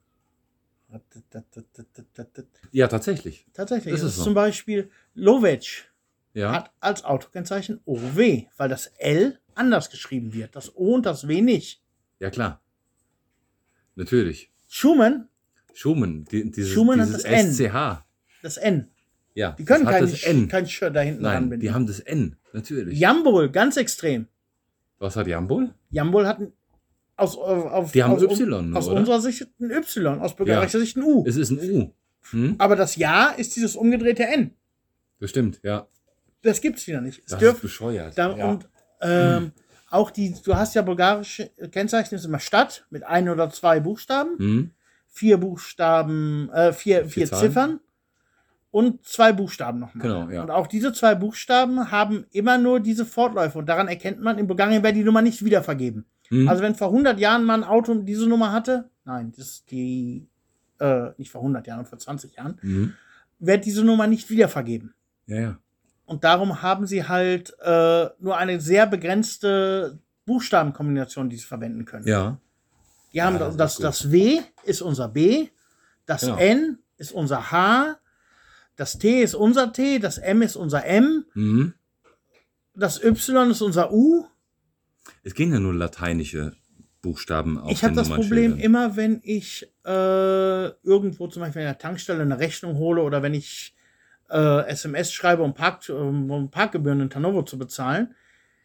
Ja, tatsächlich. Tatsächlich. Ist Das es ist so? zum Beispiel Lovec Ja, hat als Autokennzeichen O W, weil das L anders geschrieben wird. Das O und das W nicht. ja klar. Natürlich. Schumann, Schumann, die, dieses, Schumann hat dieses das N. S C H. das N. Ja, Die können das hat kein, das N. kein Sch da hinten Nein, ranbinden. die haben das N, natürlich. Jambol, ganz extrem. Was hat Jambol? Jambol hat ein, aus, auf, Die haben aus, Y, aus oder? unserer Sicht ein Y, aus bulgarischer Sicht ein U. Es ist ein U. Hm? Aber das Ja ist dieses umgedrehte N. Das stimmt, ja. Das gibt's wieder nicht. Es Das dürfen, ist bescheuert. da, ja. Und ähm, auch die, du hast ja bulgarische Kennzeichen, ist immer Stadt mit ein oder zwei Buchstaben, Hm? vier Buchstaben, äh, vier, vier Zahlen. Ziffern und zwei Buchstaben nochmal. Genau, ja. Und auch diese zwei Buchstaben haben immer nur diese Fortläufe. Und daran erkennt man, in Bulgarien wäre die Nummer nicht wiedervergeben. Hm? Also wenn vor hundert Jahren mal ein Auto diese Nummer hatte, nein, das ist die, äh, nicht vor hundert Jahren, vor zwanzig Jahren, Hm? wird diese Nummer nicht wiedervergeben. Ja, ja. Und darum haben sie halt äh, nur eine sehr begrenzte Buchstabenkombination, die sie verwenden können. Ja. Die haben Ja, das das, ist gut. das W ist unser B, das Genau. N ist unser H, das T ist unser T, das M ist unser M, Hm? das Y ist unser U. Es gehen ja nur lateinische Buchstaben auf Ich habe den das Problem Nummernschildern. immer, wenn ich äh, irgendwo zum Beispiel in der Tankstelle eine Rechnung hole oder wenn ich äh, S M S schreibe, um, Park, um Parkgebühren in Tarnowo zu bezahlen.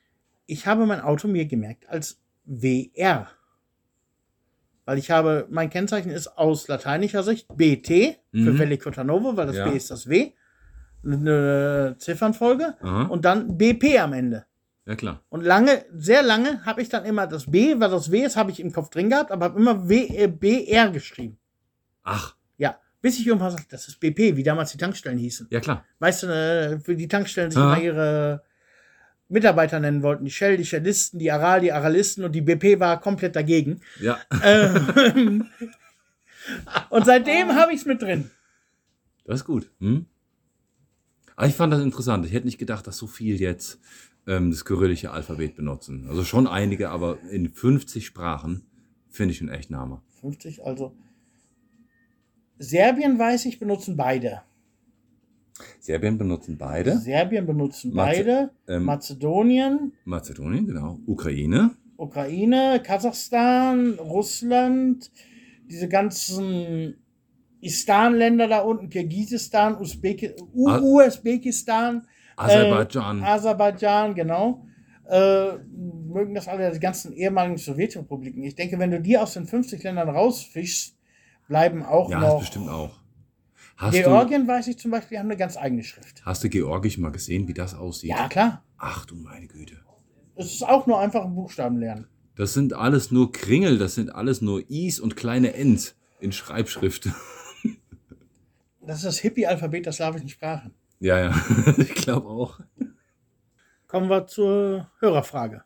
ich habe mein Auto mir gemerkt als W R. Weil ich habe, mein Kennzeichen ist aus lateinischer Sicht B T für Mhm. Vellico Novo, weil das Ja. B ist das W. Eine Ziffernfolge. Aha. Und dann B P am Ende. Ja, klar. Und lange, sehr lange habe ich dann immer das B, weil das W ist, habe ich im Kopf drin gehabt, aber habe immer w, äh, B R geschrieben. Ach, Ja, bis ich irgendwann sagte, das ist B P, wie damals die Tankstellen hießen. ja, klar. Weißt du, äh, für die Tankstellen sich Aha. immer ihre Mitarbeiter nennen wollten. Die Shell, die Shellisten, die Aral, die Aralisten und die B P war komplett dagegen. Ja. Ähm, und seitdem habe ich es mit drin. Das ist gut. Hm? Aber ich fand das interessant. Ich hätte nicht gedacht, dass so viel jetzt ähm, das kyrillische Alphabet benutzen. Also schon einige, aber in fünfzig Sprachen finde ich einen echten Hammer. fünfzig, also Serbien, weiß ich, benutzen beide. Serbien benutzen beide. Serbien benutzen Maze- beide. ähm, Mazedonien, Mazedonien, genau. Ukraine. Ukraine, Kasachstan, Russland, diese ganzen Istan-Länder da unten, Kirgisistan, Usbeki- U- Ah. Usbekistan, Aserbaidschan. äh, Aserbaidschan, genau. Äh, mögen das alle, die ganzen ehemaligen Sowjetrepubliken. Ich denke, wenn du die aus den fünfzig Ländern rausfischst, bleiben auch Ja, das noch. bestimmt auch. Hast du, Georgien, weiß ich zum Beispiel, haben eine ganz eigene Schrift. hast du Georgisch mal gesehen, wie das aussieht? Ja, klar. Ach du meine Güte. Es ist auch nur einfach ein Buchstaben lernen. Das sind alles nur Kringel, das sind alles nur Is und kleine Ns in Schreibschrift. Das ist das Hippie-Alphabet der slawischen Sprachen. Ja, ja, ich glaube auch. Kommen wir zur Hörerfrage.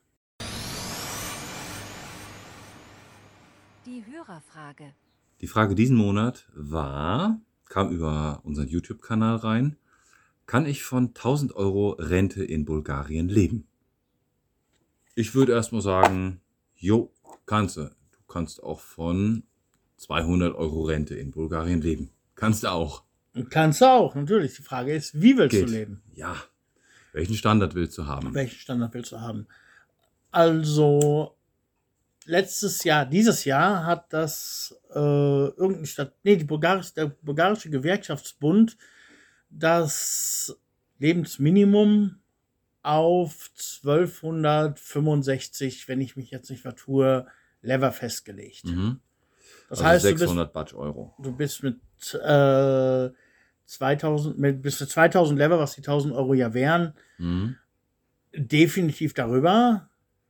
Die Hörerfrage. Die Frage diesen Monat war, kam über unseren YouTube-Kanal rein, kann ich von tausend Euro Rente in Bulgarien leben? Ich würde erstmal sagen, jo, kannst du. Du kannst auch von zweihundert Euro Rente in Bulgarien leben. Kannst du auch. Und kannst du auch, natürlich. Die Frage ist, wie willst Geht. du leben? Ja. Welchen Standard willst du haben? Welchen Standard willst du haben? Also, letztes Jahr, dieses Jahr hat das äh, irgendeine Stadt, nee, die Bulgaris, der bulgarische Gewerkschaftsbund das Lebensminimum auf zwölfhundertfünfundsechzig, wenn ich mich jetzt nicht vertue, Lever festgelegt. Mhm. Das Also heißt, du bist, sechshundert Batsch Euro. du bist mit äh, zweitausend, mit bis zu zweitausend Lever, was die tausend Euro ja wären, Mhm. definitiv darüber.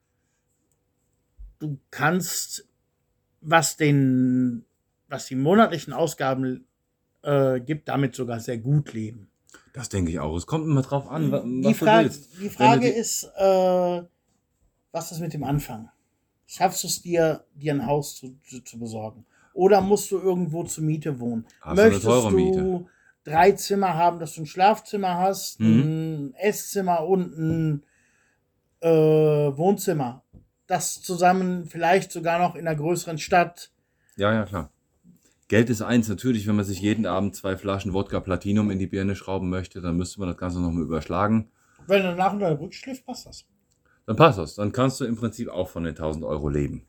Du kannst, was den, was die monatlichen Ausgaben äh, gibt, damit sogar sehr gut leben. Das denke ich auch. Es kommt immer drauf an, wa- was Die du Frage, willst. die Wenn Frage du die- ist, äh, was ist mit dem Anfang? Schaffst du es dir, dir ein Haus zu, zu, zu besorgen? Oder musst du irgendwo zur Miete wohnen? Hast du eine Möchtest teure du Miete? drei Zimmer haben, dass du ein Schlafzimmer hast, Mhm. ein Esszimmer und ein äh, Wohnzimmer? Das zusammen vielleicht sogar noch in einer größeren Stadt. Ja, ja, klar. Geld ist eins. Natürlich, wenn man sich jeden Abend zwei Flaschen Wodka Platinum in die Birne schrauben möchte, dann müsste man das Ganze nochmal überschlagen. Wenn du nach und nach rückschläfst, passt das. Dann passt das. Dann kannst du im Prinzip auch von den tausend Euro leben.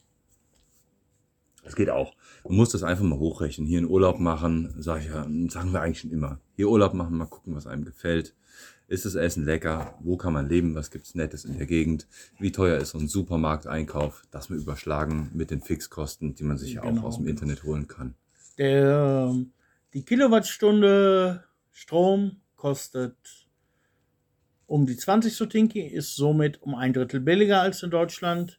Das geht auch. Man muss das einfach mal hochrechnen. Hier einen Urlaub machen, sag ich ja, sagen wir eigentlich schon immer. Hier Urlaub machen, mal gucken, was einem gefällt. Ist das Essen lecker? Wo kann man leben? Was gibt's Nettes in der Gegend? Wie teuer ist so ein Supermarkteinkauf? Das mal überschlagen mit den Fixkosten, die man sich ja auch Genau. aus dem Internet holen kann. Der, die Kilowattstunde Strom kostet um die zwanzig Sotinki, ist somit um ein Drittel billiger als in Deutschland.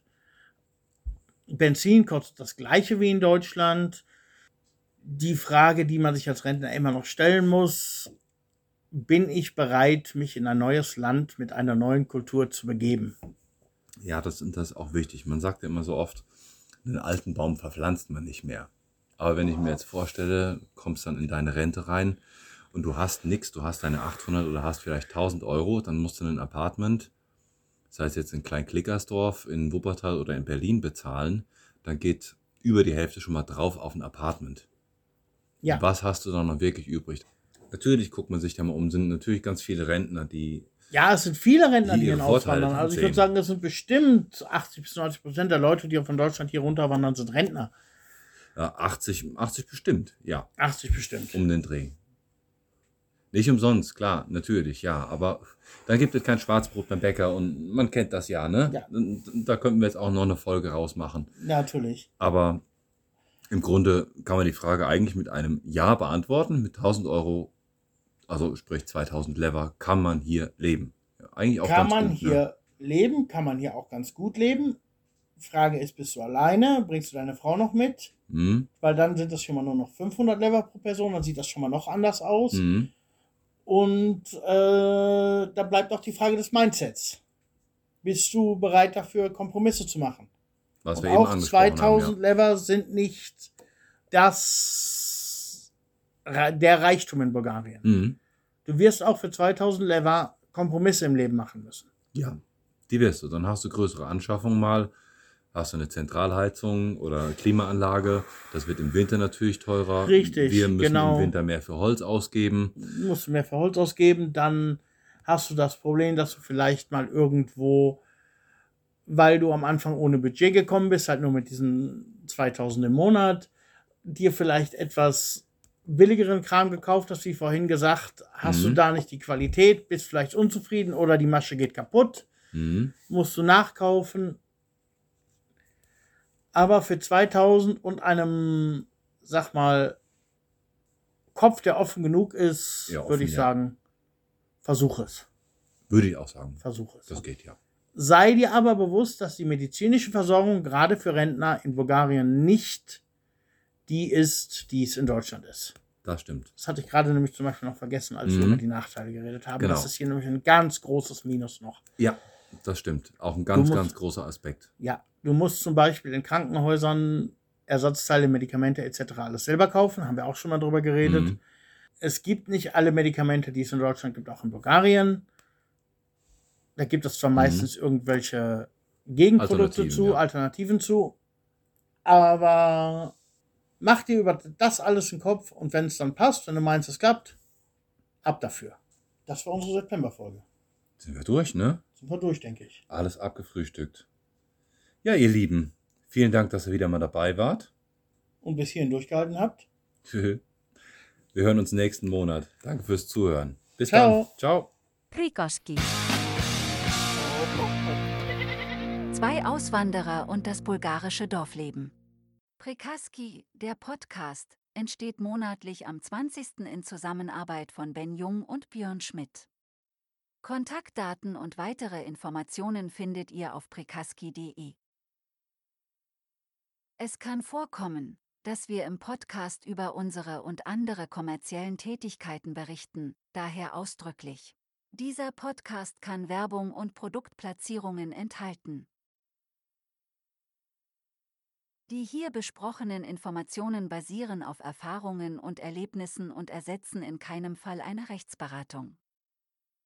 Benzin kostet das gleiche wie in Deutschland. Die Frage, die man sich als Rentner immer noch stellen muss, bin ich bereit, mich in ein neues Land mit einer neuen Kultur zu begeben? Ja, das, das ist auch wichtig. Man sagt ja immer so oft, einen alten Baum verpflanzt man nicht mehr. Aber wenn ich mir jetzt vorstelle, kommst dann in deine Rente rein und du hast nichts, du hast deine achthundert oder hast vielleicht tausend Euro, dann musst du ein Apartment, sei es jetzt in Klein-Klickersdorf, in Wuppertal oder in Berlin bezahlen, dann geht über die Hälfte schon mal drauf auf ein Apartment. Ja. Und was hast du dann noch wirklich übrig? Natürlich guckt man sich da mal um, sind natürlich ganz viele Rentner, die Ja, es sind viele Rentner, Die die ihre hier Vorteile auswandern. Also ich sehen. würde sagen, es sind bestimmt achtzig bis neunzig Prozent der Leute, die von Deutschland hier runterwandern, sind Rentner. ja, achtzig, achtzig bestimmt, ja, achtzig bestimmt. um den Dreh. Nicht umsonst, klar, natürlich, ja. Aber dann gibt es kein Schwarzbrot beim Bäcker und man kennt das ja, ne? Ja. Da könnten wir jetzt auch noch eine Folge rausmachen. Natürlich. Aber im Grunde kann man die Frage eigentlich mit einem Ja beantworten. Mit tausend Euro, also sprich zweitausend Lever, kann man hier leben. Ja, eigentlich auch Kann ganz man gut, hier ne? leben, kann man hier auch ganz gut leben. Frage ist, bist du alleine? Bringst du deine Frau noch mit? Hm? Weil dann sind das schon mal nur noch fünfhundert Lever pro Person, dann sieht das schon mal noch anders aus. Hm? Und äh, da bleibt auch die Frage des Mindsets. Bist du bereit dafür, Kompromisse zu machen? Was Und wir eben auch angesprochen haben, zweitausend ja. Lever sind nicht das der Reichtum in Bulgarien. Hm? Du wirst auch für zweitausend Lever Kompromisse im Leben machen müssen. Ja, die wirst du. Dann hast du größere Anschaffungen mal, hast du eine Zentralheizung oder Klimaanlage. Das wird im Winter natürlich teurer. Richtig, Wir müssen genau. im Winter mehr für Holz ausgeben. Du musst mehr für Holz ausgeben, dann hast du das Problem, dass du vielleicht mal irgendwo, weil du am Anfang ohne Budget gekommen bist, halt nur mit diesen zweitausend im Monat, dir vielleicht etwas billigeren Kram gekauft hast, wie vorhin gesagt, hast Mhm. du da nicht die Qualität, bist vielleicht unzufrieden oder die Masche geht kaputt, Mhm. musst du nachkaufen. Aber für zweitausend und einem, sag mal, Kopf, der offen genug ist, Ja, offen, würde ich ja. sagen, versuch es. Würde ich auch sagen. Versuch es. Das geht ja. Sei dir aber bewusst, dass die medizinische Versorgung gerade für Rentner in Bulgarien nicht die ist, die es in Deutschland ist. Das stimmt. Das hatte ich gerade nämlich zum Beispiel noch vergessen, als wir Mhm. über die Nachteile geredet haben. Genau. Das ist hier nämlich ein ganz großes Minus noch. Ja, das stimmt. Auch ein ganz, musst- ganz großer Aspekt. Ja, du musst zum Beispiel in Krankenhäusern Ersatzteile, Medikamente et cetera alles selber kaufen. Haben wir auch schon mal drüber geredet. Mhm. Es gibt nicht alle Medikamente, die es in Deutschland gibt, auch in Bulgarien. Da gibt es zwar Mhm. meistens irgendwelche Gegenprodukte Alternativen, zu, ja. Alternativen zu, aber mach dir über das alles einen Kopf und wenn es dann passt, wenn du meinst, es klappt, ab dafür. Das war unsere September-Folge. Sind wir durch, ne? Sind wir durch, denke ich. Alles abgefrühstückt. Ja, ihr Lieben, vielen Dank, dass ihr wieder mal dabei wart. Und bis hierhin durchgehalten habt. Wir hören uns nächsten Monat. Danke fürs Zuhören. Bis Ciao. dann. Ciao. Prikoski. Zwei Auswanderer und das bulgarische Dorfleben. Prikaski, der Podcast, entsteht monatlich am zwanzigsten in Zusammenarbeit von Ben Jung und Björn Schmidt. Kontaktdaten und weitere Informationen findet ihr auf prikaski punkt de. Es kann vorkommen, dass wir im Podcast über unsere und andere kommerziellen Tätigkeiten berichten, daher ausdrücklich. Dieser Podcast kann Werbung und Produktplatzierungen enthalten. Die hier besprochenen Informationen basieren auf Erfahrungen und Erlebnissen und ersetzen in keinem Fall eine Rechtsberatung.